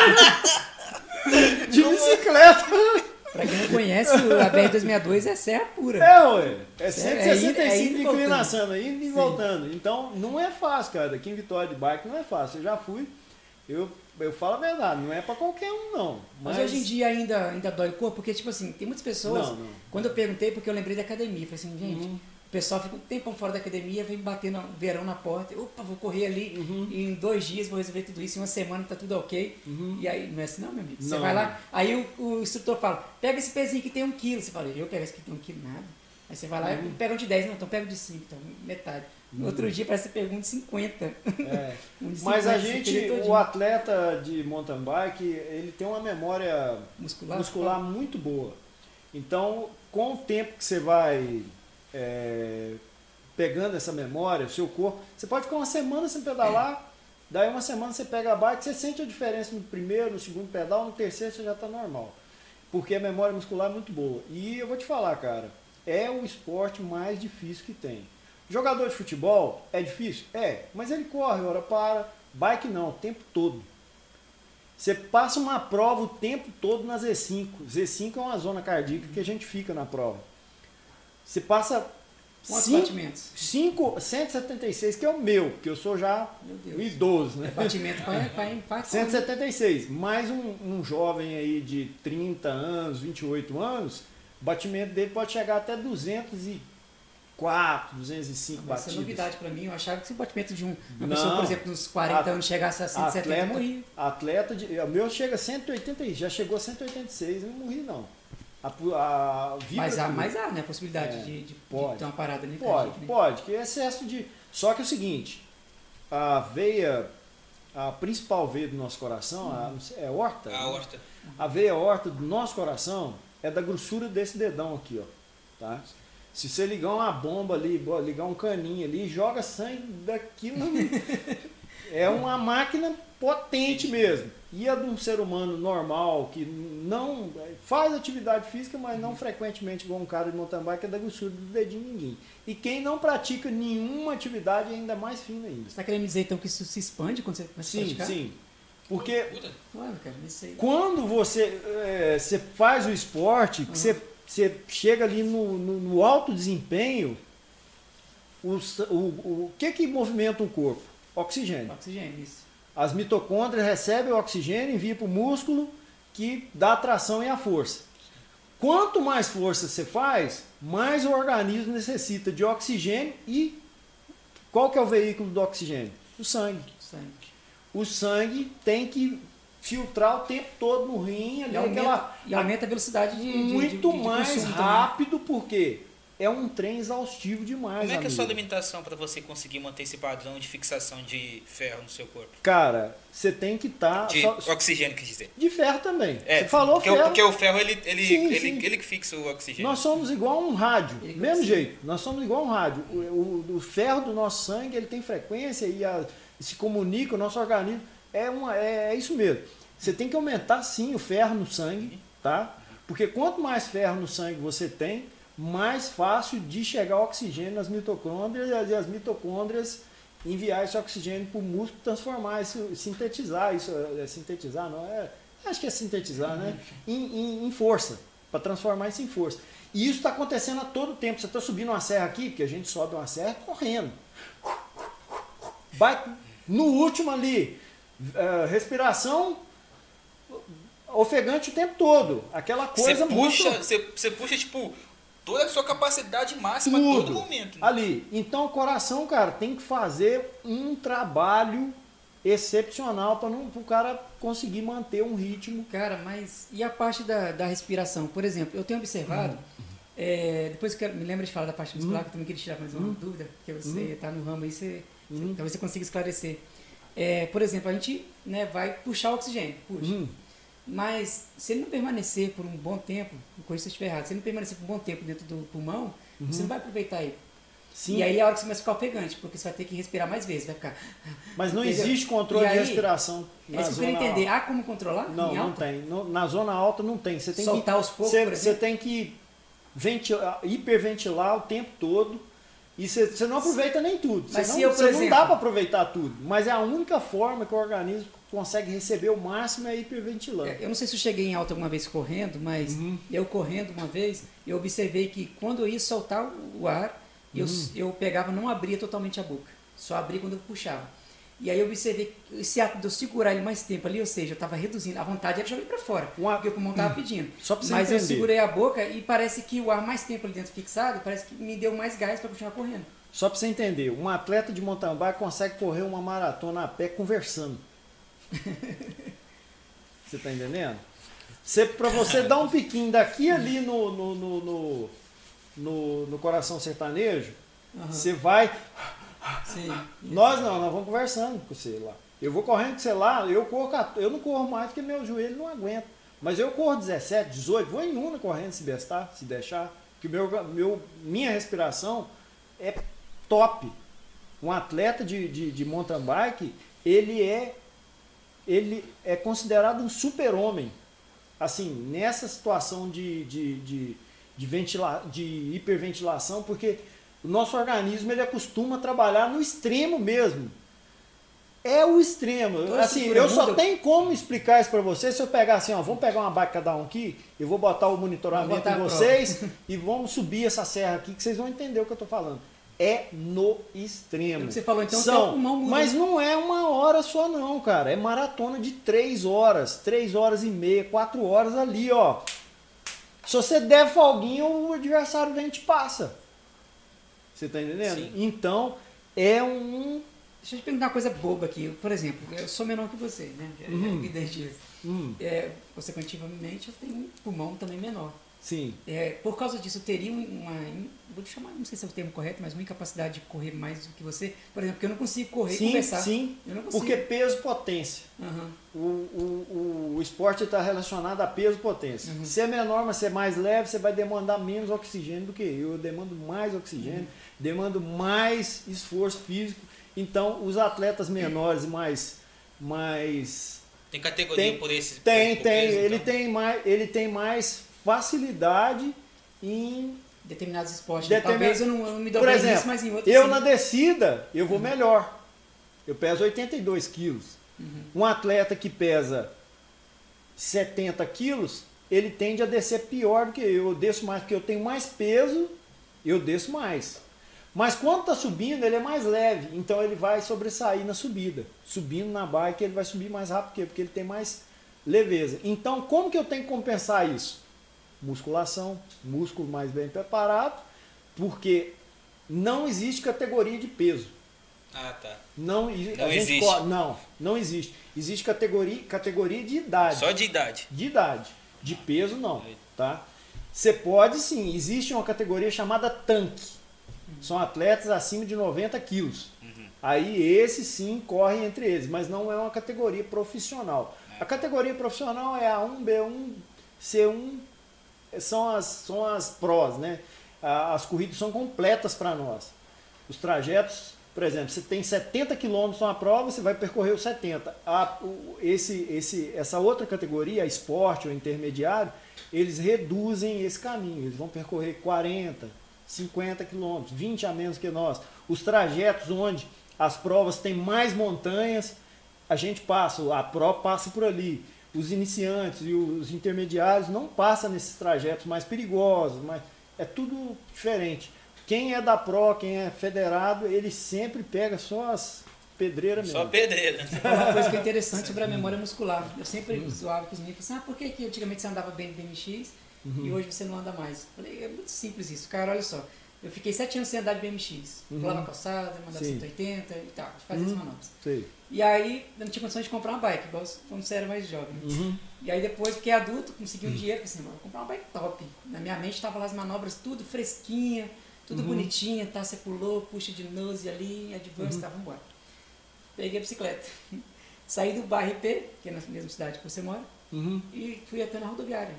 Speaker 3: De bicicleta.
Speaker 2: Pra quem não conhece, a B R duzentos e sessenta e dois é serra pura.
Speaker 3: É, ué. É cento e sessenta e cinco
Speaker 2: é
Speaker 3: de inclinação, indo e voltando. Então, não é fácil, cara. Aqui em Vitória de bike não é fácil. Eu já fui, eu, eu falo a verdade, não é pra qualquer um, não.
Speaker 2: Mas,
Speaker 3: Mas
Speaker 2: hoje em dia ainda, ainda dói o corpo, porque, tipo assim, tem muitas pessoas...
Speaker 3: Não, não.
Speaker 2: Quando eu perguntei, porque eu lembrei da academia, eu falei assim, gente...
Speaker 3: Uhum.
Speaker 2: O pessoal fica um tempão fora da academia, vem batendo verão na porta, opa, vou correr ali,
Speaker 3: Uhum.
Speaker 2: e em dois dias vou resolver tudo isso, em uma semana tá tudo ok.
Speaker 3: Uhum.
Speaker 2: E aí, não é assim não, meu amigo. Você
Speaker 3: Não.
Speaker 2: vai lá, aí o, o instrutor fala, pega esse pezinho que tem um quilo. Você fala, eu pego esse que tem um quilo, nada. Aí você vai lá
Speaker 3: Uhum.
Speaker 2: e pega um de dez, não, então pega um de cinco, então metade. No outro dia parece que você pega um de cinquenta.
Speaker 3: É.
Speaker 2: Um de
Speaker 3: Mas a
Speaker 2: cinquenta,
Speaker 3: gente,
Speaker 2: você pega
Speaker 3: o
Speaker 2: todinho.
Speaker 3: atleta de mountain bike, ele tem uma memória
Speaker 2: muscular,
Speaker 3: muscular muito boa. Então, com o tempo que você vai é, pegando essa memória, o seu corpo, você pode ficar uma semana sem pedalar, daí uma semana você pega a bike, você sente a diferença no primeiro, no segundo pedal, no terceiro você já está normal. Porque a memória muscular é muito boa. E eu vou te falar, cara, é o esporte mais difícil que tem. Jogador de futebol é difícil? É, mas ele corre, hora para. Bike não, o tempo todo. Você passa uma prova o tempo todo na Z cinco. Z cinco é uma zona cardíaca que a gente fica na prova. Você passa
Speaker 2: Quantos
Speaker 3: cinco,
Speaker 2: batimentos?
Speaker 3: cinco, cento e setenta e seis, que é o meu, porque eu sou já
Speaker 2: Meu Deus.
Speaker 3: um idoso, né?
Speaker 2: É batimento para empate.
Speaker 3: cento e setenta e seis. Mais um, um jovem aí de trinta anos, vinte e oito anos, o batimento dele pode chegar até duzentos e quatro, duzentos e cinco batidas.
Speaker 2: Essa é novidade pra mim. Eu achava que se o batimento de um, uma
Speaker 3: Não.
Speaker 2: pessoa, por exemplo, nos quarenta
Speaker 3: A-
Speaker 2: anos chegasse a cento e setenta,
Speaker 3: atleta,
Speaker 2: morria.
Speaker 3: atleta de, o meu chega a cento e oitenta, já chegou a cento e oitenta e seis, eu não morri não. A, a vibra
Speaker 2: Mas há,
Speaker 3: tudo.
Speaker 2: mas há, né? A possibilidade
Speaker 3: É,
Speaker 2: de, de,
Speaker 3: pode.
Speaker 2: de ter uma parada ali.
Speaker 3: Pode, pode, que é excesso de... Só que é o seguinte, a veia a principal veia do nosso coração, a, é a aorta?
Speaker 1: A aorta.
Speaker 3: A veia aorta do nosso coração é da grossura desse dedão aqui, ó. Tá? Se você ligar uma bomba ali, ligar um caninho ali, joga sangue daquilo. É uma máquina potente mesmo. E a de um ser humano normal, que não faz atividade física, mas não frequentemente igual um cara de mountain bike, é da grossura do dedinho ninguém. E quem não pratica nenhuma atividade é ainda mais fina ainda.
Speaker 2: Você está querendo dizer então que isso se expande quando você começa a
Speaker 3: Sim,
Speaker 2: praticar?
Speaker 3: sim. Porque
Speaker 2: Claro, cara, isso aí.
Speaker 3: quando você, é, você faz o esporte, que você, você chega ali no, no, no alto desempenho, o, o, o que que movimenta o corpo? Oxigênio.
Speaker 2: Oxigênio, isso.
Speaker 3: As mitocôndrias recebem o oxigênio e enviam para o músculo, que dá a tração e a força. Quanto mais força você faz, mais o organismo necessita de oxigênio. E qual que é o veículo do oxigênio? O sangue.
Speaker 2: Sangue.
Speaker 3: O sangue tem que filtrar o tempo todo no rim. Ali,
Speaker 2: E aumenta,
Speaker 3: aquela,
Speaker 2: e aumenta a velocidade de, de,
Speaker 3: muito
Speaker 2: de, de
Speaker 3: mais
Speaker 2: consumo
Speaker 3: rápido, porque é um trem exaustivo demais.
Speaker 1: Como é que é a
Speaker 3: amigo.
Speaker 1: sua alimentação para você conseguir manter esse padrão de fixação de ferro no seu corpo?
Speaker 3: Cara, você tem que estar...
Speaker 1: De oxigênio, quer dizer.
Speaker 3: De ferro também.
Speaker 1: É,
Speaker 3: você falou
Speaker 1: porque
Speaker 3: ferro.
Speaker 1: O, porque o ferro, ele, ele,
Speaker 3: Sim,
Speaker 1: ele,
Speaker 3: sim.
Speaker 1: ele que fixa o oxigênio.
Speaker 3: Nós somos igual a um rádio,
Speaker 2: Ele
Speaker 3: mesmo
Speaker 2: consegue.
Speaker 3: jeito. Nós somos igual a um rádio. O, o- o ferro do nosso sangue, ele tem frequência e, a- e se comunica, o nosso organismo. É, uma, é, é isso mesmo. Você tem que aumentar sim o ferro no sangue, tá? Porque quanto mais ferro no sangue você tem, mais fácil de chegar oxigênio nas mitocôndrias e as, e as mitocôndrias enviar esse oxigênio para o músculo, transformar isso, sintetizar isso, é sintetizar, não é? Acho que é sintetizar, né? Em, em, em força, para transformar isso em força. E isso está acontecendo a todo tempo. Você está subindo uma serra aqui, porque a gente sobe uma serra correndo. Vai no último ali, eh, respiração ofegante o tempo todo. Aquela coisa
Speaker 1: Você puxa,
Speaker 3: muito...
Speaker 1: você, você puxa, tipo, toda a sua capacidade máxima a
Speaker 3: Tudo
Speaker 1: todo momento. Né?
Speaker 3: ali. Então o coração, cara, tem que fazer um trabalho excepcional para o cara conseguir manter um ritmo.
Speaker 2: Cara, mas e a parte da, da respiração? Por exemplo, eu tenho observado, é, depois eu quero, me lembra de falar da parte muscular, que eu também queria tirar mais uma dúvida, porque você está no ramo aí, você, você, talvez você consiga esclarecer. É, por exemplo, a gente, né, vai puxar o oxigênio, puxa.
Speaker 3: Hum.
Speaker 2: Mas se ele não permanecer por um bom tempo, coisa se eu estiver errado, se ele não permanecer por um bom tempo dentro do pulmão, você não vai aproveitar ele.
Speaker 3: Sim.
Speaker 2: E aí é a hora que você começa a ficar ofegante, porque você vai ter que respirar mais vezes, vai ficar...
Speaker 3: Mas não
Speaker 2: Entendeu?
Speaker 3: existe controle
Speaker 2: E aí,
Speaker 3: de respiração
Speaker 2: É
Speaker 3: na
Speaker 2: isso que eu
Speaker 3: zona
Speaker 2: queria entender.
Speaker 3: alta.
Speaker 2: Há como controlar?
Speaker 3: Não,
Speaker 2: em
Speaker 3: não
Speaker 2: alta?
Speaker 3: tem. No- na zona alta não tem. Você tem
Speaker 2: Soltar
Speaker 3: que,
Speaker 2: aos poucos,
Speaker 3: você,
Speaker 2: por
Speaker 3: você
Speaker 2: exemplo?
Speaker 3: tem que ventilar, hiperventilar o tempo todo. E você, você não aproveita nem tudo.
Speaker 2: Mas
Speaker 3: você
Speaker 2: se
Speaker 3: não,
Speaker 2: eu, por
Speaker 3: você não
Speaker 2: exemplo-
Speaker 3: dá para aproveitar tudo. Mas é a única forma que o organismo consegue receber o máximo é hiperventilando.
Speaker 2: É, eu não sei se eu cheguei em alta alguma vez correndo, mas
Speaker 3: Uhum.
Speaker 2: eu correndo uma vez, eu observei que quando eu ia soltar o ar, eu,
Speaker 3: Uhum.
Speaker 2: eu pegava, não abria totalmente a boca. Só abria quando eu puxava. E aí eu observei que esse ato de eu segurar ele mais tempo ali, ou seja, eu estava reduzindo, a vontade era jogar ele para fora,
Speaker 3: Uma-
Speaker 2: porque o pulmão estava pedindo.
Speaker 3: Só pra você
Speaker 2: Mas eu
Speaker 3: entender.
Speaker 2: segurei a boca e parece que o ar mais tempo ali dentro fixado, parece que me deu mais gás para continuar correndo.
Speaker 3: Só para você entender, um atleta de mountain bike consegue correr uma maratona a pé conversando. Você tá entendendo? Você, para você dar um piquinho daqui ali no, no, no, no, no- no coração sertanejo,
Speaker 2: Aham.
Speaker 3: você vai...
Speaker 2: Sim.
Speaker 3: Nós não, nós vamos conversando com você lá. Eu vou correndo com você lá, eu, corro, quatorze eu não corro mais porque meu joelho não aguenta. Mas eu corro dezessete, dezoito, vou em uma correndo se bestar, se deixar. Porque meu, meu, minha respiração é top. Um atleta de, de, de mountain bike, ele é, ele é considerado um super-homem. Assim, nessa situação de, de, de, de, ventila, de hiperventilação, porque o nosso organismo ele acostuma a trabalhar no extremo mesmo. É o extremo.
Speaker 2: Toda
Speaker 3: Assim,
Speaker 2: estrutura
Speaker 3: eu só
Speaker 2: muda.
Speaker 3: tenho como explicar isso para vocês se eu pegar assim, ó, vamos pegar uma bike cada um aqui, eu vou botar o monitoramento
Speaker 2: Vamos botar
Speaker 3: em
Speaker 2: a
Speaker 3: vocês e vamos subir essa serra aqui que vocês vão entender o que eu tô falando. É no extremo.
Speaker 2: É o que você falou, então,
Speaker 3: São,
Speaker 2: até o pulmão muda,
Speaker 3: mas
Speaker 2: né?
Speaker 3: não é uma hora só não, cara. É maratona de três horas, três horas e meia, quatro horas ali, ó. Se você der folguinha, o adversário vem e te passa. Você tá entendendo?
Speaker 1: Sim.
Speaker 3: Então, é um...
Speaker 2: Deixa eu te perguntar uma coisa boba aqui. Por exemplo, eu sou menor que você, né? É
Speaker 3: Uhum.
Speaker 2: evidente isso.
Speaker 3: Hum,
Speaker 2: É, consequentemente, eu tenho um pulmão também menor.
Speaker 3: sim.
Speaker 2: É, por causa disso, eu teria uma, vou vou chamar, não sei se é o termo correto, mas uma incapacidade de correr mais do que você. Por exemplo, porque eu não consigo correr
Speaker 3: sim,
Speaker 2: e conversar.
Speaker 3: Sim,
Speaker 2: eu não consigo.
Speaker 3: Porque peso, potência.
Speaker 2: Uhum.
Speaker 3: O, o, o, o esporte está relacionado a peso e potência.
Speaker 2: Uhum.
Speaker 3: Se é menor, mas se é mais leve, você vai demandar menos oxigênio do que eu. Eu demando mais oxigênio, uhum. demando mais esforço físico. Então, os atletas menores, mais... mais
Speaker 1: tem categoria
Speaker 3: tem,
Speaker 1: por esse
Speaker 3: Tem,
Speaker 1: por
Speaker 3: tem.
Speaker 1: peso,
Speaker 3: ele,
Speaker 1: então.
Speaker 3: tem mais, ele tem mais facilidade em...
Speaker 2: determinados esportes.
Speaker 3: Determin...
Speaker 2: Talvez eu não, eu não me dou
Speaker 3: Por
Speaker 2: bem
Speaker 3: exemplo,
Speaker 2: nisso, mas em outros
Speaker 3: eu
Speaker 2: sim.
Speaker 3: na descida, eu vou melhor. Eu peso oitenta e dois quilos. Uhum. Um atleta que pesa setenta quilos, ele tende a descer pior do que eu. Eu desço mais, porque eu tenho mais peso, eu desço mais. Mas quando está subindo, ele é mais leve, então ele vai sobressair na subida. Subindo na bike, ele vai subir mais rápido, porque ele tem mais leveza. Então, como que eu tenho que compensar isso? Musculação, músculo mais bem preparado, porque não existe categoria de peso.
Speaker 1: Ah, tá.
Speaker 3: Não,
Speaker 1: não
Speaker 3: a gente
Speaker 1: existe.
Speaker 3: Co... Não, não existe. Existe categoria, categoria de idade.
Speaker 1: Só de idade.
Speaker 3: De idade. De peso, não. Tá? Você pode sim. Existe uma categoria chamada tanque. São atletas acima de noventa quilos. Uhum. Aí esses sim correm entre eles, mas não é uma categoria profissional. É. A categoria profissional é A um, B um, C um, são as, são as prós, né? As corridas são completas para nós. Os trajetos, por exemplo, você tem setenta quilômetros na prova, você vai percorrer os setenta. A, o, esse, esse, essa outra categoria, a esporte ou intermediário, eles reduzem esse caminho, eles vão percorrer quarenta, cinquenta quilômetros, vinte a menos que nós. Os trajetos onde as provas têm mais montanhas, a gente passa, a prova passa por ali. Os iniciantes e os intermediários não passam nesses trajetos mais perigosos, mas é tudo diferente. Quem é da Pro, quem é federado, ele sempre pega só as pedreiras mesmo.
Speaker 1: Só pedreira.
Speaker 2: Uma coisa que é interessante sobre a memória muscular. Eu sempre uhum. zoava com os meninos, assim, ah, por que, que antigamente você andava bem no B M X uhum. e hoje você não anda mais? Eu falei, é muito simples isso, cara, olha só. Eu fiquei sete anos sem andar de B M X. Uhum. Pulava a calçada, mandava cento e oitenta e tal, fazia uhum. as manobras.
Speaker 3: Sim.
Speaker 2: E aí eu não tinha condições de comprar uma bike, igual quando você era mais jovem. Uhum. E aí depois, porque adulto, consegui um uhum. dinheiro, pensei, vou comprar uma bike top. Na minha mente estavam lá as manobras tudo fresquinha, tudo uhum. bonitinha, tá? Você pulou, puxa de nose ali, advance, uhum. tá, vamos embora. Peguei a bicicleta. Saí do bairro I P, que é na mesma cidade que você mora, uhum. e fui até na rodoviária.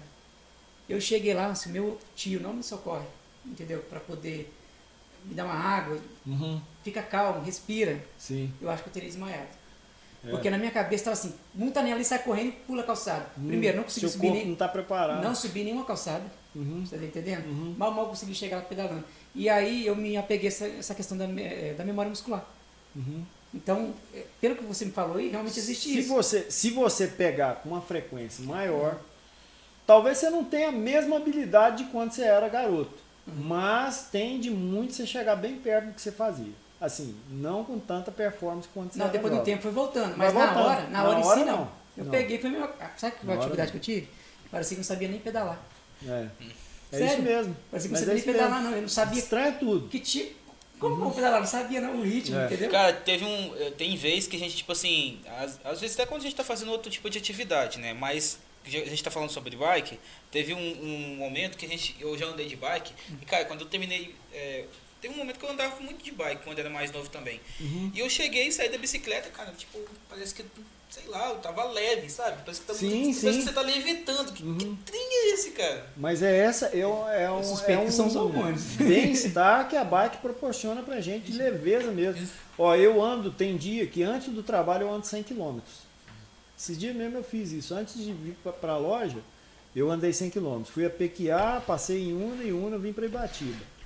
Speaker 2: Eu cheguei lá, assim, meu tio não me socorre, entendeu? Para poder me dar uma água, uhum. fica calmo, respira.
Speaker 3: Sim.
Speaker 2: Eu acho que eu teria desmaiado. É. Porque na minha cabeça estava assim, monta nela e sai correndo e pula a calçada. Hum, Primeiro, não consegui subir nem,
Speaker 3: não tá preparado.
Speaker 2: Não subi nenhuma calçada. Uhum. Você está entendendo?
Speaker 3: Uhum.
Speaker 2: Mal, mal consegui chegar pedalando. E aí eu me apeguei a essa, essa questão da, da memória muscular. Uhum. Então, pelo que você me falou, realmente existe
Speaker 3: se
Speaker 2: isso.
Speaker 3: Você, se você pegar com uma frequência maior, uhum. talvez você não tenha a mesma habilidade de quando você era garoto. Uhum. Mas tende muito você chegar bem perto do que você fazia. Assim, não com tanta performance quanto você
Speaker 2: Não,
Speaker 3: era
Speaker 2: depois do
Speaker 3: jovem.
Speaker 2: tempo foi voltando. Mas
Speaker 3: vai
Speaker 2: na
Speaker 3: voltando.
Speaker 2: hora, na,
Speaker 3: na
Speaker 2: hora em
Speaker 3: hora,
Speaker 2: si não.
Speaker 3: não.
Speaker 2: Eu
Speaker 3: não.
Speaker 2: peguei, foi a minha... Sabe qual a atividade
Speaker 3: não.
Speaker 2: que eu tive? Parecia que eu não sabia nem pedalar.
Speaker 3: É, é
Speaker 2: Sério?
Speaker 3: isso mesmo.
Speaker 2: Parecia que eu não
Speaker 3: Mas
Speaker 2: sabia
Speaker 3: é
Speaker 2: nem pedalar,
Speaker 3: mesmo.
Speaker 2: não. Eu não sabia...
Speaker 3: Estranha tudo.
Speaker 2: Que tipo... Como uhum. eu vou pedalar? Não sabia não o ritmo,
Speaker 3: é.
Speaker 2: entendeu?
Speaker 1: Cara, teve um... Tem vezes que a gente, tipo assim... Às, às vezes até quando a gente tá fazendo outro tipo de atividade, né? Mas... A gente tá falando sobre bike. Teve um, um momento que a gente... Eu já andei de bike. Uhum. E, cara, quando eu terminei... É, teve um momento que eu andava muito de bike, quando era mais novo também. Uhum. E eu cheguei e saí da bicicleta, cara, tipo, parece que, sei lá, eu tava leve, sabe? Parece que, tá
Speaker 3: sim,
Speaker 1: muito,
Speaker 3: sim.
Speaker 1: parece que você tá levitando. Que, uhum. que trem é esse, cara?
Speaker 3: Mas é essa, é, é um,
Speaker 2: suspeito
Speaker 3: é um
Speaker 2: que são os hormônios.
Speaker 3: bem-estar que a bike proporciona pra gente, de leveza mesmo. Ó, eu ando, tem dia que antes do trabalho eu ando cem quilômetros. Esses dias mesmo eu fiz isso. Antes de vir pra, pra loja, eu andei cem quilômetros. Fui a Pequiá, passei em Una e Una eu vim pra Ibatiba.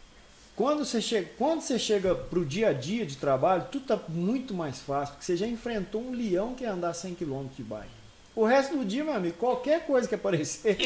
Speaker 3: Quando você chega, quando você chega pro dia a dia de trabalho, tudo tá muito mais fácil, porque você já enfrentou um leão que é andar cem quilômetros de bike. O resto do dia, meu amigo, qualquer coisa que aparecer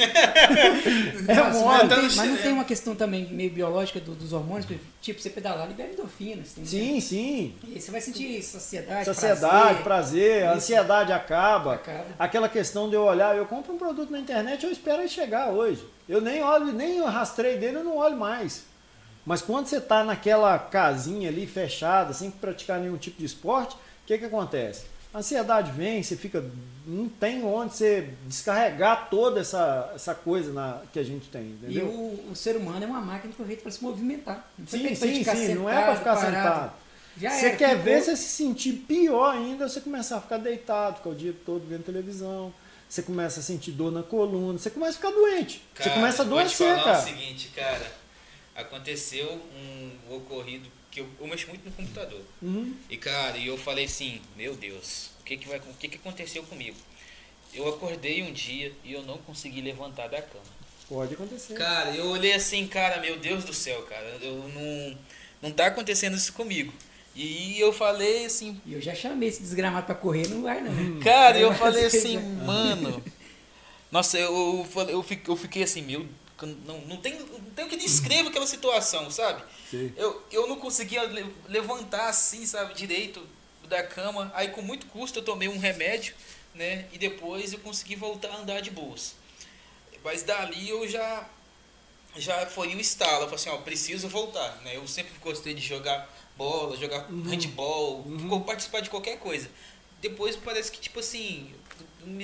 Speaker 3: é
Speaker 2: Nossa,
Speaker 3: mole.
Speaker 2: mas, tem, mas não tem uma questão também meio biológica do, dos hormônios? Tipo, você pedalar, libera endorfinas. Tem
Speaker 3: sim,
Speaker 2: né?
Speaker 3: sim.
Speaker 2: E você vai sentir saciedade,
Speaker 3: Saciedade, prazer, prazer a
Speaker 2: isso.
Speaker 3: ansiedade acaba.
Speaker 2: acaba.
Speaker 3: Aquela questão de eu olhar, eu compro um produto na internet, eu espero ele chegar hoje. Eu nem olho, nem rastrei dele, eu não olho mais. Mas quando você está naquela casinha ali fechada, sem praticar nenhum tipo de esporte, o que, que acontece? A ansiedade vem, você fica. Não tem onde você descarregar toda essa, essa coisa na, que a gente tem, entendeu?
Speaker 2: E o, o ser humano é uma máquina feita para se movimentar. Não foi
Speaker 3: Sim,
Speaker 2: feito pra
Speaker 3: sim,
Speaker 2: ficar
Speaker 3: sim,
Speaker 2: sentado,
Speaker 3: não é para ficar
Speaker 2: parado.
Speaker 3: sentado.
Speaker 2: Já
Speaker 3: Você
Speaker 2: era,
Speaker 3: quer
Speaker 2: ficou-
Speaker 3: ver você se sentir pior ainda, você começar a ficar deitado, ficar o dia todo vendo televisão, você começa a sentir dor na coluna, você começa a ficar doente.
Speaker 1: Cara,
Speaker 3: você começa a
Speaker 1: vou te
Speaker 3: adoecer,
Speaker 1: falar
Speaker 3: cara.
Speaker 1: o seguinte, cara. Aconteceu um ocorrido que eu, eu mexo muito no computador.
Speaker 3: Uhum.
Speaker 1: E, cara, e eu falei assim, meu Deus, o que que, vai, o que que aconteceu comigo? Eu acordei um dia e eu não consegui levantar da cama.
Speaker 3: Pode acontecer.
Speaker 1: Cara, eu olhei assim, cara, meu Deus do céu, cara, eu não, não tá acontecendo isso comigo. E eu falei assim,
Speaker 2: E eu já chamei esse desgramado para correr, não vai não.
Speaker 1: cara, eu
Speaker 2: Vai
Speaker 1: falei
Speaker 2: fazer
Speaker 1: assim,
Speaker 2: já.
Speaker 1: mano, nossa, eu, eu, falei- eu, fiquei, eu fiquei assim, meu, não, não, tem, não tem o que descrever aquela situação, sabe?
Speaker 3: Sim.
Speaker 1: Eu, eu não conseguia le- levantar assim, sabe, direito da cama. Aí com muito custo eu tomei um remédio, né? E depois eu consegui voltar a andar de boas. Mas dali eu já já foi o estalo. Eu falei assim, ó, preciso voltar, né? Eu sempre gostei de jogar bola, jogar handball,
Speaker 3: Uhum.
Speaker 1: participar de qualquer coisa. Depois parece que tipo assim, me,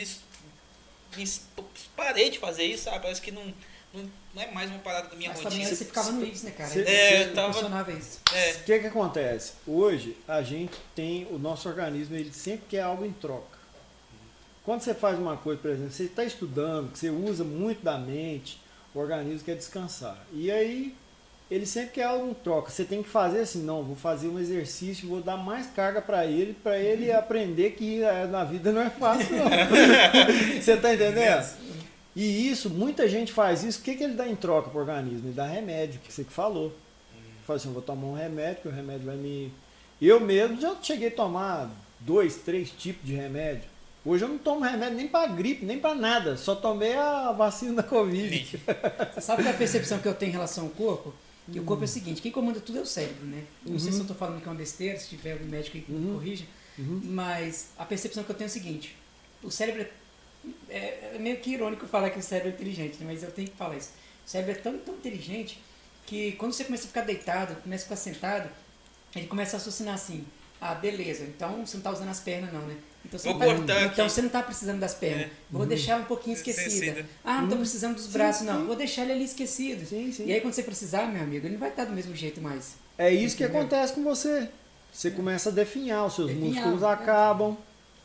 Speaker 1: me parei de fazer isso, sabe? Parece que não não, não é mais uma parada da minha
Speaker 2: Mas
Speaker 1: rotina.
Speaker 2: também você ficava no Ives, né, cara?
Speaker 3: Cê-
Speaker 1: É, eu
Speaker 2: Não
Speaker 1: tava-
Speaker 2: funcionava isso.
Speaker 1: É.
Speaker 3: O que que acontece? Hoje a gente tem, o nosso organismo, ele sempre quer algo em troca. Quando você faz uma coisa, por exemplo, você está estudando, que você usa muito da mente, o organismo quer descansar. E aí ele sempre quer algo em troca. Você tem que fazer assim, não, vou fazer um exercício, vou dar mais carga para ele, para ele aprender que eh, na vida não é fácil, não. Você está entendendo? E isso, muita gente faz isso. O que, que ele dá em troca para o organismo? Ele dá remédio, que você que falou. Fala assim, eu vou tomar um remédio, que o remédio vai me... Eu mesmo já cheguei a tomar dois, três tipos de remédio. Hoje eu não tomo remédio nem para gripe, nem para nada. Só tomei a vacina da Covid.
Speaker 2: Você sabe qual é a percepção que eu tenho em relação ao corpo? Que o corpo é o seguinte, quem comanda tudo é o cérebro, né? Não sei se eu estou falando que é uma besteira, se tiver algum médico aí que me
Speaker 3: Uhum.
Speaker 2: corrija,
Speaker 3: Uhum.
Speaker 2: mas a percepção que eu tenho é o seguinte, o cérebro é, é, é meio que irônico falar que o cérebro é inteligente, né? Mas eu tenho que falar isso. O cérebro é tão, tão inteligente que quando você começa a ficar deitado, começa a ficar sentado, ele começa a raciocinar assim, ah, beleza, então você não está usando as pernas não, né? Então você,
Speaker 1: Vou
Speaker 2: não tá,
Speaker 1: cortar
Speaker 2: então
Speaker 1: aqui.
Speaker 2: você não está precisando das pernas.
Speaker 1: É.
Speaker 2: Vou deixar ela um pouquinho esquecida.
Speaker 1: Esquecida.
Speaker 2: Ah, não estou precisando dos
Speaker 3: Sim,
Speaker 2: braços, não.
Speaker 3: sim.
Speaker 2: Vou deixar ele ali esquecido.
Speaker 3: Sim, sim.
Speaker 2: E aí quando você precisar, meu amigo, ele não vai estar do mesmo jeito mais.
Speaker 3: É isso que
Speaker 2: Entendeu?
Speaker 3: acontece com você. Você começa a definhar, os seus
Speaker 2: Definhar,
Speaker 3: músculos
Speaker 2: né?
Speaker 3: acabam.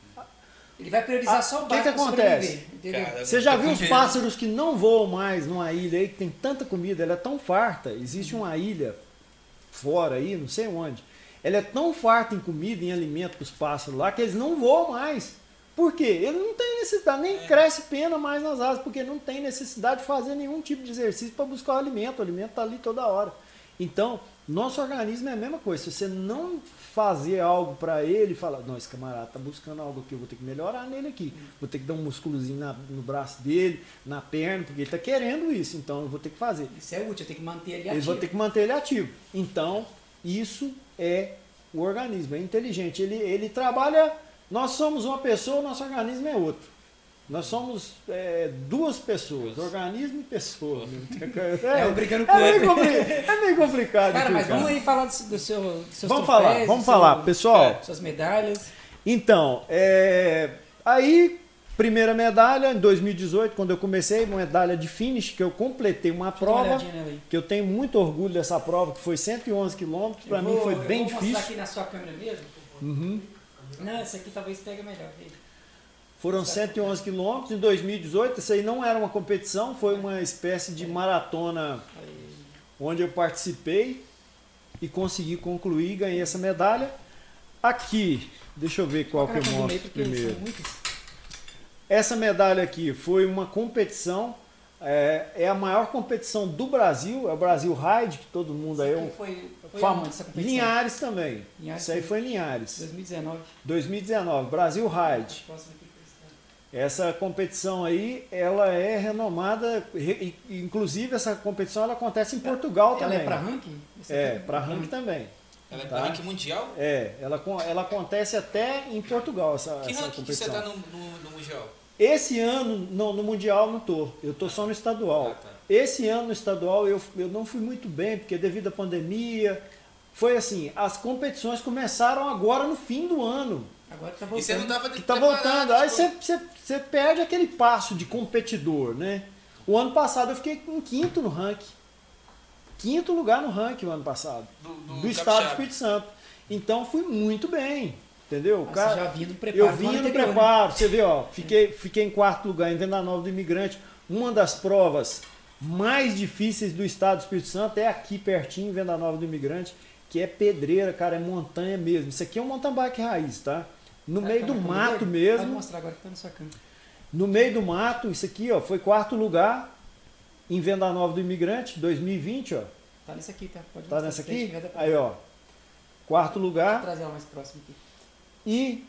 Speaker 2: Ele vai priorizar
Speaker 3: Ah,
Speaker 2: só o
Speaker 3: que
Speaker 2: básico
Speaker 3: que
Speaker 2: pra
Speaker 3: acontece?
Speaker 2: sobreviver, entendeu?
Speaker 1: Cara,
Speaker 3: Você já
Speaker 1: Tô
Speaker 3: viu
Speaker 1: com
Speaker 3: os
Speaker 1: medo.
Speaker 3: pássaros que não voam mais numa ilha aí, que tem tanta comida, ela é tão farta, existe uma ilha fora aí, não sei onde, ela é tão farta em comida, em alimento para os pássaros lá, que eles não voam mais. Por quê? Ele não tem necessidade, nem cresce pena mais nas asas, porque não tem necessidade de fazer nenhum tipo de exercício para buscar o alimento, o alimento está ali toda hora. Então, nosso organismo é a mesma coisa, se você não fazer algo para ele, falar, não, esse camarada está buscando algo aqui, eu vou ter que melhorar nele aqui, vou ter que dar um musculozinho na- no braço dele, na perna, porque ele está querendo isso, então eu vou ter que fazer.
Speaker 2: Isso é útil, eu tenho que manter ele
Speaker 3: Eles
Speaker 2: ativo.
Speaker 3: vão ter que manter ele ativo. Então, isso é o organismo, é inteligente. Ele, ele trabalha. Nós somos uma pessoa, o nosso organismo é outro. Nós somos é, duas pessoas, organismo e pessoa.
Speaker 2: É, um brigando com o
Speaker 3: é, meio
Speaker 2: outro.
Speaker 3: compli- é meio complicado.
Speaker 2: Cara,
Speaker 3: de
Speaker 2: mas
Speaker 3: explicar.
Speaker 2: vamos aí falar do, do seu, dos seus
Speaker 3: Vamos
Speaker 2: troféus,
Speaker 3: falar, vamos
Speaker 2: do seu-
Speaker 3: falar, pessoal.
Speaker 2: Suas medalhas.
Speaker 3: Então, é, aí, primeira medalha, em dois mil e dezoito, quando eu comecei, uma medalha de finish, que eu completei uma
Speaker 2: Deixa eu dar uma
Speaker 3: prova.
Speaker 2: olhadinha nela aí.
Speaker 3: Que eu tenho muito orgulho dessa prova, que foi cento e onze quilômetros, para
Speaker 2: Eu
Speaker 3: mim
Speaker 2: vou-
Speaker 3: foi
Speaker 2: eu
Speaker 3: bem
Speaker 2: vou
Speaker 3: difícil.
Speaker 2: mostrar aqui na sua câmera mesmo.
Speaker 3: Uhum.
Speaker 2: Não, essa aqui talvez pegue melhor.
Speaker 3: Foram cento e onze quilômetros em dois mil e dezoito, isso aí não era uma competição, foi uma espécie de maratona
Speaker 2: Aí.
Speaker 3: onde eu participei e consegui concluir e ganhei essa medalha. Aqui, deixa eu ver qual que eu
Speaker 2: Coloca no meio,
Speaker 3: mostro
Speaker 2: porque
Speaker 3: primeiro.
Speaker 2: são muitas.
Speaker 3: Essa medalha aqui foi uma competição, é, é a maior competição do Brasil, é o Brasil Ride, que todo mundo aí é
Speaker 2: Isso
Speaker 3: um
Speaker 2: aqui foi, foi
Speaker 3: famo-
Speaker 2: aonde essa competição?
Speaker 3: Linhares também.
Speaker 2: Linhares
Speaker 3: Isso aí
Speaker 2: foi-
Speaker 3: foi em Linhares.
Speaker 2: dois mil e dezenove.
Speaker 3: dois mil e dezenove, Brasil Ride.
Speaker 2: Próximo aqui foi esse ano.
Speaker 3: Essa competição aí, ela é renomada, re- e- inclusive essa competição ela acontece em Portugal
Speaker 2: Ela
Speaker 3: também.
Speaker 2: é para ranking? Essa
Speaker 3: É,
Speaker 2: aqui
Speaker 3: para ranking também.
Speaker 1: Ela é
Speaker 3: Tá.
Speaker 1: ranking mundial?
Speaker 3: É, ela, con- ela acontece até em Portugal, essa,
Speaker 1: Que
Speaker 3: essa
Speaker 1: ranking que você
Speaker 3: competição.
Speaker 1: tá no, no, no mundial?
Speaker 3: Esse ano, não, no Mundial não tô, eu tô só no estadual.
Speaker 1: Ah, tá.
Speaker 3: Esse ano no estadual eu, eu não fui muito bem, porque devido à pandemia, foi assim, as competições começaram agora no fim do ano.
Speaker 2: Agora tá
Speaker 1: E você não
Speaker 2: voltando.
Speaker 1: tava
Speaker 3: Que tá
Speaker 1: preparado,
Speaker 3: voltando. Aí
Speaker 1: tipo,
Speaker 3: você, você, você perde aquele passo de competidor, né? O ano passado eu fiquei em quinto no ranking. Quinto lugar no ranking o ano passado.
Speaker 1: do, do,
Speaker 3: Do
Speaker 1: do
Speaker 3: estado do
Speaker 1: Capixaba.
Speaker 3: Espírito Santo. Então fui muito bem. Entendeu?
Speaker 2: Mas
Speaker 3: Cara,
Speaker 2: você já vinha no preparo
Speaker 3: eu
Speaker 2: do ano
Speaker 3: vinha no
Speaker 2: anterior, né?
Speaker 3: preparo. Você vê, ó, fiquei, fiquei em quarto lugar em Venda Nova do Imigrante. Uma das provas mais difíceis do estado do Espírito Santo é aqui pertinho, em Venda Nova do Imigrante, que é pedreira, cara, é montanha mesmo. Isso aqui é um mountain bike raiz, tá? No
Speaker 2: Ah,
Speaker 3: meio
Speaker 2: tá
Speaker 3: do
Speaker 2: na câmera
Speaker 3: mato
Speaker 2: dele?
Speaker 3: mesmo.
Speaker 2: Pode mostrar agora que tá na sua câmera.
Speaker 3: No meio do mato, isso aqui, ó, foi quarto lugar em Venda Nova do Imigrante, dois mil e vinte, ó.
Speaker 2: Tá nesse aqui, tá? Pode
Speaker 3: Tá
Speaker 2: mostrar,
Speaker 3: nessa
Speaker 2: se tem,
Speaker 3: aqui?
Speaker 2: já dá pra-
Speaker 3: Aí, ó. Quarto
Speaker 2: Vou
Speaker 3: lugar
Speaker 2: trazer ela mais próximo aqui.
Speaker 3: e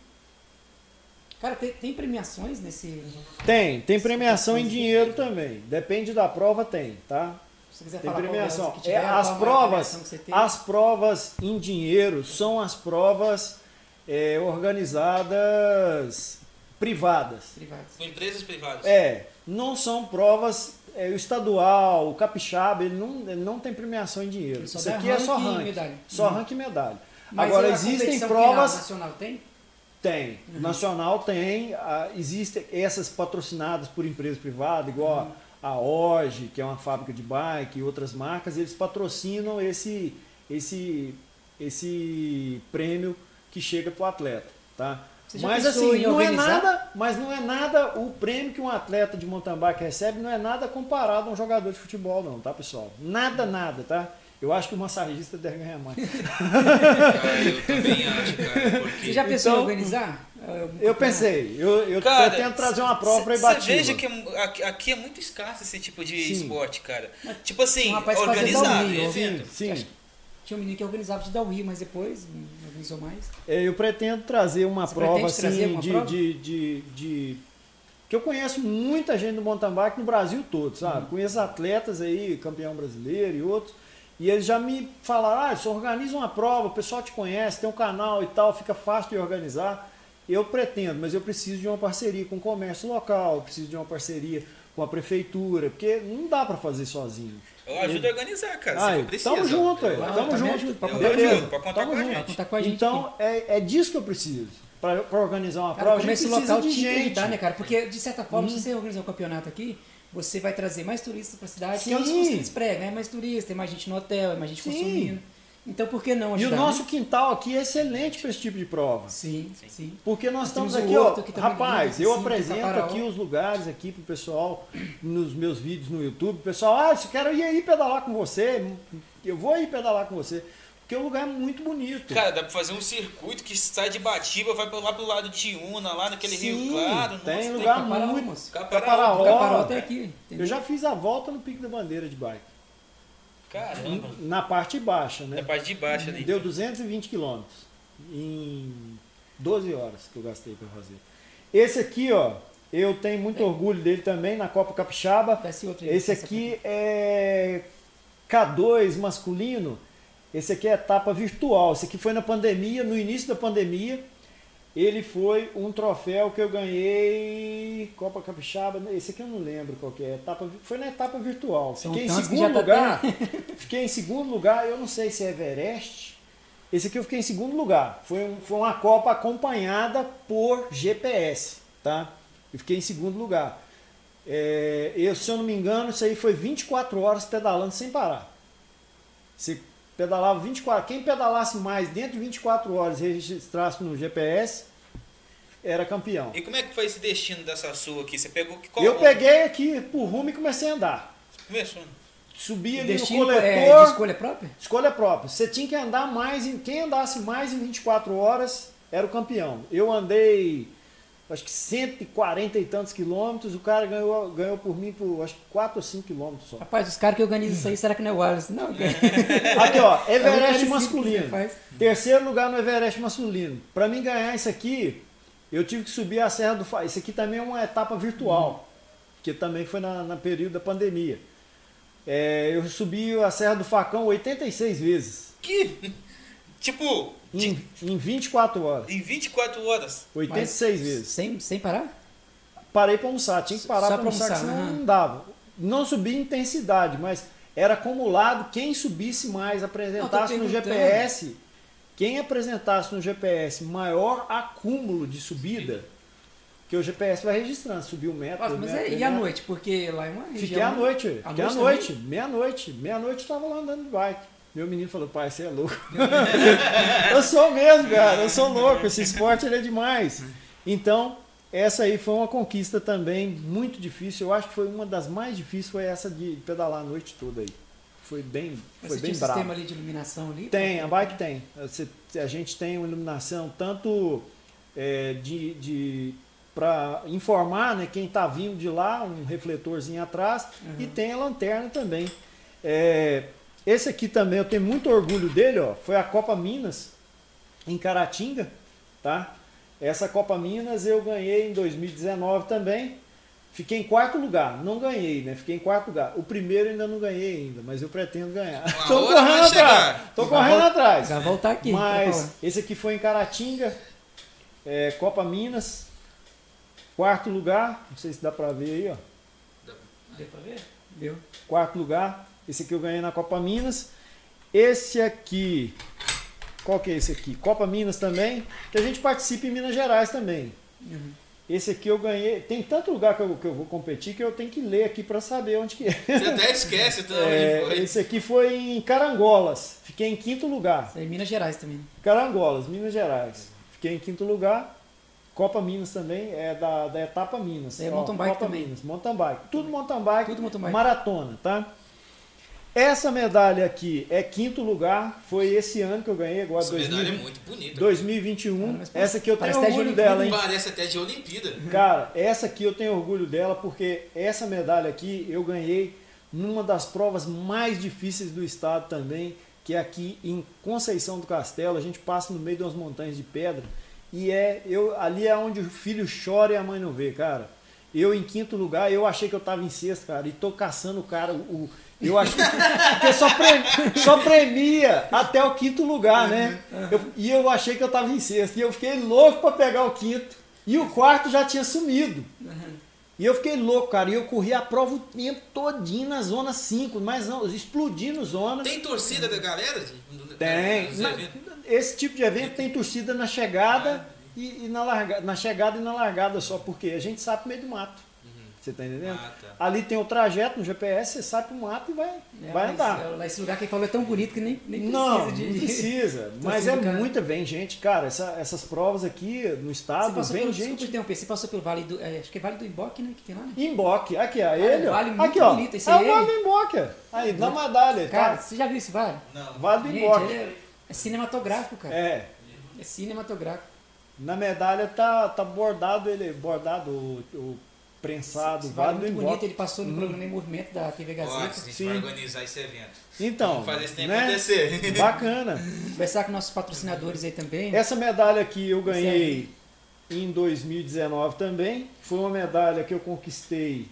Speaker 2: Cara, tem, tem premiações nesse...
Speaker 3: tem, tem premiação em dinheiro também. Depende da prova, tem, tá?
Speaker 2: Se você quiser
Speaker 3: Tem
Speaker 2: falar qual
Speaker 3: premiação.
Speaker 2: delas que
Speaker 3: É,
Speaker 2: tiver,
Speaker 3: as
Speaker 2: qual a
Speaker 3: provas,
Speaker 2: premiação que você tem.
Speaker 3: as provas em dinheiro são as provas é, organizadas privadas.
Speaker 2: Privadas.
Speaker 1: Com empresas privadas.
Speaker 3: É, não são provas. É, o estadual, o capixaba, ele não, ele não tem premiação em dinheiro.
Speaker 2: Ele só
Speaker 3: Isso
Speaker 2: dá
Speaker 3: aqui é só
Speaker 2: ranking e
Speaker 3: ranking.
Speaker 2: medalha.
Speaker 3: Só
Speaker 2: Uhum.
Speaker 3: ranking e medalha.
Speaker 2: Mas
Speaker 3: Agora,
Speaker 2: a
Speaker 3: existem
Speaker 2: competição
Speaker 3: provas.
Speaker 2: final nacional tem?
Speaker 3: Tem. Nacional tem. ah, existem essas patrocinadas por empresas privadas, igual
Speaker 2: Uhum.
Speaker 3: a, a O G, que é uma fábrica de bike, e outras marcas, eles patrocinam esse, esse, esse prêmio que chega para o atleta. Tá?
Speaker 2: Você já
Speaker 3: Mas
Speaker 2: pensou
Speaker 3: assim,
Speaker 2: em
Speaker 3: não é
Speaker 2: organizar?
Speaker 3: nada, mas não é nada, o prêmio que um atleta de mountain bike recebe não é nada comparado a um jogador de futebol, não, tá, pessoal? Nada, nada, tá? Eu acho que o massagista deve ganhar mais.
Speaker 1: Ah, eu também acho, cara. Porque...
Speaker 2: Você já pensou
Speaker 3: Então,
Speaker 2: em organizar? Uh,
Speaker 3: Eu pensei, eu, eu
Speaker 1: Cara,
Speaker 3: pretendo trazer uma prova para
Speaker 1: Você
Speaker 3: Ibatiba.
Speaker 1: veja que é- aqui, aqui é muito escasso esse tipo de
Speaker 3: Sim.
Speaker 1: esporte, cara. Tipo assim,
Speaker 2: um rapaz que fazia
Speaker 1: organizado,
Speaker 2: downhill,
Speaker 1: evento.
Speaker 3: Sim, sim.
Speaker 2: Tinha um menino que organizava de dar o Rio, mas depois não organizou mais.
Speaker 3: É, eu pretendo trazer uma
Speaker 2: Você
Speaker 3: prova
Speaker 2: pretende trazer
Speaker 3: assim
Speaker 2: uma
Speaker 3: de,
Speaker 2: prova?
Speaker 3: de, de, de- que eu conheço muita gente do mountain bike no Brasil todo, sabe?
Speaker 2: Uhum.
Speaker 3: Conheço atletas aí, campeão brasileiro e outros, e eles já me falaram, ah, você organiza uma prova, o pessoal te conhece, tem um canal e tal, fica fácil de organizar. Eu pretendo, mas eu preciso de uma parceria com o comércio local, eu preciso de uma parceria com a prefeitura, porque não dá para fazer sozinho.
Speaker 1: Eu ajudo a organizar, cara.
Speaker 3: Ah,
Speaker 1: Se for preciso.
Speaker 3: tamo junto, aí,
Speaker 2: Ah,
Speaker 3: tamo
Speaker 2: também
Speaker 3: junto.
Speaker 2: ajudo, pode
Speaker 1: Eu
Speaker 2: contar
Speaker 1: ajudo,
Speaker 3: Beleza,
Speaker 1: pode contar
Speaker 3: tamo
Speaker 1: com a
Speaker 3: junto.
Speaker 1: gente.
Speaker 2: Contar com a gente.
Speaker 3: Então, é, é disso que eu preciso. Para organizar uma
Speaker 2: Cara,
Speaker 3: prova,
Speaker 2: o
Speaker 3: a gente
Speaker 2: comércio
Speaker 3: precisa
Speaker 2: local
Speaker 3: de
Speaker 2: tinha que
Speaker 3: gente.
Speaker 2: ajudar, né, cara? Porque, de certa forma,
Speaker 3: Uhum.
Speaker 2: se você organizar um campeonato aqui, você vai trazer mais turistas pra cidade, que é
Speaker 3: Sim.
Speaker 2: os que eles pregam, né? Mais turistas, tem mais gente no hotel, mais gente
Speaker 3: Sim.
Speaker 2: consumindo. Então, por que não
Speaker 3: E
Speaker 2: ajudar?
Speaker 3: o nosso
Speaker 2: né?
Speaker 3: quintal aqui é excelente para esse tipo de prova.
Speaker 2: Sim, sim.
Speaker 3: Porque nós
Speaker 2: Nós
Speaker 3: estamos
Speaker 2: temos
Speaker 3: aqui,
Speaker 2: o
Speaker 3: ó,
Speaker 2: outro aqui também
Speaker 3: rapaz,
Speaker 2: lindo,
Speaker 3: eu
Speaker 2: assim,
Speaker 3: apresento
Speaker 2: Caparaó.
Speaker 3: aqui os lugares aqui pro pessoal nos meus vídeos no YouTube. O pessoal, ah, eu quero ir aí pedalar com você, eu vou ir pedalar com você. Porque o lugar é muito bonito.
Speaker 1: Cara, dá pra fazer um circuito que sai de Batiba, vai pra lá pro lado de Iuna, lá naquele
Speaker 3: Sim,
Speaker 1: Rio Claro.
Speaker 3: tem
Speaker 1: Nossa,
Speaker 3: lugar
Speaker 2: Caparaó,
Speaker 3: muito...
Speaker 2: moço.
Speaker 1: Caparaó.
Speaker 3: Caparaó.
Speaker 2: O Caparó tem aqui. entendeu?
Speaker 3: Eu já fiz a volta no Pico da Bandeira de bike.
Speaker 1: Caramba.
Speaker 3: Na parte baixa, né?
Speaker 1: Na parte de baixo ali.
Speaker 3: Deu duzentos e vinte quilômetros em doze horas que eu gastei para fazer. Esse aqui, ó, eu tenho muito orgulho dele também na Copa Capixaba.
Speaker 2: Desce outro aí,
Speaker 3: Esse
Speaker 2: essa
Speaker 3: aqui é K dois masculino. Esse aqui é etapa virtual. Esse aqui foi na pandemia, no início da pandemia. Ele foi um troféu que eu ganhei Copa Capixaba. Esse aqui eu não lembro qual que é. Etapa, foi na etapa virtual.
Speaker 2: São
Speaker 3: Fiquei em
Speaker 2: tantos que
Speaker 3: segundo
Speaker 2: já tá
Speaker 3: lugar. Fiquei em segundo lugar. Eu não sei se é Everest. Esse aqui eu fiquei em segundo lugar. Foi, um, foi uma Copa acompanhada por G P S, tá? Eu fiquei em segundo lugar. É, eu, se eu não me engano, isso aí foi vinte e quatro horas pedalando sem parar. Você pedalava vinte e quatro. Quem pedalasse mais dentro de vinte e quatro horas e registrasse no G P S era campeão.
Speaker 1: E como é que foi esse destino dessa sua aqui? Você pegou que qual
Speaker 3: Eu peguei aqui por rumo e comecei a andar.
Speaker 1: Começou.
Speaker 3: Subi ali
Speaker 2: Destino
Speaker 3: no
Speaker 2: é
Speaker 3: coletor.
Speaker 2: de escolha própria?
Speaker 3: Escolha própria. Você tinha que andar mais. Em, quem andasse mais em vinte e quatro horas era o campeão. Eu andei, acho que cento e quarenta e tantos quilômetros. O cara ganhou, ganhou por mim por acho que quatro ou cinco quilômetros só.
Speaker 2: Rapaz, os caras que organizam isso aí, será que não é o Wallace? Não, cara.
Speaker 3: Aqui, ó,
Speaker 2: É muito
Speaker 3: Everest
Speaker 2: parecido com o que
Speaker 3: masculino.
Speaker 2: você faz.
Speaker 3: Terceiro lugar no Everest masculino. Para mim ganhar isso aqui, eu tive que subir a Serra do Facão. Isso aqui também é uma etapa virtual, que também foi na, na período da pandemia. É, eu subi a Serra do Facão oitenta e seis vezes.
Speaker 1: Que? Tipo, de-
Speaker 3: Em, em vinte e quatro horas.
Speaker 1: em vinte e quatro horas.
Speaker 3: oitenta e seis
Speaker 2: Mas
Speaker 3: vezes.
Speaker 2: Sem, sem parar?
Speaker 3: Parei para almoçar, tinha que parar
Speaker 2: Só
Speaker 3: para
Speaker 2: pra
Speaker 3: almoçar,
Speaker 2: almoçar,
Speaker 3: senão
Speaker 2: aham.
Speaker 3: não dava. Não subi em intensidade, mas era acumulado quem subisse mais, apresentasse
Speaker 2: Não,
Speaker 3: no
Speaker 2: tô
Speaker 3: G P
Speaker 2: perguntando.
Speaker 3: S quem apresentasse no G P S maior acúmulo de subida, que o G P S vai registrando, subiu um metro.
Speaker 2: Nossa, mas
Speaker 3: metro,
Speaker 2: é, e à noite? Porque lá é uma região...
Speaker 3: Fiquei à noite,
Speaker 2: à
Speaker 3: fiquei à
Speaker 2: noite
Speaker 3: noite, meia-noite. Meia-noite eu estava lá andando de bike. Meu menino falou, pai, você é louco. Eu sou mesmo, cara, eu sou louco, esse esporte ele é demais. Então, essa aí foi uma conquista também muito difícil. Eu acho que foi uma das mais difíceis, foi essa de pedalar a noite toda aí. Foi bem,
Speaker 2: mas
Speaker 3: foi
Speaker 2: você
Speaker 3: bem
Speaker 2: tinha um
Speaker 3: bravo.
Speaker 2: sistema ali de iluminação ali?
Speaker 3: Tem, a bike tem. Você- A gente tem uma iluminação tanto é, de, de para informar, né, quem está vindo de lá, um refletorzinho atrás,
Speaker 2: Uhum.
Speaker 3: e tem a lanterna também. É, esse aqui também eu tenho muito orgulho dele, ó, foi a Copa Minas em Caratinga, tá? Essa Copa Minas eu ganhei em dois mil e dezenove também. Fiquei em quarto lugar, não ganhei, né? Fiquei em quarto lugar. O primeiro ainda não ganhei ainda, mas eu pretendo ganhar.
Speaker 1: Uma
Speaker 3: Tô
Speaker 1: hora
Speaker 3: correndo
Speaker 1: vai
Speaker 3: atrás.
Speaker 1: chegar.
Speaker 3: Tô
Speaker 2: Vai
Speaker 3: correndo
Speaker 2: vol-
Speaker 3: atrás.
Speaker 2: Vai voltar aqui. pra
Speaker 3: Mas
Speaker 2: falar.
Speaker 3: esse aqui foi em Caratinga, é, Copa Minas, quarto lugar. Não sei se dá pra ver aí, ó.
Speaker 2: Deu pra ver? Deu.
Speaker 3: Quarto lugar. Esse aqui eu ganhei na Copa Minas. Esse aqui, qual que é esse aqui? Copa Minas também, que a gente participa em Minas Gerais também.
Speaker 2: Uhum.
Speaker 3: Esse aqui eu ganhei. Tem tanto lugar que eu, que eu vou competir que eu tenho que ler aqui para saber onde que é.
Speaker 1: Você até esquece também.
Speaker 3: É,
Speaker 1: foi.
Speaker 3: esse aqui foi em Carangolas. Fiquei em quinto lugar.
Speaker 2: Isso aí, Minas Gerais também.
Speaker 3: Carangolas, Minas Gerais. Fiquei em quinto lugar. Copa Minas também, é da, da etapa Minas.
Speaker 2: É
Speaker 3: Ó,
Speaker 2: mountain bike
Speaker 3: Copa
Speaker 2: também.
Speaker 3: Minas, mountain bike. Tudo mountain bike,
Speaker 2: Tudo mountain bike.
Speaker 3: maratona, tá? Essa medalha aqui é quinto lugar. Foi esse ano que eu ganhei, agora
Speaker 1: Essa medalha é
Speaker 3: dois mil e vinte,
Speaker 1: muito bonita.
Speaker 3: dois mil e vinte e um.
Speaker 2: Cara, mas parece-
Speaker 3: Essa aqui eu tenho
Speaker 2: parece até de
Speaker 3: orgulho
Speaker 2: Olimpíada,
Speaker 3: dela, hein?
Speaker 1: Parece até de Olimpíada.
Speaker 3: Cara, essa aqui eu tenho orgulho dela porque essa medalha aqui eu ganhei numa das provas mais difíceis do estado também, que é aqui em Conceição do Castelo. A gente passa no meio de umas montanhas de pedra e é eu ali é onde o filho chora e a mãe não vê, cara. Eu em quinto lugar, eu achei que eu tava em sexto, cara, e tô caçando o cara, o eu acho que porque só, pre, só premia até o quinto lugar, né? Eu- e eu achei que eu tava em sexto. E eu fiquei louco para pegar o quinto. E o quarto já tinha sumido. E eu fiquei louco, cara. E eu corri a prova o tempo todinho na zona cinco, mas não, explodindo zona.
Speaker 1: Tem torcida da galera?
Speaker 3: Tem.
Speaker 1: Nos
Speaker 3: Na-
Speaker 1: eventos?
Speaker 3: esse tipo de evento tem torcida na chegada e, e na, larga, na chegada e na largada só, porque a gente sabe pro meio do mato. Você tá entendendo?
Speaker 1: Ah, tá.
Speaker 3: Ali tem o trajeto no G P S, você sai pro mato e vai,
Speaker 2: É,
Speaker 3: vai
Speaker 2: mas,
Speaker 3: andar.
Speaker 2: é, lá esse lugar que ele falou é tão bonito que nem, nem precisa
Speaker 3: Não,
Speaker 2: de...
Speaker 3: não precisa. Mas é
Speaker 2: torcida, cara.
Speaker 3: muita, vem gente, cara. Essa- essas provas aqui no
Speaker 2: Você
Speaker 3: estado,
Speaker 2: passou
Speaker 3: vem
Speaker 2: pelo, desculpa
Speaker 3: gente.
Speaker 2: interromper, você passou pelo Vale do... é, acho que é Vale do Imboque, né? Que tem lá, né?
Speaker 3: Emboque. Aqui, ó.
Speaker 2: Ah,
Speaker 3: Ele, ó.
Speaker 2: vale muito
Speaker 3: Aqui, ó.
Speaker 2: bonito, esse
Speaker 3: É
Speaker 2: aí
Speaker 3: o
Speaker 2: é
Speaker 3: Vale do Emboque. ó. Aí, na medalha.
Speaker 2: Cara,
Speaker 3: Tá?
Speaker 2: você já viu esse vale?
Speaker 1: Não.
Speaker 3: Vale do
Speaker 2: Gente,
Speaker 3: Emboque.
Speaker 2: ele é, é cinematográfico, cara.
Speaker 3: É.
Speaker 2: É cinematográfico.
Speaker 3: Na medalha tá, tá bordado ele, bordado o, o prensado,
Speaker 2: Esse
Speaker 3: Vale
Speaker 2: vale
Speaker 3: do
Speaker 2: muito bonito,
Speaker 3: Emboque.
Speaker 2: ele passou no
Speaker 3: Hum.
Speaker 2: programa em movimento da T V
Speaker 1: Ó,
Speaker 2: Gazeta.
Speaker 1: a gente
Speaker 3: Sim.
Speaker 1: vai organizar esse evento.
Speaker 3: Então,
Speaker 1: Vamos fazer esse tempo
Speaker 3: né?
Speaker 1: acontecer.
Speaker 3: Bacana.
Speaker 2: Conversar com nossos patrocinadores aí também.
Speaker 3: Essa medalha aqui eu ganhei em dois mil e dezenove também. Foi uma medalha que eu conquistei.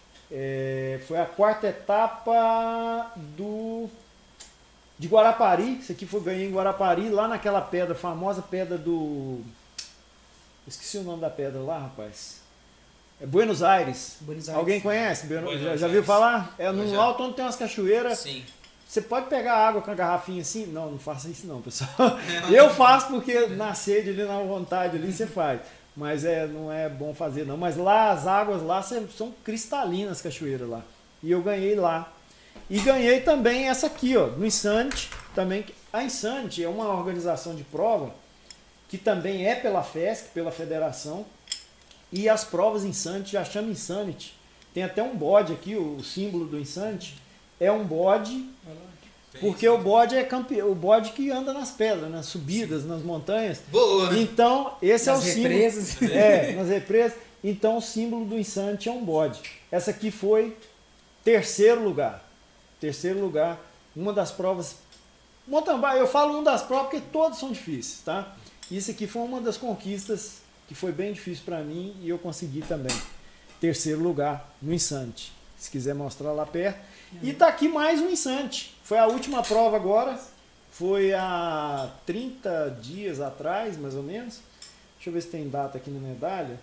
Speaker 3: é, foi a quarta etapa do de Guarapari. Isso aqui foi ganhei em Guarapari, lá naquela pedra, famosa pedra do. Esqueci o nome da pedra lá, rapaz. É Buenos Aires.
Speaker 2: Buenos Aires.
Speaker 3: Alguém conhece? Buenos-
Speaker 1: Buenos
Speaker 3: já, já
Speaker 1: Aires.
Speaker 3: viu falar? É no
Speaker 1: Já.
Speaker 3: alto onde tem umas cachoeiras.
Speaker 1: Sim.
Speaker 3: Você pode pegar água com a garrafinha assim? Não, não faça isso não, pessoal. Eu faço porque na sede ali, na vontade ali, você faz. Mas é, não é bom fazer não. Mas lá, as águas lá são cristalinas, as cachoeiras lá. E eu ganhei lá. E ganhei também essa aqui, ó, no Insanity. Também. A Insanity é uma organização de prova que também é pela FESC, pela federação. E as provas Insanity já chama Insanity. Tem até um bode aqui, o símbolo do Insanity. É um bode, porque o bode é campeão, o bode que anda nas pedras, nas subidas, nas montanhas.
Speaker 1: Boa.
Speaker 3: Então, esse
Speaker 2: Nas
Speaker 3: é o símbolo.
Speaker 2: represas.
Speaker 3: É, nas represas. Então, o símbolo do Insanity é um bode. Essa aqui foi terceiro lugar. Terceiro lugar, uma das provas. Mountain bike, eu falo uma das provas porque todas são difíceis, tá? Isso aqui foi uma das conquistas que foi bem difícil para mim e eu consegui também. Terceiro lugar no Insanity. Se quiser mostrar lá perto. E tá aqui mais um Insanity. Foi a última prova agora. Foi há trinta dias atrás, mais ou menos. Deixa eu ver se tem data aqui na medalha.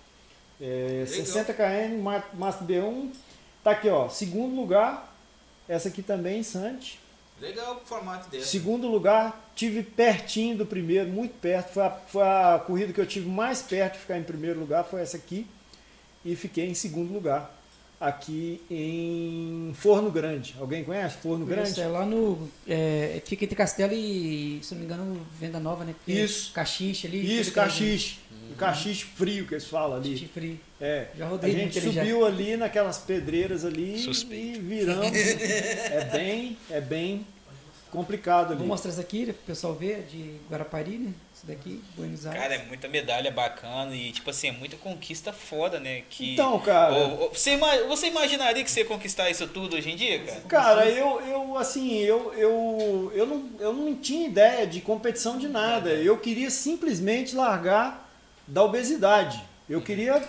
Speaker 3: É,
Speaker 1: Legal.
Speaker 3: sessenta quilômetros, Master B um. Tá aqui, ó. Segundo lugar. Essa aqui também, Insanity.
Speaker 1: Legal o formato desse.
Speaker 3: Segundo lugar, tive pertinho do primeiro, muito perto. Foi a, foi a corrida que eu tive mais perto de ficar em primeiro lugar, foi essa aqui. E fiquei em segundo lugar, aqui em Forno Grande. Alguém conhece Forno Grande?
Speaker 2: Isso, é lá no... É, fica entre Castelo e, se não me engano, Venda Nova, né? Porque
Speaker 3: Isso.
Speaker 2: Caxixe ali.
Speaker 3: Isso, Caxixe. O Caxixe frio que eles falam ali.
Speaker 2: Caxixe frio.
Speaker 3: É.
Speaker 2: Já
Speaker 3: A
Speaker 2: rodei
Speaker 3: gente
Speaker 2: muito
Speaker 3: subiu
Speaker 2: já.
Speaker 3: ali naquelas pedreiras ali
Speaker 1: Suspeito.
Speaker 3: e viramos. É bem, é bem complicado ali.
Speaker 2: Vou mostrar essa aqui, né, pro pessoal ver, de Guarapari, né? Isso daqui, Buenos Aires.
Speaker 1: Cara, é muita medalha bacana e, tipo assim, é muita conquista foda, né? Que,
Speaker 3: Então, cara...
Speaker 1: Ô, ô, você, ima- você imaginaria que você ia conquistar isso tudo hoje em dia, cara?
Speaker 3: Cara, eu, eu assim, eu, eu, eu, não, eu não tinha ideia de competição de nada. Eu queria simplesmente largar da obesidade. Eu queria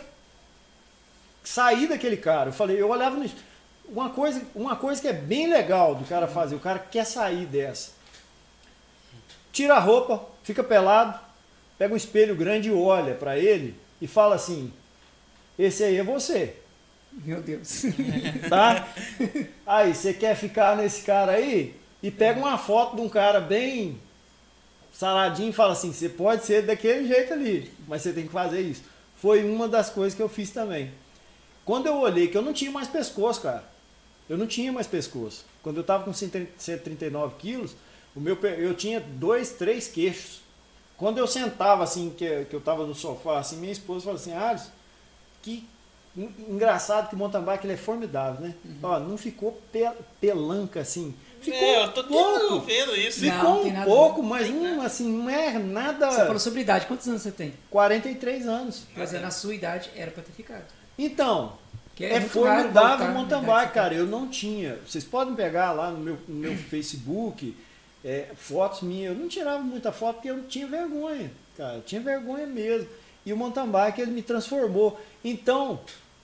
Speaker 3: sair daquele cara. Eu falei, eu olhava nisso. Uma coisa, uma coisa que é bem legal do cara fazer, o cara quer sair dessa. Tira a roupa, fica pelado, pega um espelho grande e olha pra ele e fala assim, esse aí é você.
Speaker 2: Meu Deus.
Speaker 3: Tá? Aí, você quer ficar nesse cara aí? E pega uma foto de um cara bem saradinho e fala assim, você pode ser daquele jeito ali, mas você tem que fazer isso. Foi uma das coisas que eu fiz também. Quando eu olhei que eu não tinha mais pescoço, cara. Eu não tinha mais pescoço. Quando eu tava com cento e trinta e nove quilos, o meu, pe- eu tinha dois, três queixos. Quando eu sentava assim, que, que eu tava no sofá, assim, minha esposa falou assim, Alisson, que en- engraçado que o mountain bike ele é formidável, né?
Speaker 2: Uhum.
Speaker 3: Ó, não ficou pe- pelanca assim. Ficou
Speaker 1: É, eu tô
Speaker 3: pouco.
Speaker 1: todo vendo isso.
Speaker 2: Não,
Speaker 3: Ficou
Speaker 2: tem
Speaker 3: um
Speaker 2: nada,
Speaker 3: pouco,
Speaker 2: não.
Speaker 3: mas
Speaker 1: Tem
Speaker 3: um,
Speaker 1: nada.
Speaker 3: assim, não é nada...
Speaker 2: Você falou sobre idade, quantos anos você tem?
Speaker 3: quarenta e três anos.
Speaker 2: Pois é, na sua idade era pra ter ficado.
Speaker 3: Então,
Speaker 2: Que
Speaker 3: é,
Speaker 2: muito raro
Speaker 3: formidável
Speaker 2: voltar
Speaker 3: o mountain
Speaker 2: na idade
Speaker 3: bike,
Speaker 2: que
Speaker 3: cara. Eu não tinha. Vocês podem pegar lá no meu, no meu Facebook é, fotos minhas. Eu não tirava muita foto porque eu não tinha vergonha, cara. Eu tinha vergonha mesmo. E o mountain bike ele me transformou. Então,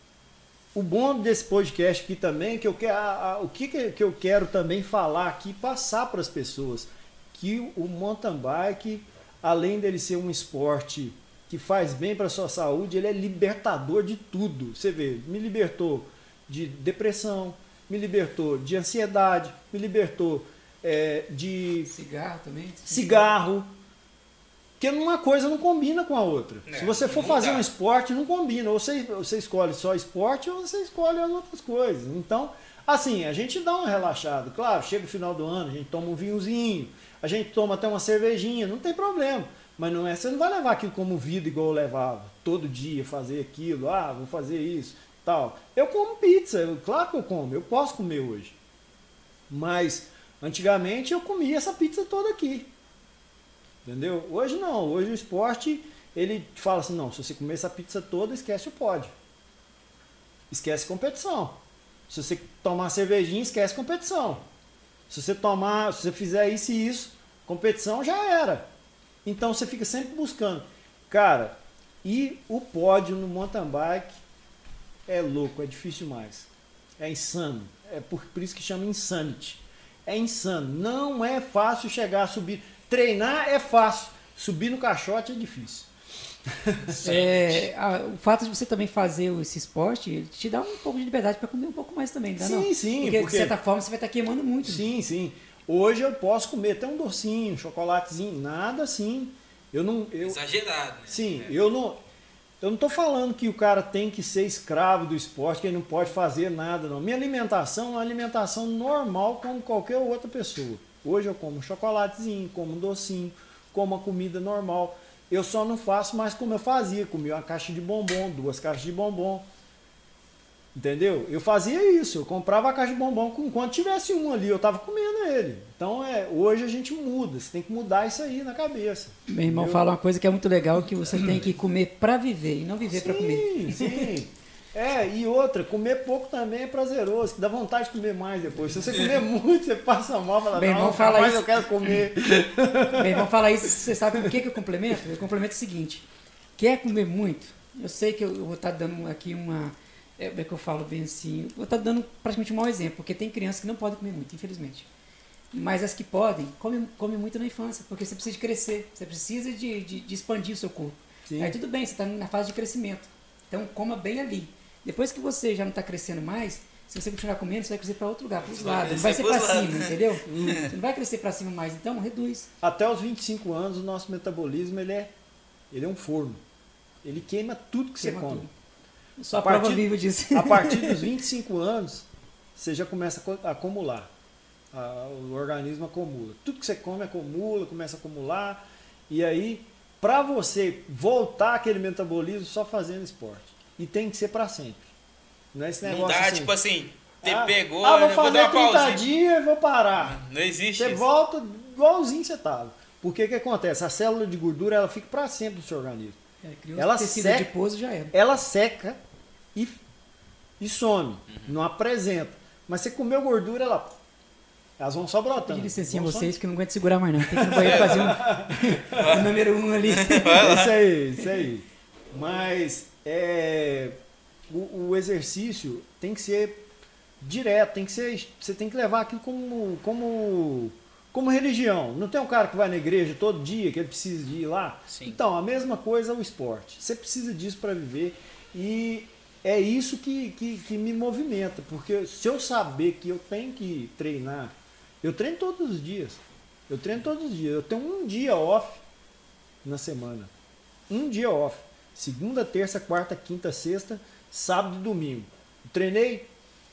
Speaker 3: o bom desse podcast aqui também, que eu quero, a- a- o que, que que eu quero também falar aqui, passar para as pessoas, que o mountain bike, além dele ser um esporte que faz bem para a sua saúde, ele é libertador de tudo. Você vê, me libertou de depressão, me libertou de ansiedade, me libertou é, de
Speaker 2: Cigarro também?
Speaker 3: cigarro, porque uma coisa não combina com a outra.
Speaker 1: É,
Speaker 3: Se você for
Speaker 1: não
Speaker 3: fazer
Speaker 1: dá.
Speaker 3: um esporte, não combina. Ou você, você escolhe só esporte ou você escolhe as outras coisas. Então, assim, a gente dá uma relaxada. Claro, chega o final do ano, a gente toma um vinhozinho, a gente toma até uma cervejinha, não tem problema. Mas não é, você não vai levar aquilo como vida igual eu levava. Todo dia fazer aquilo, ah, vou fazer isso, tal. Eu como pizza, eu, claro que eu como, eu posso comer hoje. Mas, antigamente eu comia essa pizza toda aqui. Entendeu? Hoje não, hoje o esporte, ele fala assim, não, se você comer essa pizza toda, esquece o pódio. Esquece competição. Se você tomar cervejinha, esquece competição. Se você tomar, se você fizer isso e isso, competição já era. Então você fica sempre buscando. Cara, e o pódio no mountain bike é louco, é difícil demais. É insano. É por, por isso que chama insanity. É insano. Não é fácil chegar a subir. Treinar é fácil. Subir no caixote é difícil.
Speaker 2: É, a- o fato de você também fazer esse esporte, ele te dá um pouco de liberdade para comer um pouco mais também, dá
Speaker 3: Sim,
Speaker 2: não?
Speaker 3: sim,
Speaker 2: Porque,
Speaker 3: porque-
Speaker 2: de certa forma você vai estar queimando muito.
Speaker 3: Sim, sim. Hoje eu posso comer até um docinho, um chocolatezinho, nada assim. Eu não. Eu,
Speaker 1: Exagerado, né?
Speaker 3: sim,
Speaker 1: É.
Speaker 3: eu não. Eu não tô falando que o cara tem que ser escravo do esporte, que ele não pode fazer nada, não. Minha alimentação é uma alimentação normal como qualquer outra pessoa. Hoje eu como um chocolatezinho, como um docinho, como uma comida normal. Eu só não faço mais como eu fazia. Comia uma caixa de bombom, duas caixas de bombom. Entendeu? Eu fazia isso. Eu comprava a caixa de bombom com quando tivesse um ali, eu tava comendo ele. Então é, hoje a gente muda. Você tem que mudar isso aí na cabeça.
Speaker 2: Meu irmão
Speaker 3: Entendeu?
Speaker 2: fala uma coisa que é muito legal, que você tem que comer para viver e não viver para comer.
Speaker 3: Sim, sim. É, e outra, comer pouco também é prazeroso, que dá vontade de comer mais depois. Se você comer muito, você passa mal, fala,
Speaker 2: Meu irmão
Speaker 3: não,
Speaker 2: fala
Speaker 3: mais
Speaker 2: isso.
Speaker 3: eu quero comer.
Speaker 2: Meu irmão fala isso, você sabe por que, que eu complemento? Eu complemento o seguinte: quer comer muito? Eu sei que eu vou estar dando aqui uma. É é que eu falo bem assim. Vou estar dando praticamente um mau exemplo, porque tem crianças que não podem comer muito, infelizmente. Mas as que podem, comem come muito na infância, porque você precisa de crescer, você precisa de, de, de expandir o seu corpo.
Speaker 3: Sim.
Speaker 2: Aí tudo bem, você está na fase de crescimento. Então coma bem ali. Depois que você já não está crescendo mais, Se você continuar comendo, você vai crescer para outro lugar, para os lados. Não
Speaker 1: vai
Speaker 2: vai ser para
Speaker 1: crescer
Speaker 2: cima, entendeu? Você não vai crescer para cima mais, então reduz.
Speaker 3: Até os vinte e cinco anos, o nosso metabolismo ele é, ele é um forno. Ele queima tudo que
Speaker 2: Queima
Speaker 3: você come.
Speaker 2: tudo. Só
Speaker 3: A
Speaker 2: a prova
Speaker 3: partir-
Speaker 2: viva disso.
Speaker 3: A partir dos vinte e cinco anos, você já começa a co- a acumular. A- o organismo acumula. Tudo que você come acumula, começa a acumular. E aí, para você voltar aquele metabolismo só fazendo esporte. E tem que ser para sempre. Não é esse
Speaker 1: Não
Speaker 3: negócio
Speaker 1: dá,
Speaker 3: assim,
Speaker 1: tipo assim, te
Speaker 3: ah,
Speaker 1: pegou,
Speaker 3: ah, vou
Speaker 1: eu vou
Speaker 3: fazer
Speaker 1: dar uma
Speaker 3: trinta
Speaker 1: pausinha.
Speaker 3: dias e vou parar.
Speaker 1: Não existe
Speaker 3: Você
Speaker 1: isso.
Speaker 3: volta igualzinho você estava. Porque o que acontece? A célula de gordura ela fica para sempre no seu organismo.
Speaker 2: É, criou
Speaker 3: Ela
Speaker 2: um tecido
Speaker 3: seca-
Speaker 2: de pouso já era.
Speaker 3: Ela seca e, e some.
Speaker 1: Uhum.
Speaker 3: Não apresenta. Mas você comeu gordura, ela, elas vão só brotando.
Speaker 2: Pedir licencinha a
Speaker 3: Vão só-
Speaker 2: vocês que eu não aguento segurar mais não. Tem que ir no banheiro fazer um, o número um ali.
Speaker 3: Isso aí, isso aí. Mas é, o, o exercício tem que ser direto, tem que ser, você tem que levar aquilo como, como, como religião. Não tem um cara que vai na igreja todo dia, que ele precisa de ir lá?
Speaker 1: Sim.
Speaker 3: Então, a mesma coisa é o esporte. Você precisa disso para viver e é isso que, que, que me movimenta. Porque se eu saber que eu tenho que treinar, eu treino todos os dias. Eu treino todos os dias. Eu tenho um dia off na semana. Um dia off. Segunda, terça, quarta, quinta, sexta, sábado e domingo. Treinei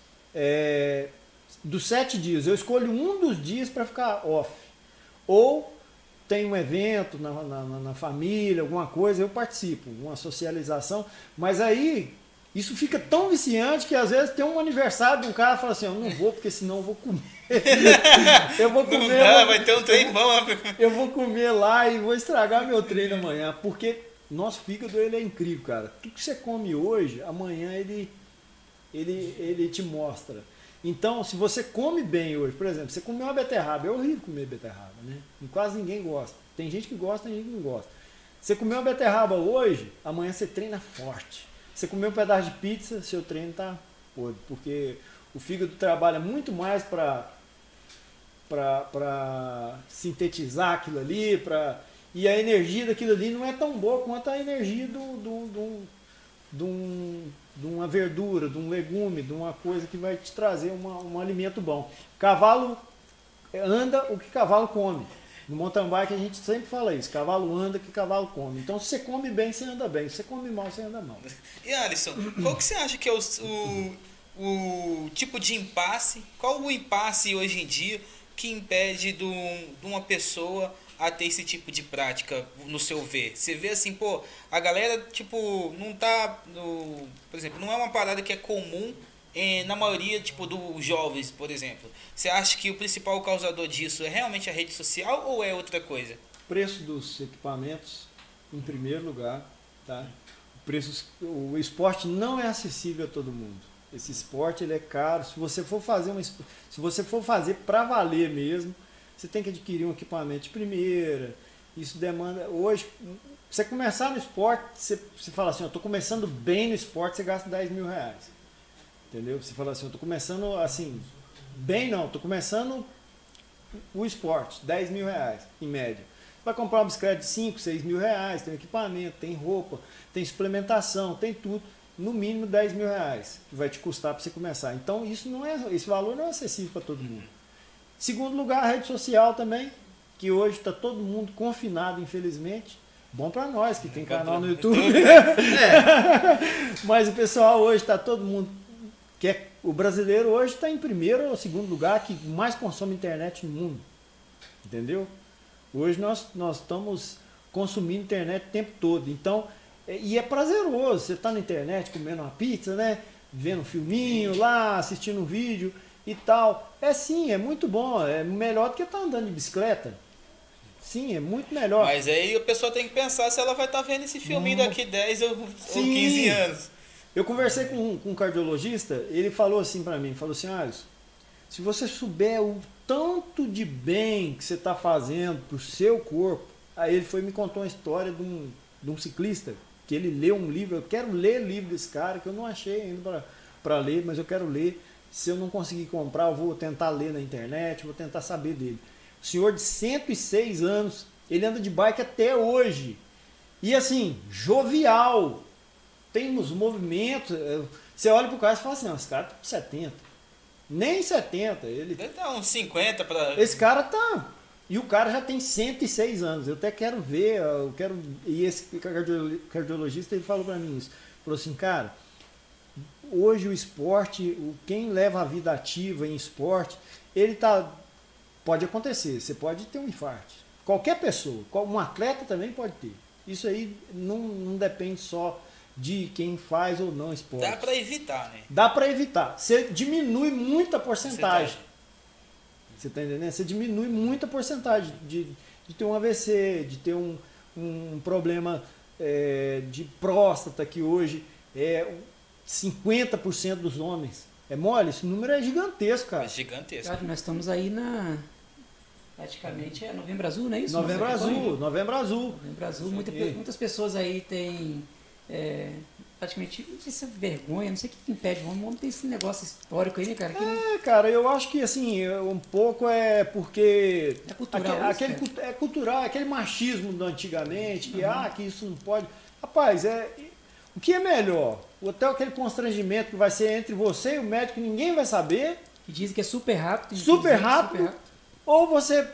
Speaker 3: é, dos sete dias. Eu escolho um dos dias para ficar off. Ou tem um evento na, na, na família, alguma coisa, eu participo. Uma socialização. Mas aí, isso fica tão viciante que às vezes tem um aniversário de um cara e fala assim, eu não vou porque senão eu vou comer. eu vou comer.
Speaker 1: Não dá,
Speaker 3: eu vou-
Speaker 1: vai ter um trem bom lá.
Speaker 3: eu vou comer lá e vou estragar meu treino amanhã, porque nosso fígado ele é incrível, cara. Tudo que você come hoje, amanhã ele, ele, ele te mostra. Então, se você come bem hoje, por exemplo, você comeu uma beterraba, é horrível comer beterraba, né? E quase ninguém gosta. Tem gente que gosta, tem gente que não gosta. Você comeu uma beterraba hoje, amanhã você treina forte. Você comeu um pedaço de pizza, seu treino tá podre, porque o fígado trabalha muito mais para para sintetizar aquilo ali, pra, e a energia daquilo ali não é tão boa quanto a energia do, do, do, do um, de uma verdura, de um legume, de uma coisa que vai te trazer uma, um alimento bom. Cavalo anda o que cavalo come. No mountain bike a gente sempre fala isso, cavalo anda o que cavalo come. Então se você come bem, você anda bem, se você come mal, você anda mal.
Speaker 1: E Alisson, qual que você acha que é o, o, o tipo de impasse? Qual o impasse hoje em dia que impede de, um, de uma pessoa a ter esse tipo de prática, no seu ver? Você vê assim, pô, a galera, tipo, não tá, no, por exemplo, não é uma parada que é comum eh, na maioria, tipo, dos jovens, por exemplo. Você acha que o principal causador disso é realmente a rede social ou é outra coisa?
Speaker 3: Preço dos equipamentos, em primeiro lugar, tá? O, preço, o esporte não é acessível a todo mundo. Esse esporte ele é caro. Se você for fazer uma, se você for fazer para valer mesmo, você tem que adquirir um equipamento de primeira. Isso demanda hoje. Você começar no esporte, você, você fala assim, eu estou começando bem no esporte, você gasta dez mil reais. Entendeu? Você fala assim, eu estou começando assim, bem não, estou começando o esporte, dez mil reais em média. Vai comprar uma bicicleta de cinco, seis mil reais, tem equipamento, tem roupa, tem suplementação, tem tudo. No mínimo dez mil reais que vai te custar para você começar. Então isso não é, esse valor não é acessível para todo mundo. Segundo lugar, a rede social também, que hoje está todo mundo confinado, infelizmente. Bom para nós que tem canal no YouTube. Mas o pessoal hoje está todo mundo que é, o brasileiro hoje está em primeiro ou segundo lugar que mais consome internet no mundo. Entendeu? Hoje nós, nós estamos consumindo internet o tempo todo. Então, e é prazeroso. Você está na internet comendo uma pizza, né? Vendo um filminho lá, assistindo um vídeo e tal. É sim, é muito bom. É melhor do que estar andando de bicicleta. Sim, é muito melhor.
Speaker 1: Mas aí a pessoa tem que pensar se ela vai estar vendo esse filminho
Speaker 3: Hum.
Speaker 1: daqui dez ou, ou
Speaker 3: Sim.
Speaker 1: quinze anos.
Speaker 3: Eu conversei com, com um cardiologista, ele falou assim para mim, falou assim, Alisson, se você souber o tanto de bem que você está fazendo pro seu corpo, aí ele foi e me contou uma história de um, de um ciclista, que ele leu um livro, eu quero ler o livro desse cara, que eu não achei ainda para ler, mas eu quero ler, se eu não conseguir comprar, eu vou tentar ler na internet, vou tentar saber dele. O senhor de cento e seis anos, ele anda de bike até hoje, e assim, jovial, tem uns movimentos, você olha pro cara e fala assim, não, esse cara tá com setenta. Nem setenta. Ele...
Speaker 1: Deve dar uns cinquenta para...
Speaker 3: Esse cara tá... E o cara já tem cento e seis anos. Eu até quero ver, eu quero... E esse cardiologista, ele falou pra mim isso. Falou assim, cara, hoje o esporte, quem leva a vida ativa em esporte, ele tá... Pode acontecer, você pode ter um infarto. Qualquer pessoa, um atleta também pode ter. Isso aí não, não depende só de quem faz ou não esporte.
Speaker 1: Dá para evitar, né?
Speaker 3: Dá para evitar. Você diminui muita porcentagem. Você tá entendendo? Você diminui muita porcentagem de, de ter um A V C, de ter um, um problema é, de próstata, que hoje é cinquenta por cento dos homens. É mole? Esse número é gigantesco, cara.
Speaker 1: É gigantesco.
Speaker 2: Cara, nós estamos aí na... Praticamente é Novembro Azul, não é isso?
Speaker 3: Novembro Azul, Novembro Azul.
Speaker 2: Novembro Azul. Muita, muitas pessoas aí têm é, praticamente, não sei se é vergonha, não sei o que impede. O homem tem esse negócio histórico aí, né, cara? Que
Speaker 3: é,
Speaker 2: não...
Speaker 3: cara, eu acho que assim, um pouco é porque...
Speaker 2: É cultural.
Speaker 3: Aquele,
Speaker 2: isso,
Speaker 3: aquele, é cultural, aquele machismo do antigamente, que,
Speaker 2: uhum.
Speaker 3: ah, que isso não pode... Rapaz, é... O que é melhor? Até aquele constrangimento que vai ser entre você e o médico, ninguém vai saber.
Speaker 2: Que dizem que é super rápido.
Speaker 3: Super rápido.
Speaker 2: super rápido.
Speaker 3: Ou você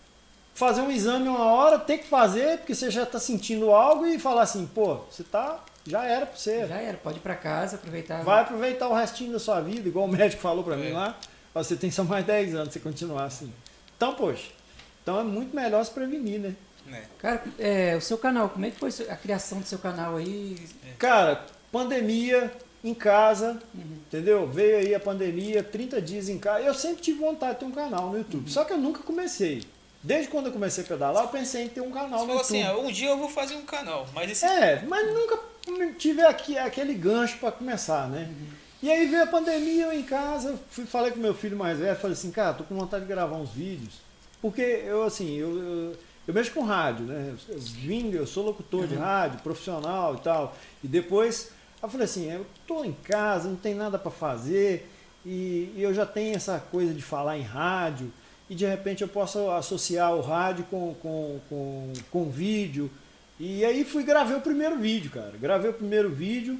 Speaker 3: fazer um exame uma hora, ter que fazer, porque você já está sentindo algo e falar assim, pô, você tá, já era para você.
Speaker 2: Já era, pode ir para casa, aproveitar.
Speaker 3: Vai aproveitar o restinho da sua vida, igual o médico falou para
Speaker 1: é.
Speaker 3: mim lá. Você tem só mais dez anos se continuar assim. Então, poxa, então é muito melhor se prevenir, né?
Speaker 1: É.
Speaker 2: Cara, é, o seu canal, como é que foi a criação do seu canal aí?
Speaker 3: Cara, pandemia em casa,
Speaker 2: Uhum.
Speaker 3: entendeu? Veio aí a pandemia, trinta dias em casa. Eu sempre tive vontade de ter um canal no YouTube, uhum. só que eu nunca comecei. Desde quando eu comecei a pedalar, eu pensei em ter um canal
Speaker 1: Você
Speaker 3: no
Speaker 1: falou
Speaker 3: YouTube.
Speaker 1: assim, ah, um dia eu vou fazer um canal, mas esse...
Speaker 3: É, mas nunca tive aqui, aquele gancho para começar, né? Uhum. E aí veio a pandemia, eu em casa, fui, falei com meu filho mais velho, falei assim, cara, tô com vontade de gravar uns vídeos, porque eu, assim, eu... eu Eu mexo com rádio, né? Eu vim, eu sou locutor uhum. de rádio, profissional e tal. E depois, eu falei assim, eu tô em casa, não tem nada para fazer, e, e eu já tenho essa coisa de falar em rádio, e de repente eu posso associar o rádio com, com, com, com vídeo. E aí fui gravei o primeiro vídeo, cara. Gravei o primeiro vídeo,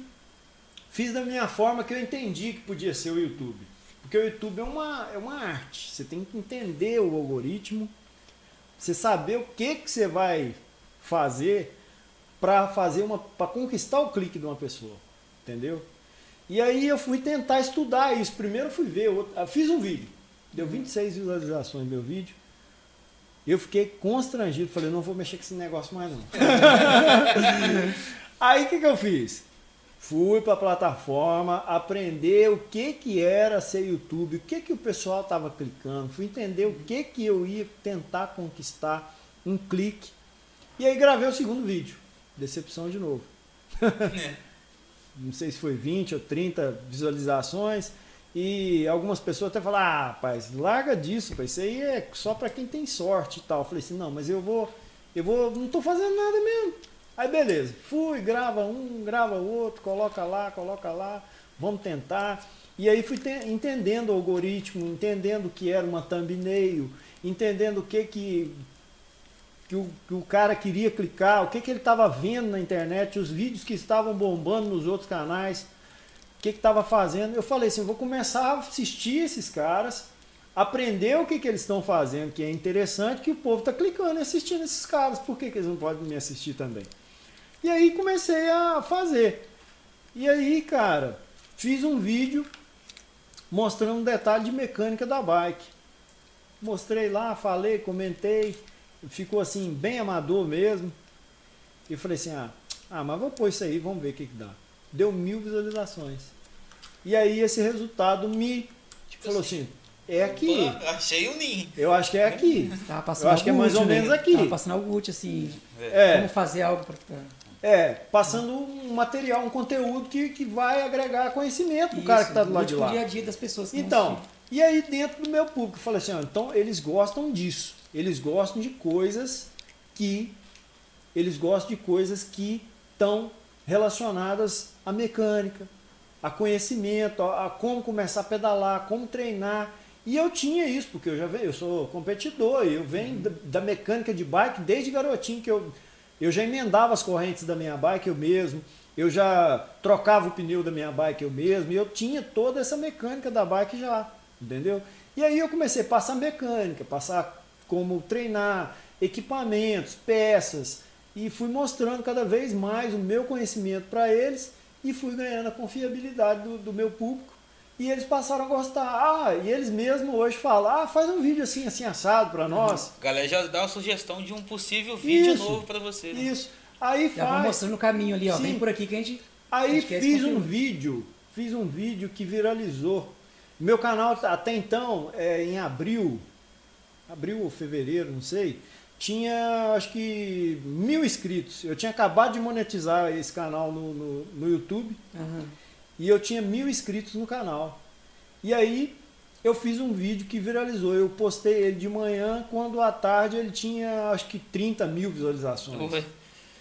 Speaker 3: fiz da minha forma que eu entendi que podia ser o YouTube. Porque o YouTube é uma, é uma arte, você tem que entender o algoritmo, você saber o que, que você vai fazer para fazer uma para conquistar o clique de uma pessoa, entendeu? E aí eu fui tentar estudar isso. Primeiro eu fui ver, eu fiz um vídeo, deu vinte e seis visualizações no meu vídeo. Eu fiquei constrangido, falei, não vou mexer com esse negócio mais não. Aí o que, que eu fiz? Fui para a plataforma, aprender o que, que era ser YouTube, o que, que o pessoal estava clicando, fui entender o que, que eu ia tentar conquistar, um clique. E aí gravei o segundo vídeo, decepção de novo. É. Não sei se foi vinte ou trinta visualizações, e algumas pessoas até falaram, ah, rapaz, larga disso, pá, isso aí é só para quem tem sorte e tal. Eu falei assim, não, mas eu vou, eu vou, não estou fazendo nada mesmo. Aí beleza, fui, grava um, grava outro, coloca lá, coloca lá, vamos tentar. E aí fui te, entendendo o algoritmo, entendendo o que era uma thumbnail, entendendo o que, que, que, o, que o cara queria clicar, o que, que ele estava vendo na internet, os vídeos que estavam bombando nos outros canais, o que estava fazendo. Eu falei assim, vou começar a assistir esses caras, aprender o que, que eles estão fazendo, que é interessante, que o povo está clicando e assistindo esses caras, por que, que eles não podem me assistir também? E aí comecei a fazer. E aí, cara, fiz um vídeo mostrando um detalhe de mecânica da bike. Mostrei lá, falei, comentei, ficou assim, bem amador mesmo. E falei assim, ah, ah, mas vou pôr isso aí, vamos ver o que, que dá. Deu mil visualizações. E aí esse resultado me tipo, falou assim, é aqui.
Speaker 1: Pô, achei o ninho.
Speaker 3: Eu acho que é aqui.
Speaker 2: Tava passando
Speaker 3: Eu acho que é mais ou
Speaker 2: útil,
Speaker 3: menos
Speaker 2: né?
Speaker 3: aqui.
Speaker 2: Tava passando algo útil, assim.
Speaker 3: É.
Speaker 2: Como fazer algo para...
Speaker 3: É, passando um material, um conteúdo que, que vai agregar conhecimento pro cara que está do lado de lá.
Speaker 2: O dia a dia das pessoas que
Speaker 3: Então, e aí dentro do meu público, eu falei assim, ó, então eles gostam disso. Eles gostam de coisas que eles gostam de coisas que estão relacionadas à mecânica, a conhecimento, a, a como começar a pedalar, como treinar. E eu tinha isso, porque eu já venho, eu sou competidor, eu venho uhum. da, da mecânica de bike desde garotinho, que eu, eu já emendava as correntes da minha bike eu mesmo, eu já trocava o pneu da minha bike eu mesmo, e eu tinha toda essa mecânica da bike já. entendeu? E aí eu comecei a passar mecânica, passar como treinar, equipamentos, peças, e fui mostrando cada vez mais o meu conhecimento para eles e fui ganhando a confiabilidade do, do meu público. E eles passaram a gostar. Ah, e eles mesmos hoje falam, ah, faz um vídeo assim, assim, assado para nós.
Speaker 1: A galera já dá uma sugestão de um possível vídeo
Speaker 3: Isso,
Speaker 1: novo para você. Né?
Speaker 3: Isso. Aí
Speaker 2: já
Speaker 3: faz...
Speaker 2: vou mostrando o caminho ali, ó.
Speaker 3: Sim.
Speaker 2: Vem por aqui que a gente...
Speaker 3: Aí
Speaker 2: a gente quer esse
Speaker 3: fiz um
Speaker 2: conteúdo.
Speaker 3: vídeo, fiz um vídeo que viralizou. Meu canal até então, é, em abril, abril ou fevereiro, não sei, tinha acho que mil inscritos. Eu tinha acabado de monetizar esse canal no, no, no YouTube.
Speaker 2: Uhum.
Speaker 3: E eu tinha mil inscritos no canal. E aí eu fiz um vídeo que viralizou. Eu postei ele de manhã, quando à tarde ele tinha acho que trinta mil visualizações.
Speaker 1: Ué.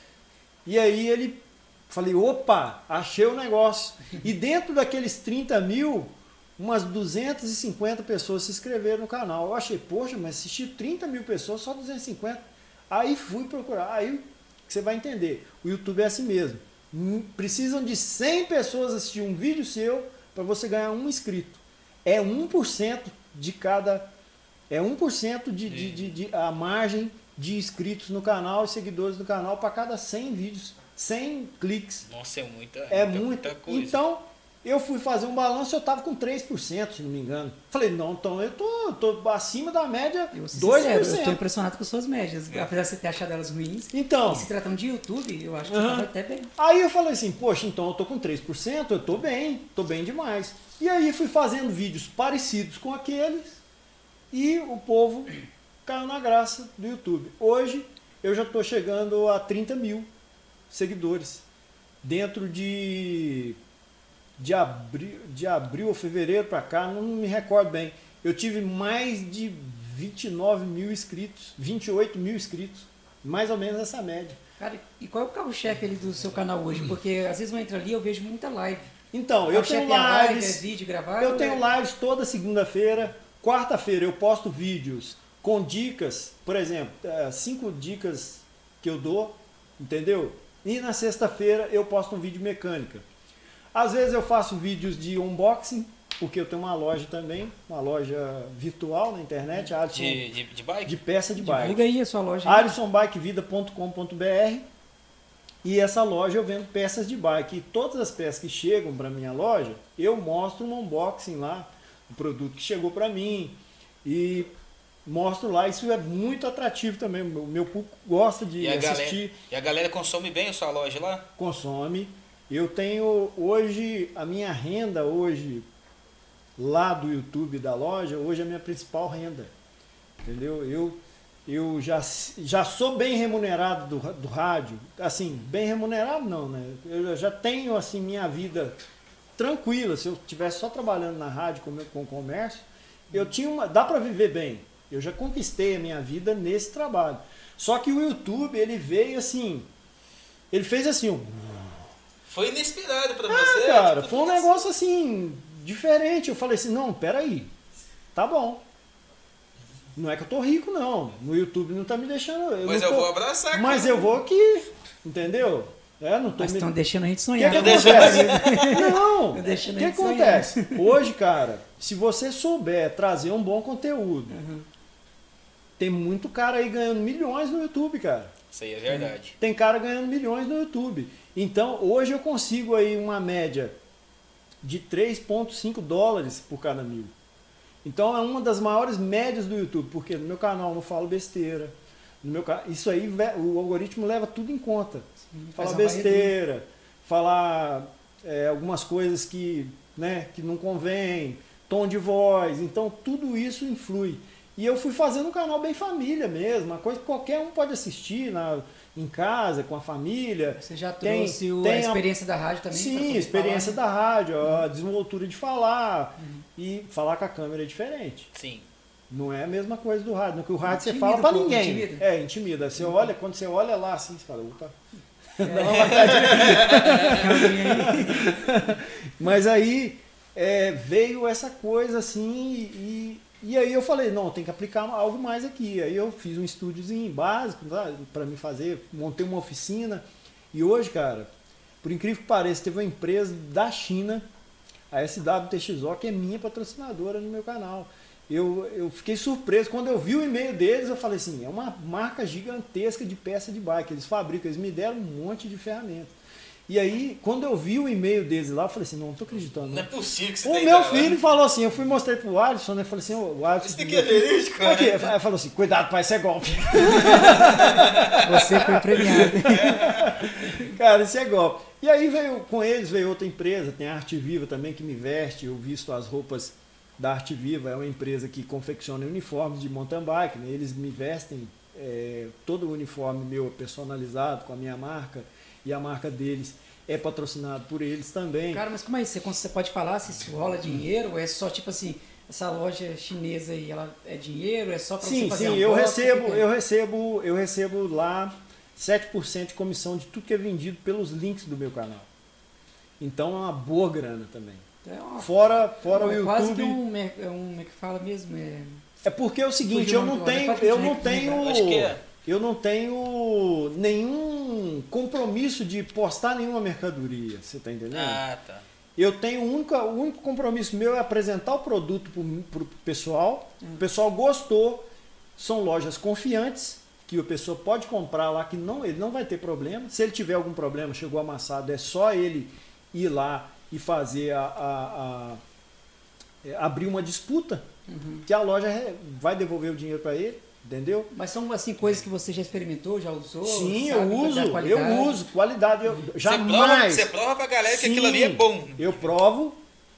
Speaker 3: E aí ele, falei, opa, achei o negócio. E dentro daqueles trinta mil, umas duzentas e cinquenta pessoas se inscreveram no canal. Eu achei, poxa, mas assistiu trinta mil pessoas, só duzentas e cinquenta. Aí fui procurar. Aí você vai entender. O YouTube é assim mesmo. Precisam de cem pessoas assistir um vídeo seu para você ganhar um inscrito. É um por cento de cada... É um por cento de, de, de, de a margem de inscritos no canal e seguidores no canal para cada cem vídeos, cem cliques.
Speaker 1: Nossa, é muita,
Speaker 3: É
Speaker 1: muita,
Speaker 3: muita,
Speaker 1: muita coisa.
Speaker 3: Então, eu fui fazer um balanço, eu estava com três por cento, se não me engano. Falei, não, então eu tô, tô acima da média
Speaker 2: Eu, vou ser
Speaker 3: dois
Speaker 2: sincero,
Speaker 3: por
Speaker 2: eu
Speaker 3: cento.
Speaker 2: tô impressionado com suas médias. Apesar de você ter achado elas ruins.
Speaker 3: Então,
Speaker 2: E se tratando de YouTube, eu acho que
Speaker 3: Uhum.
Speaker 2: você tava até bem.
Speaker 3: aí eu falei assim, poxa, então eu tô com três por cento, eu tô bem, tô bem demais. E aí fui fazendo vídeos parecidos com aqueles e o povo caiu na graça do YouTube. Hoje eu já tô chegando a trinta mil seguidores. Dentro de, de, abril, de abril ou fevereiro para cá, não me recordo bem. Eu tive mais de vinte e nove mil inscritos, vinte e oito mil inscritos. Mais ou menos essa média.
Speaker 2: Cara, e qual é o carro-chefe ali do seu canal hoje? Porque às vezes eu entro ali e eu vejo muita live.
Speaker 3: Então, eu tenho
Speaker 2: Carro-chefe é live,
Speaker 3: lives,
Speaker 2: é vídeo gravado?
Speaker 3: eu tenho
Speaker 2: é...
Speaker 3: lives toda segunda-feira. Quarta-feira eu posto vídeos com dicas, por exemplo, é, cinco dicas que eu dou, entendeu? E na sexta-feira eu posto um vídeo mecânica. Às vezes eu faço vídeos de unboxing, porque eu tenho uma loja também, uma loja virtual na internet, Alisson,
Speaker 1: De, de, de bike?
Speaker 3: de peça de bike.
Speaker 2: Divulga aí a sua loja. aí.
Speaker 3: alisson bike vida ponto com ponto br. E essa loja eu vendo peças de bike. E todas as peças que chegam para minha loja, eu mostro um unboxing lá, o produto que chegou para mim. E mostro lá, isso é muito atrativo também. O meu público gosta de
Speaker 1: E a, galera,
Speaker 3: assistir,
Speaker 1: e a galera consome bem a sua loja lá?
Speaker 3: consome. Eu tenho hoje, a minha renda hoje, lá do YouTube da loja, hoje é a minha principal renda. Entendeu? Eu, eu já, já sou bem remunerado do, do rádio. Assim, bem remunerado não, né? Eu já tenho assim minha vida tranquila. Se eu estivesse só trabalhando na rádio com, com comércio, eu tinha uma, dá para viver bem. Eu já conquistei a minha vida nesse trabalho. Só que o YouTube, ele veio assim, ele fez assim, um,
Speaker 1: Foi inesperado pra
Speaker 3: ah,
Speaker 1: você?
Speaker 3: cara,
Speaker 1: Tipo,
Speaker 3: foi um
Speaker 1: assim.
Speaker 3: negócio assim, diferente. Eu falei assim, não, peraí, tá bom. Não é que eu tô rico, não. No YouTube não tá me deixando. Eu
Speaker 1: Mas
Speaker 3: não
Speaker 1: eu
Speaker 3: tô-
Speaker 1: vou abraçar.
Speaker 3: Mas
Speaker 1: cara.
Speaker 3: eu vou aqui, entendeu? É, não tô
Speaker 2: Mas
Speaker 3: me...
Speaker 2: estão deixando a gente
Speaker 3: O que,
Speaker 2: sonhar.
Speaker 3: que
Speaker 2: né?
Speaker 3: acontece? Não,
Speaker 2: Tô
Speaker 3: o
Speaker 2: deixando
Speaker 3: que
Speaker 2: a gente sonhar.
Speaker 3: acontece? Hoje, cara, se você souber trazer um bom conteúdo,
Speaker 2: Uhum.
Speaker 3: tem muito cara aí ganhando milhões no YouTube, cara.
Speaker 1: Isso aí é verdade.
Speaker 3: Tem cara ganhando milhões no YouTube. Então, hoje eu consigo aí uma média de três vírgula cinco dólares por cada mil. Então, é uma das maiores médias do YouTube, porque no meu canal eu não falo besteira. No meu, ca- isso aí, ve- o algoritmo leva tudo em conta.
Speaker 2: Faz
Speaker 3: Falar
Speaker 2: uma
Speaker 3: besteira, falar é, algumas coisas que, né, que não convém, tom de voz. Então, tudo isso influi. E eu fui fazendo um canal bem família mesmo, uma coisa que qualquer um pode assistir na, em casa, com a família.
Speaker 2: Você já
Speaker 3: Tem-
Speaker 2: trouxe o-
Speaker 3: tem
Speaker 2: a
Speaker 3: a-
Speaker 2: experiência da rádio também? pra
Speaker 3: Sim,
Speaker 2: poder
Speaker 3: a experiência
Speaker 2: falar, né?
Speaker 3: da rádio, a desenvoltura de falar. E falar com a câmera é diferente.
Speaker 1: Sim.
Speaker 3: Não é a mesma coisa do rádio. No que o rádio você
Speaker 2: Intimida
Speaker 3: fala pra
Speaker 2: um pouco,
Speaker 3: ninguém.
Speaker 2: intimida.
Speaker 3: É, intimida. Você olha, quando você olha lá assim, você fala, opa. Mas aí é, veio essa coisa assim e, e aí eu falei, não, tem que aplicar algo mais aqui. Aí eu fiz um estúdiozinho básico para me fazer, montei uma oficina. E hoje, cara, por incrível que pareça, teve uma empresa da China A S W T X O, que é minha patrocinadora no meu canal. Eu, eu fiquei surpreso. Quando eu vi o e-mail deles, eu falei assim, é uma marca gigantesca de peça de bike. Eles fabricam, eles me deram um monte de ferramentas. E aí, quando eu vi o e-mail deles lá, eu falei assim, não, não tô acreditando. Não,
Speaker 1: não é possível que você
Speaker 3: O
Speaker 1: tem
Speaker 3: meu
Speaker 1: ideia,
Speaker 3: filho
Speaker 1: né?
Speaker 3: falou assim, eu fui mostrar pro Alisson, né? Eu falei assim, o Alisson...
Speaker 1: Isso aqui é verídico,
Speaker 3: Por quê?
Speaker 1: né?
Speaker 3: Ele falou assim, cuidado, pai, isso é golpe.
Speaker 2: Você foi premiado.
Speaker 3: Cara, isso é golpe. E aí veio, com eles veio outra empresa, tem a Arte Viva também, que me veste, eu visto as roupas da Arte Viva, é uma empresa que confecciona uniformes de mountain bike, né? Eles me vestem é, todo o uniforme meu personalizado com a minha marca, e a marca deles é patrocinado por eles também.
Speaker 2: Cara, mas como é isso? Você, você pode falar se isso rola dinheiro ou é só tipo assim, essa loja chinesa aí, ela é dinheiro, é só para você
Speaker 3: Sim,
Speaker 2: fazer
Speaker 3: sim,
Speaker 2: um
Speaker 3: eu
Speaker 2: box,
Speaker 3: recebo,
Speaker 2: o que que é?
Speaker 3: eu recebo, eu recebo lá sete por cento de comissão de tudo que é vendido pelos links do meu canal. Então é uma boa grana também.
Speaker 2: Então é uma-
Speaker 3: Fora, fora
Speaker 2: é
Speaker 3: o YouTube.
Speaker 2: quase que um, mer- é um, como é que fala mesmo? É,
Speaker 3: É porque é o seguinte,
Speaker 2: Fugiu
Speaker 3: eu
Speaker 2: o
Speaker 3: não
Speaker 2: nome do
Speaker 3: tenho,
Speaker 2: lado,
Speaker 3: eu
Speaker 2: pode
Speaker 3: não
Speaker 2: continuar,
Speaker 3: tenho,
Speaker 1: acho que é.
Speaker 3: eu não tenho nenhum compromisso de postar nenhuma mercadoria, você tá entendendo?
Speaker 1: Ah, tá.
Speaker 3: Eu tenho um único, o único compromisso meu é apresentar o produto para o pessoal. O pessoal gostou, são lojas confiantes, que a pessoa pode comprar lá, que não, ele não vai ter problema. Se ele tiver algum problema, chegou amassado, é só ele ir lá e fazer a, a- a- é, abrir uma disputa,
Speaker 2: Uhum.
Speaker 3: que a loja re- vai devolver o dinheiro para ele, entendeu?
Speaker 2: Mas são assim coisas que você já experimentou, já usou?
Speaker 3: Sim,
Speaker 2: sabe,
Speaker 3: eu
Speaker 2: da
Speaker 3: uso,
Speaker 2: qualidade?
Speaker 3: eu uso, qualidade, eu
Speaker 1: Você prova,
Speaker 3: jamais.
Speaker 1: você prova pra galera que
Speaker 3: Sim,
Speaker 1: aquilo ali é bom.
Speaker 3: Eu provo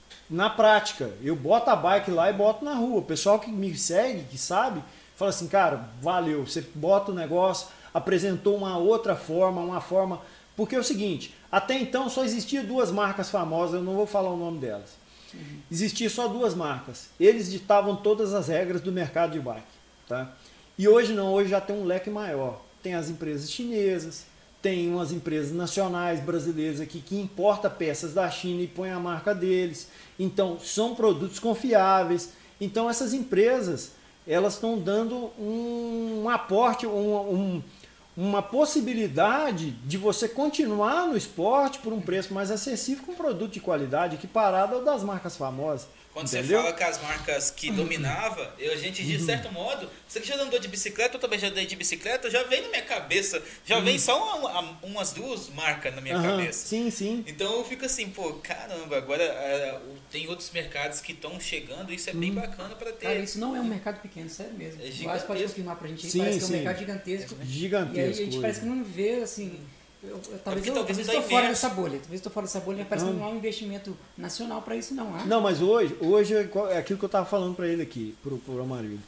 Speaker 3: na prática. Eu boto a bike lá e boto na rua. O pessoal que me segue, que sabe, fala assim, cara, valeu. Você bota o negócio, apresentou uma outra forma, uma forma... Porque é o seguinte, até então só existia duas marcas famosas, eu não vou falar o nome delas. Existia só duas marcas. Eles ditavam todas as regras do mercado de bike. Tá? E hoje não, hoje já tem um leque maior. Tem as empresas chinesas, tem umas empresas nacionais brasileiras aqui que importam peças da China e põem a marca deles. Então, são produtos confiáveis. Então, essas empresas, elas estão dando um, um aporte, um, um, uma possibilidade de você continuar no esporte por um preço mais acessível com um produto de qualidade equiparado ao das marcas famosas.
Speaker 1: Quando
Speaker 3: Entendeu?
Speaker 1: você fala com as marcas que dominava, eu, a gente, de certo modo, você que já andou de bicicleta, eu também já andei de bicicleta, já vem na minha cabeça, já vem só uma, uma- umas duas marcas na minha
Speaker 3: Aham,
Speaker 1: cabeça.
Speaker 3: sim, sim.
Speaker 1: Então eu fico assim, pô, caramba, agora é, tem outros mercados que estão chegando, isso é bem bacana para ter.
Speaker 2: Cara, isso não é um mercado pequeno, sério mesmo.
Speaker 1: É
Speaker 2: O Alex
Speaker 1: gigantesco.
Speaker 2: pode confirmar pra gente aí,
Speaker 3: Sim,
Speaker 2: parece que é um
Speaker 3: sim.
Speaker 2: mercado gigantesco. E aí a
Speaker 3: Gigantesco.
Speaker 2: gente
Speaker 3: hoje.
Speaker 2: parece que não vê, assim... Eu, eu- talvez
Speaker 1: porque
Speaker 2: eu
Speaker 1: talvez
Speaker 2: talvez
Speaker 1: não
Speaker 2: estou
Speaker 1: tá
Speaker 2: fora
Speaker 1: imerso.
Speaker 2: dessa bolha. Talvez estou fora dessa bolha, mas parece que não há um investimento nacional para isso, não há.
Speaker 3: Não, mas hoje, hoje é aquilo que eu estava falando para ele aqui, pro, pro Amarildo.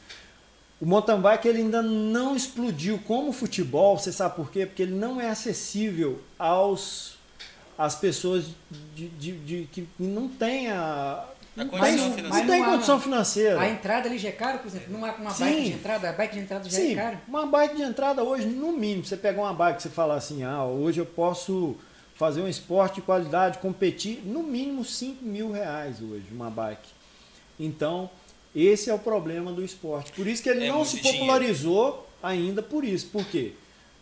Speaker 3: O mountain bike ele ainda não explodiu como o futebol, você sabe por quê? Porque ele não é acessível aos às pessoas de, de, de- que não têm a,
Speaker 1: A
Speaker 3: não
Speaker 1: condição
Speaker 3: tem,
Speaker 1: financeira.
Speaker 3: não tem
Speaker 2: Mas não há,
Speaker 3: condição
Speaker 2: não.
Speaker 3: financeira.
Speaker 2: A entrada ali já é caro, por exemplo, não há uma
Speaker 3: Sim.
Speaker 2: bike de entrada, a bike de entrada já
Speaker 3: Sim,
Speaker 2: é cara.
Speaker 3: uma bike de entrada hoje, no mínimo, você pegar uma bike e você falar assim, ah, hoje eu posso fazer um esporte de qualidade, competir, no mínimo cinco mil reais hoje, uma bike. Então, esse é o problema do esporte. Por isso que ele
Speaker 1: É
Speaker 3: não
Speaker 1: muito
Speaker 3: se
Speaker 1: dinheiro.
Speaker 3: popularizou ainda por isso. Por quê?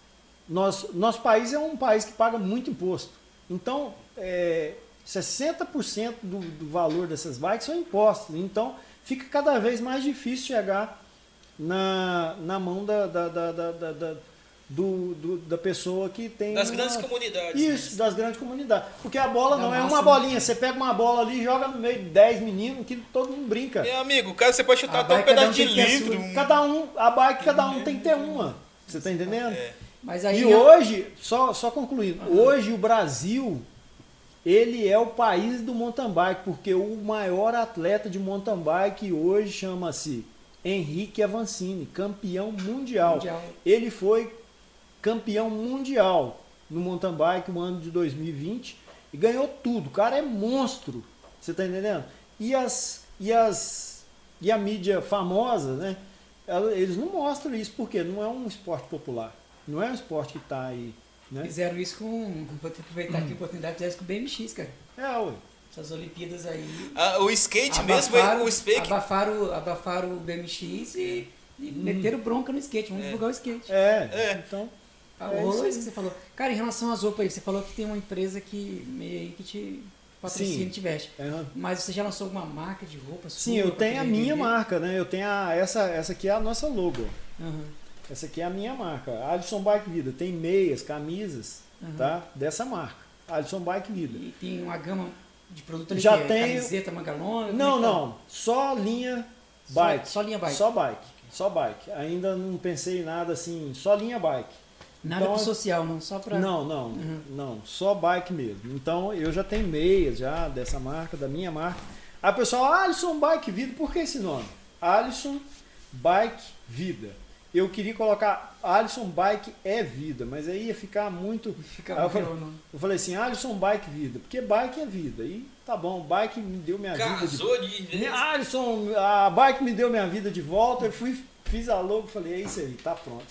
Speaker 3: Nós, nosso país é um país que paga muito imposto. Então, é, sessenta por cento do, do valor dessas bikes são impostos. Então, fica cada vez mais difícil chegar na, na mão da, da, da, da, da, da- do, do- da pessoa que tem...
Speaker 1: Das
Speaker 3: uma-
Speaker 1: grandes comunidades.
Speaker 3: Isso,
Speaker 1: né?
Speaker 3: das grandes comunidades. Porque a bola
Speaker 2: Da
Speaker 3: não é
Speaker 2: massa,
Speaker 3: uma
Speaker 2: né?
Speaker 3: bolinha. Você pega uma bola ali e joga no meio de dez meninos que todo mundo brinca.
Speaker 1: Meu amigo, cara, você pode chutar
Speaker 2: A
Speaker 1: até um
Speaker 2: bike, cada
Speaker 1: pedaço
Speaker 2: um
Speaker 1: de
Speaker 2: tem que ter a
Speaker 1: litro.
Speaker 2: sua.
Speaker 1: um-
Speaker 3: Cada um, a bike, cada um tem que ter uma. Você tá entendendo?
Speaker 1: É.
Speaker 2: Mas aí
Speaker 3: E
Speaker 2: é-
Speaker 3: hoje, só, só concluindo, hoje o Brasil, ele é o país do mountain bike, porque o maior atleta de mountain bike hoje chama-se Henrique Avancini, campeão mundial.
Speaker 2: Mundial.
Speaker 3: Ele foi campeão mundial no mountain bike no ano de dois mil e vinte e ganhou tudo. O cara é monstro, você tá entendendo? E as e as e a mídia famosa, né? ela- Eles não mostram isso porque não é um esporte popular, não é um esporte que tá aí, né?
Speaker 2: Fizeram isso com. Vou ter que aproveitar aqui a oportunidade, fizeram isso com o B M X, cara.
Speaker 3: É, ué.
Speaker 2: Essas Olimpíadas aí.
Speaker 1: Ah, o skate mesmo,
Speaker 2: Abafaram,
Speaker 1: o skate.
Speaker 2: abafaram, abafaram o B M X e, e meteram bronca no skate. Vamos divulgar o skate.
Speaker 3: É,
Speaker 1: É.
Speaker 3: então.
Speaker 2: Ah,
Speaker 3: é
Speaker 2: rolou
Speaker 3: isso
Speaker 2: isso que você falou. Cara, em relação às roupas aí, você falou que tem uma empresa que meio aí que te patrocínio te veste.
Speaker 3: Uhum.
Speaker 2: Mas você já lançou alguma marca de roupa sua?
Speaker 3: Sim, eu tenho a minha
Speaker 2: vender?
Speaker 3: marca, né? Eu tenho a, essa, essa aqui é a nossa logo.
Speaker 2: Uhum.
Speaker 3: Essa aqui é a minha marca. Alisson Bike Vida. Tem meias, camisas,
Speaker 2: Uhum.
Speaker 3: tá? Dessa marca. Alisson Bike Vida.
Speaker 2: E tem uma gama de produto ali
Speaker 3: Já
Speaker 2: que é
Speaker 3: tenho-
Speaker 2: camiseta, manga longa?
Speaker 3: Não,
Speaker 2: como é que
Speaker 3: não. Só linha
Speaker 2: Só-
Speaker 3: bike.
Speaker 2: só linha bike.
Speaker 3: Só bike. Só bike. Ainda não pensei em nada assim. Só linha bike.
Speaker 2: tá? Nada
Speaker 3: Então,
Speaker 2: pro social, não, só pra...
Speaker 3: Não, não,
Speaker 2: Uhum.
Speaker 3: não, só bike mesmo. Então eu já tenho meias já dessa marca, da minha marca. Aí o pessoal, Alisson Bike Vida, por que esse nome? Alisson Bike Vida. Eu queria colocar Alisson Bike é Vida, mas aí ia ficar muito.
Speaker 2: Fica
Speaker 3: Aí eu, falei,
Speaker 2: muito, não.
Speaker 3: eu falei assim, Alisson Bike Vida, porque bike é vida. E tá bom, bike me deu minha vida de
Speaker 1: Casou de vez.
Speaker 3: minha- Alisson, a bike me deu minha vida de volta. Eu fui, fiz a logo, falei, é isso aí, tá pronto.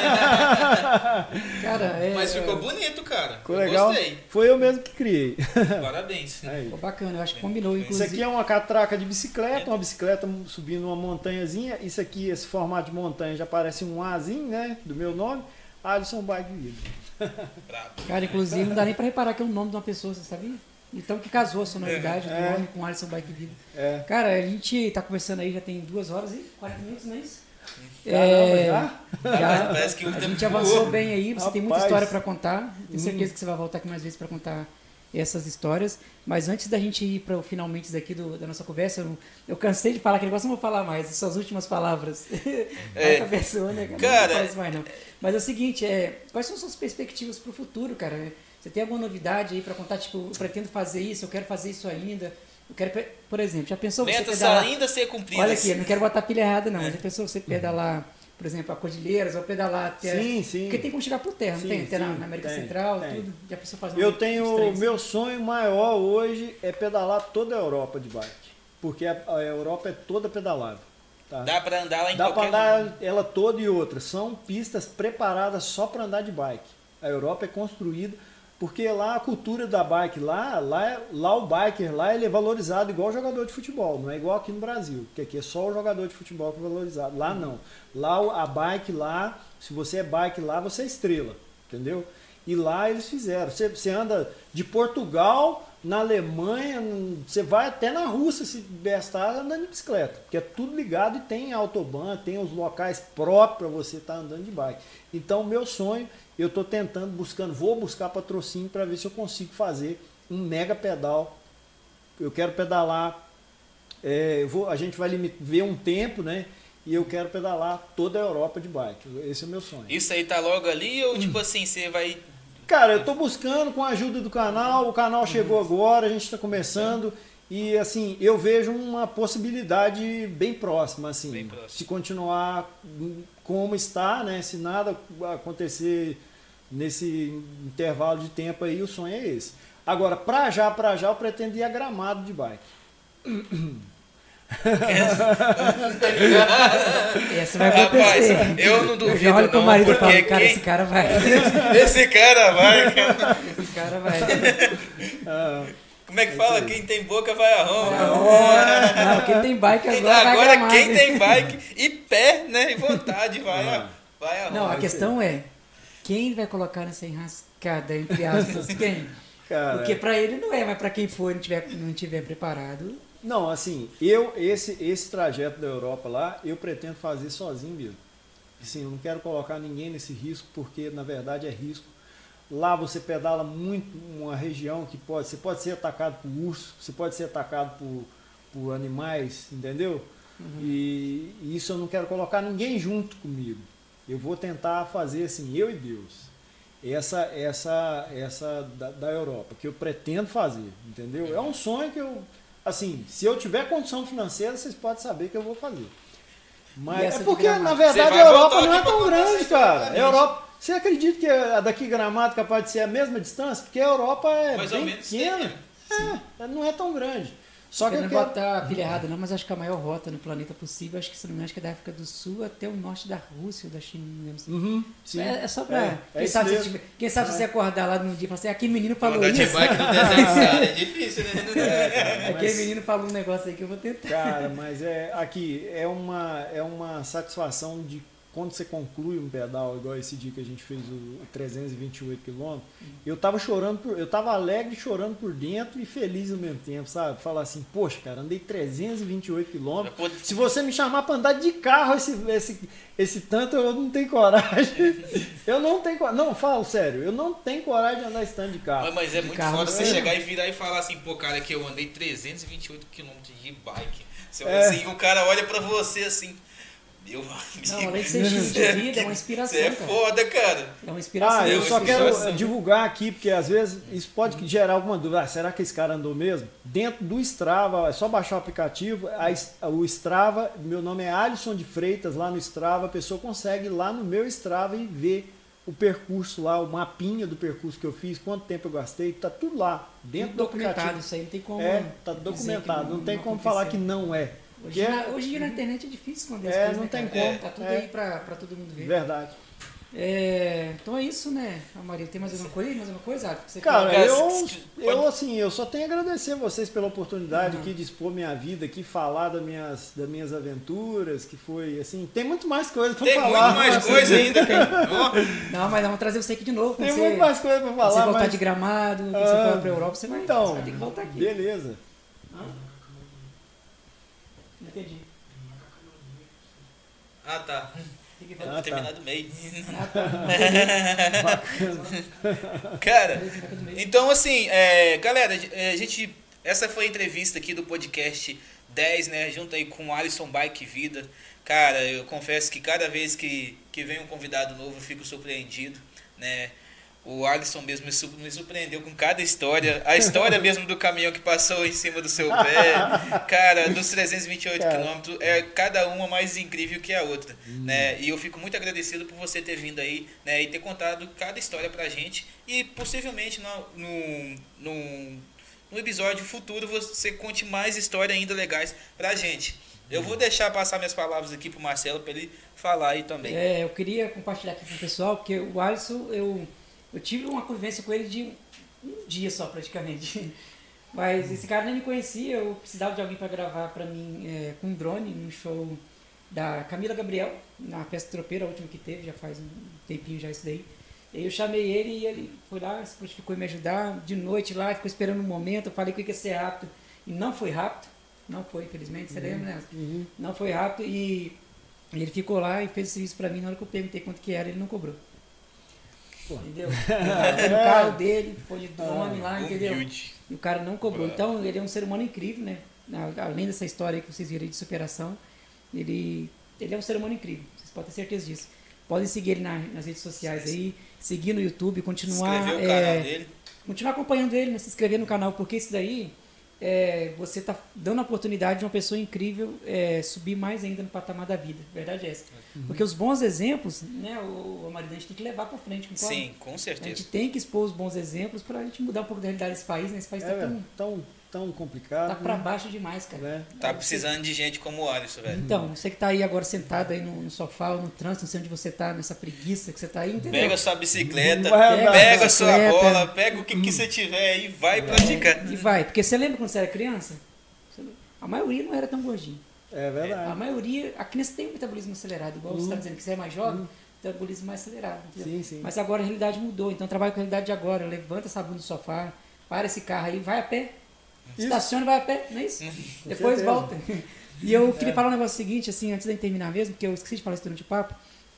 Speaker 2: Cara, é...
Speaker 1: Mas ficou
Speaker 2: é-
Speaker 1: bonito, cara.
Speaker 3: Ficou
Speaker 1: eu
Speaker 3: legal.
Speaker 1: gostei.
Speaker 3: Foi eu mesmo que criei.
Speaker 1: Parabéns.
Speaker 3: Aí.
Speaker 2: Ficou bacana, eu acho que combinou,
Speaker 3: Isso
Speaker 2: inclusive.
Speaker 3: aqui é uma catraca de bicicleta, uma bicicleta subindo uma montanhazinha. Isso aqui, esse formato de montanha já parece um Azinho, né? Do meu nome. Alisson Bike Vida.
Speaker 1: Bravo.
Speaker 2: Cara, inclusive não dá nem pra reparar que é o nome de uma pessoa, você sabia? Então que casou a sonoridade do
Speaker 3: É.
Speaker 2: nome com Alisson Bike Vida.
Speaker 3: É.
Speaker 2: Cara, a gente tá conversando aí já tem duas horas e quarenta minutos, não é isso?
Speaker 3: Caramba,
Speaker 2: É,
Speaker 3: já?
Speaker 2: já
Speaker 1: Parece que o
Speaker 2: a
Speaker 1: tempo
Speaker 2: gente avançou
Speaker 1: voou.
Speaker 2: bem aí, você tem muita
Speaker 3: Rapaz.
Speaker 2: história pra contar. Tenho
Speaker 3: Hum.
Speaker 2: certeza que você vai voltar aqui mais vezes pra contar essas histórias. Mas antes da gente ir para o finalmente daqui do, da nossa conversa, eu, eu cansei de falar aquele negócio, não vou falar mais, suas últimas palavras.
Speaker 1: É.
Speaker 2: Essa pessoa, né, cara?
Speaker 1: Cara,
Speaker 2: Não faz mais não. Mas é o seguinte, é, quais são suas perspectivas pro futuro, cara? Você tem alguma novidade aí pra contar? Tipo, eu pretendo fazer isso, eu quero fazer isso ainda. Eu quero, pe- por exemplo, já pensou você
Speaker 1: Metas
Speaker 2: pedalar...
Speaker 1: ainda a ser cumpridas.
Speaker 2: Olha aqui, eu não quero botar pilha errada não,
Speaker 1: É.
Speaker 2: mas já pensou você pedalar, por exemplo, a Cordilheiras ou pedalar até...
Speaker 3: Sim, sim.
Speaker 2: Porque tem como chegar por terra,
Speaker 3: Sim,
Speaker 2: não tem? Até na,
Speaker 3: sim,
Speaker 2: na América
Speaker 3: tem,
Speaker 2: Central,
Speaker 3: tem.
Speaker 2: tudo. Já pensou fazer um
Speaker 3: Eu
Speaker 2: uns
Speaker 3: tenho.
Speaker 2: três?
Speaker 3: Meu sonho maior hoje é pedalar toda a Europa de bike. Porque a, a Europa é toda pedalável. Tá?
Speaker 1: Dá pra andar lá em
Speaker 3: Dá para
Speaker 1: qualquer
Speaker 3: andar
Speaker 1: lugar.
Speaker 3: ela toda e outra. São pistas preparadas só para andar de bike. A Europa é construída porque lá a cultura da bike, lá, lá, é- lá o biker lá ele é valorizado igual o jogador de futebol, não é igual aqui no Brasil, que aqui é só o jogador de futebol que é valorizado. Lá não. Lá o- a bike lá, se você é bike lá, você é estrela, entendeu? E lá eles fizeram. Você, você anda de Portugal na Alemanha, num- você vai até na Rússia se bestar andando de bicicleta, porque é tudo ligado e tem autobahn, tem os locais próprios para você estar andando de bike. Então, meu sonho, eu estou tentando, buscando, vou buscar patrocínio para ver se eu consigo fazer um mega pedal. Eu quero pedalar, é, eu vou, a gente vai limit- ver um tempo, né? E eu quero pedalar toda a Europa de bike. Esse é o meu sonho.
Speaker 1: Isso aí tá logo ali ou tipo assim, você vai.
Speaker 3: Cara, eu tô buscando com a ajuda do canal, o canal chegou agora, a gente está começando e assim, eu vejo uma possibilidade bem próxima, assim,
Speaker 1: Bem próxima.
Speaker 3: se continuar como está, né, se nada acontecer nesse intervalo de tempo aí, o sonho é esse. Agora, pra já, pra já, eu pretendo ir a Gramado de bike.
Speaker 2: Essa vai
Speaker 1: Rapaz,
Speaker 2: acontecer.
Speaker 1: eu não
Speaker 2: Eu
Speaker 1: duvido
Speaker 2: já olho pro
Speaker 1: não,
Speaker 2: marido e falo,
Speaker 1: porque
Speaker 2: cara,
Speaker 1: quem-
Speaker 2: esse cara vai.
Speaker 1: Esse cara vai. cara.
Speaker 2: Esse cara vai.
Speaker 3: Ah,
Speaker 1: Como é que fala? Quem tem boca vai a Roma.
Speaker 2: Não, quem tem bike
Speaker 1: Quem-
Speaker 2: agora, vai
Speaker 1: Agora
Speaker 2: Gramado.
Speaker 1: quem tem bike e pé, né? E vontade, vai a, vai a Roma.
Speaker 2: Não, a questão é, quem vai colocar nessa enrascada, entre aspas, quem?
Speaker 3: cara,
Speaker 2: Porque pra ele não é, mas pra quem for e não tiver, não tiver preparado,
Speaker 3: não, assim, eu, esse, esse trajeto da Europa lá, eu pretendo fazer sozinho mesmo. Assim, eu não quero colocar ninguém nesse risco, porque na verdade é risco. Lá você pedala muito uma região que pode, você pode ser atacado por urso, você pode ser atacado por, por animais, entendeu? E, e isso eu não quero colocar ninguém junto comigo. Eu vou tentar fazer assim, eu e Deus. Essa, essa, essa da, da Europa, que eu pretendo fazer, entendeu? É um sonho que eu, assim, se eu tiver condição financeira, vocês podem saber que eu vou fazer.
Speaker 2: E
Speaker 3: Mas
Speaker 2: essa
Speaker 3: é
Speaker 2: de
Speaker 3: porque,
Speaker 2: Gramado?
Speaker 3: na verdade,
Speaker 1: Você vai
Speaker 3: a Europa
Speaker 1: voltar
Speaker 3: não é
Speaker 1: aqui pra
Speaker 3: tão
Speaker 1: contar
Speaker 3: grande,
Speaker 1: essa história
Speaker 3: cara.
Speaker 1: pra
Speaker 3: A
Speaker 1: gente.
Speaker 3: Europa, você acredita que a daqui Gramado é capaz de ser a mesma distância? Porque a Europa é
Speaker 1: Mais ou
Speaker 3: bem
Speaker 1: menos,
Speaker 3: pequena. É, não é tão grande. Só que
Speaker 2: eu
Speaker 3: eu
Speaker 2: não
Speaker 3: quero...
Speaker 2: botar a pilha errada não, mas acho que a maior rota no planeta possível, acho que se não me engano, acho que é da África do Sul até o norte da Rússia ou da China, não lembro.
Speaker 3: Uhum, sim.
Speaker 2: É, é só pra.
Speaker 3: É, é
Speaker 2: quem,
Speaker 3: isso
Speaker 2: sabe se,
Speaker 3: mesmo.
Speaker 2: tiver- quem sabe se você acordar lá num dia e falar assim, aquele menino falou
Speaker 1: Andar de
Speaker 2: isso.
Speaker 1: bike no deserto, cara, é difícil, né?
Speaker 2: Aquele
Speaker 3: Mas-
Speaker 2: menino falou um negócio aí que eu vou tentar.
Speaker 3: Cara, mas é aqui é uma, é uma satisfação de quando você conclui um pedal, igual esse dia que a gente fez o trezentos e vinte e oito quilômetros, eu tava chorando, por, eu tava alegre, chorando por dentro e feliz ao mesmo tempo, sabe? Falar assim, poxa, cara, andei trezentos e vinte e oito quilômetros, se você me chamar para andar de carro esse, esse, esse tanto, eu não tenho coragem. Eu não tenho coragem, não, falo sério, eu não tenho coragem de andar esse tanto de carro.
Speaker 1: Mas, mas é
Speaker 2: de
Speaker 1: muito
Speaker 2: carro,
Speaker 1: foda você
Speaker 2: é.
Speaker 1: chegar e virar e falar assim, pô, cara, que eu andei trezentos e vinte e oito quilômetros de bike. Você,
Speaker 3: É.
Speaker 1: assim, o cara olha pra você assim, meu amigo.
Speaker 2: Não, além de ser estilo de vida, é uma inspiração,
Speaker 1: Você é
Speaker 2: cara.
Speaker 1: foda, cara.
Speaker 2: É uma inspiração.
Speaker 3: Ah, eu
Speaker 1: é
Speaker 3: só
Speaker 1: uma
Speaker 3: quero
Speaker 1: inspiração.
Speaker 3: divulgar aqui, porque às vezes isso pode gerar alguma dúvida. Ah, será que esse cara andou mesmo? Dentro do Strava, é só baixar o aplicativo. A, o Strava, meu nome é Alisson de Freitas, lá no Strava, a pessoa consegue ir lá no meu Strava e ver o percurso lá, o mapinha do percurso que eu fiz, quanto tempo eu gastei, tá tudo lá, dentro
Speaker 2: Tudo
Speaker 3: do
Speaker 2: documentado,
Speaker 3: aplicativo.
Speaker 2: isso aí não tem como.
Speaker 3: É, tá
Speaker 2: dizer
Speaker 3: documentado,
Speaker 2: que
Speaker 3: não, tem como
Speaker 2: aconteceu.
Speaker 3: falar que não é.
Speaker 2: Hoje,
Speaker 3: Que
Speaker 2: na,
Speaker 3: é-
Speaker 2: hoje em dia na internet é difícil esconder as
Speaker 3: É,
Speaker 2: coisas,
Speaker 3: não
Speaker 2: né,
Speaker 3: tem
Speaker 2: cara?
Speaker 3: como.
Speaker 2: Tá tudo
Speaker 3: É.
Speaker 2: aí pra, pra todo mundo ver.
Speaker 3: Verdade.
Speaker 2: É, então é isso, né, Maria? Tem mais alguma coisa? Mais alguma coisa? Alisson, que você
Speaker 3: Cara,
Speaker 2: quer-
Speaker 3: eu,
Speaker 1: Pode-
Speaker 3: eu assim, eu só tenho a agradecer a vocês pela oportunidade
Speaker 2: Uhum.
Speaker 3: aqui de expor minha vida aqui, falar das minhas, das minhas aventuras, que foi assim, tem muito mais coisa pra
Speaker 1: Tem
Speaker 3: falar.
Speaker 1: muito mais
Speaker 3: mas-
Speaker 1: coisa ainda. Ó,
Speaker 2: Não, mas vamos trazer você aqui de novo. Quando
Speaker 3: Tem
Speaker 2: você,
Speaker 3: muito mais coisa pra
Speaker 2: quando
Speaker 3: falar,
Speaker 2: você voltar
Speaker 3: mas...
Speaker 2: de Gramado, quando
Speaker 3: Ah,
Speaker 2: você for pra Europa, você vai,
Speaker 3: então,
Speaker 2: você vai ter que voltar aqui.
Speaker 3: beleza.
Speaker 2: Hã? Não entendi.
Speaker 1: Ah, tá.
Speaker 2: Tem que
Speaker 3: Ah,
Speaker 1: Vou
Speaker 3: tá.
Speaker 1: terminar do meio.
Speaker 2: Ah, tá.
Speaker 1: Cara,
Speaker 2: Beleza, fica do meio.
Speaker 1: então assim, é, galera, a gente, essa foi a entrevista aqui do podcast dez, né, junto aí com o Alisson Bike Vida. Cara, eu confesso que cada vez que, que vem um convidado novo eu fico surpreendido, né. O Alisson mesmo me sur- me surpreendeu com cada história. A história mesmo do caminhão que passou em cima do seu pé. Cara, dos trezentos e vinte e oito
Speaker 3: Cara.
Speaker 1: quilômetros, é cada uma mais incrível que a outra. Né? E eu fico muito agradecido por você ter vindo aí, né, e ter contado cada história pra gente. E possivelmente no, no, no, no episódio futuro você conte mais histórias ainda legais pra gente. Eu vou deixar passar minhas palavras aqui pro Marcelo pra ele falar aí também.
Speaker 2: É, eu queria compartilhar aqui com o pessoal, porque o Alisson, eu, eu tive uma convivência com ele de um dia só, praticamente. Mas esse cara nem me conhecia, eu precisava de alguém para gravar para mim é, com um drone, num show da Camila Gabriel, na Festa Tropeira, a última que teve, já faz um tempinho já isso daí. E aí eu chamei ele e ele foi lá, se prontificou em me ajudar, de noite lá, ficou esperando um momento, eu falei que ia ser rápido, e não foi rápido, não foi, infelizmente, você lembra, né?
Speaker 3: Uhum.
Speaker 2: Não foi rápido e ele ficou lá e fez esse serviço pra mim. Na hora que eu perguntei quanto que era, ele não cobrou.
Speaker 3: Pô.
Speaker 2: Entendeu? Foi no carro dele, foi de drone lá, entendeu?
Speaker 1: Humilde.
Speaker 2: E o cara não cobrou. Então ele é um ser humano incrível, né? Além dessa história aí que vocês viram aí de superação, ele, ele é um ser humano incrível. Vocês podem ter certeza disso. Podem seguir ele na- nas redes sociais aí, seguir no YouTube, continuar,
Speaker 1: Escreveu o
Speaker 2: é,
Speaker 1: canal dele.
Speaker 2: continuar acompanhando ele, né? Se inscrever no canal, porque isso daí é, você está dando a oportunidade de uma pessoa incrível é, subir mais ainda no patamar da vida. Verdade é essa. Porque os bons exemplos, né, o, o marido, a gente tem que levar para frente, concorda?
Speaker 1: Sim, com
Speaker 2: A
Speaker 1: certeza.
Speaker 2: gente tem que expor os bons exemplos para a gente mudar um pouco da realidade desse país, né? Esse país está
Speaker 3: É,
Speaker 2: tão,
Speaker 3: tão, tão complicado.
Speaker 2: tá para
Speaker 3: né?
Speaker 2: baixo demais, cara.
Speaker 3: Né?
Speaker 1: Tá precisando de gente como o Alisson, velho.
Speaker 2: Então, você que tá aí agora sentado aí no, no sofá ou no trânsito, não sei onde você tá, nessa preguiça que você tá aí, entendeu?
Speaker 1: Pega sua bicicleta,
Speaker 3: Vai andar.
Speaker 1: pega a sua
Speaker 2: Bicicleta.
Speaker 1: bola, pega o que, que você tiver aí e vai praticar.
Speaker 2: E vai, porque você lembra quando você era criança? A maioria não era tão gordinho.
Speaker 3: É
Speaker 2: A
Speaker 3: verdade.
Speaker 2: maioria, a criança tem um metabolismo acelerado, igual você está dizendo que você é mais jovem, metabolismo mais acelerado. Entendeu?
Speaker 3: Sim, sim.
Speaker 2: Mas agora a realidade mudou, então eu trabalho com a realidade de agora. Levanta essa bunda do sofá, para esse carro aí, vai a pé,
Speaker 3: Isso.
Speaker 2: estaciona e vai a pé, não é isso?
Speaker 3: Com
Speaker 2: Depois
Speaker 3: certeza.
Speaker 2: volta. E eu queria falar um negócio seguinte, assim, antes de eu terminar mesmo, porque eu esqueci de falar isso durante o papo.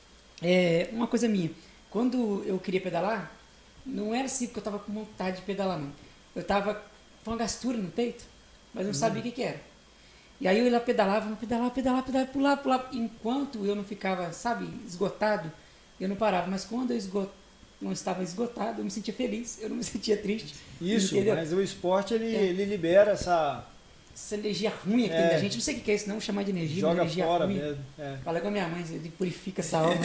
Speaker 2: É, uma coisa minha, quando eu queria pedalar, não era assim porque eu estava com vontade de pedalar, não. Eu estava com uma gastura no peito, mas eu não sabia o que, que era. E aí eu ia lá pedalava, pedalava, pedalava, pedalava, pulava, pulava. Enquanto eu não ficava, sabe, esgotado, eu não parava. Mas quando eu esgot... não estava esgotado, eu me sentia feliz, eu não me sentia triste.
Speaker 3: Isso,
Speaker 2: entendeu?
Speaker 3: mas o esporte ele,
Speaker 2: É.
Speaker 3: ele libera essa.
Speaker 2: Essa energia ruim que
Speaker 3: É.
Speaker 2: tem da gente, não sei o que que é isso, não, chamar de energia, mas
Speaker 3: joga
Speaker 2: energia
Speaker 3: fora
Speaker 2: ruim.
Speaker 3: mesmo. É.
Speaker 2: Fala com a minha mãe, ele purifica essa alma.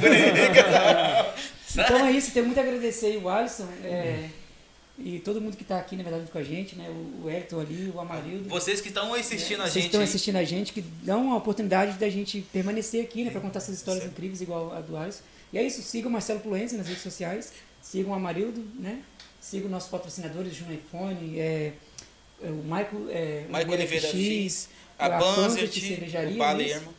Speaker 2: Então é isso, tenho muito a agradecer aí o Alisson é, e todo mundo que está aqui, na verdade, com a gente, né? O, o Hector ali, o Amarildo.
Speaker 1: Vocês que estão assistindo a
Speaker 2: Vocês
Speaker 1: gente
Speaker 2: estão
Speaker 1: aí,
Speaker 2: assistindo a gente, que dão a oportunidade da gente permanecer aqui, né? Para contar essas histórias incríveis igual a do Alisson. E é isso, sigam o Marcelo Puluense nas redes sociais, sigam o Amarildo, né? Sigam nossos patrocinadores, Juno iPhone, é, é, o Michael, é,
Speaker 1: Michael
Speaker 2: o
Speaker 1: Oliveira
Speaker 2: F
Speaker 1: X, a
Speaker 2: Panzert
Speaker 1: Panzert,
Speaker 2: Cervejaria,
Speaker 1: o Palermo.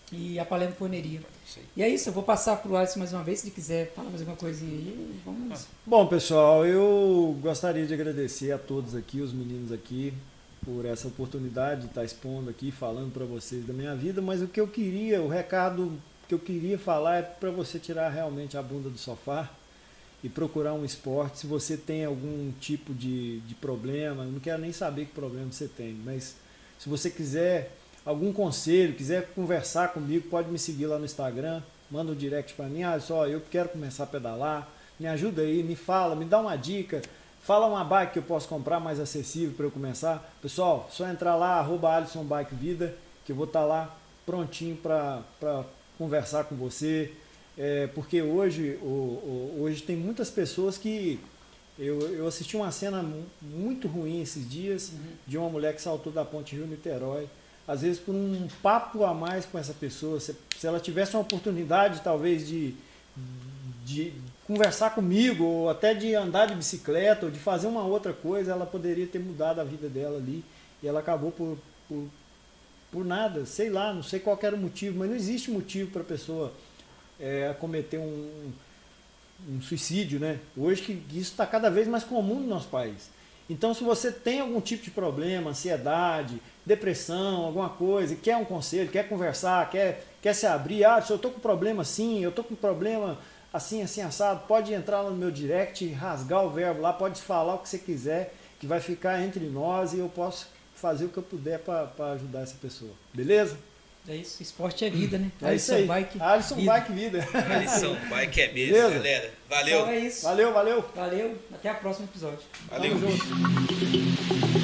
Speaker 2: e a Palermo Forneria. E é isso, eu vou passar para o Alisson mais uma vez, se ele quiser falar mais alguma coisinha aí, vamos...
Speaker 3: Bom, pessoal, eu gostaria de agradecer a todos aqui, os meninos aqui, por essa oportunidade de estar expondo aqui, falando para vocês da minha vida, mas o que eu queria, o recado que eu queria falar é para você tirar realmente a bunda do sofá e procurar um esporte. Se você tem algum tipo de, de problema, eu não quero nem saber que problema você tem, mas se você quiser algum conselho, quiser conversar comigo, pode me seguir lá no Instagram, manda um direct para mim, ah, só eu quero começar a pedalar, me ajuda aí, me fala, me dá uma dica, fala uma bike que eu posso comprar mais acessível para eu começar. Pessoal, só entrar lá, arroba Alisson Bike Vida, que eu vou estar lá prontinho para conversar com você, é, porque hoje, o, o, hoje tem muitas pessoas que... Eu, eu assisti uma cena muito ruim esses dias, uhum. de uma mulher que saltou da ponte Rio-Niterói, às vezes por um papo a mais com essa pessoa, se, se ela tivesse uma oportunidade talvez de, de conversar comigo, ou até de andar de bicicleta, ou de fazer uma outra coisa, ela poderia ter mudado a vida dela ali, e ela acabou por, por, por nada, sei lá, não sei qual era o motivo, mas não existe motivo para a pessoa é, cometer um, um suicídio, né? Hoje que isso está cada vez mais comum no nosso país. Então, se você tem algum tipo de problema, ansiedade, depressão, alguma coisa, quer um conselho, quer conversar, quer, quer se abrir, ah, se eu estou com problema assim, eu estou com problema assim, assim, assado, pode entrar no meu direct, rasgar o verbo lá, pode falar o que você quiser, que vai ficar entre nós e eu posso fazer o que eu puder para ajudar essa pessoa. Beleza?
Speaker 2: É isso, esporte é vida, né?
Speaker 3: É isso aí.
Speaker 2: Bike,
Speaker 3: Alisson
Speaker 2: vida.
Speaker 3: Bike Vida.
Speaker 1: Alisson Bike é mesmo,
Speaker 3: Beleza?
Speaker 1: galera. Valeu.
Speaker 2: Então é isso.
Speaker 3: Valeu, valeu.
Speaker 2: Valeu, até o próximo episódio.
Speaker 1: Valeu.
Speaker 3: Tamo junto.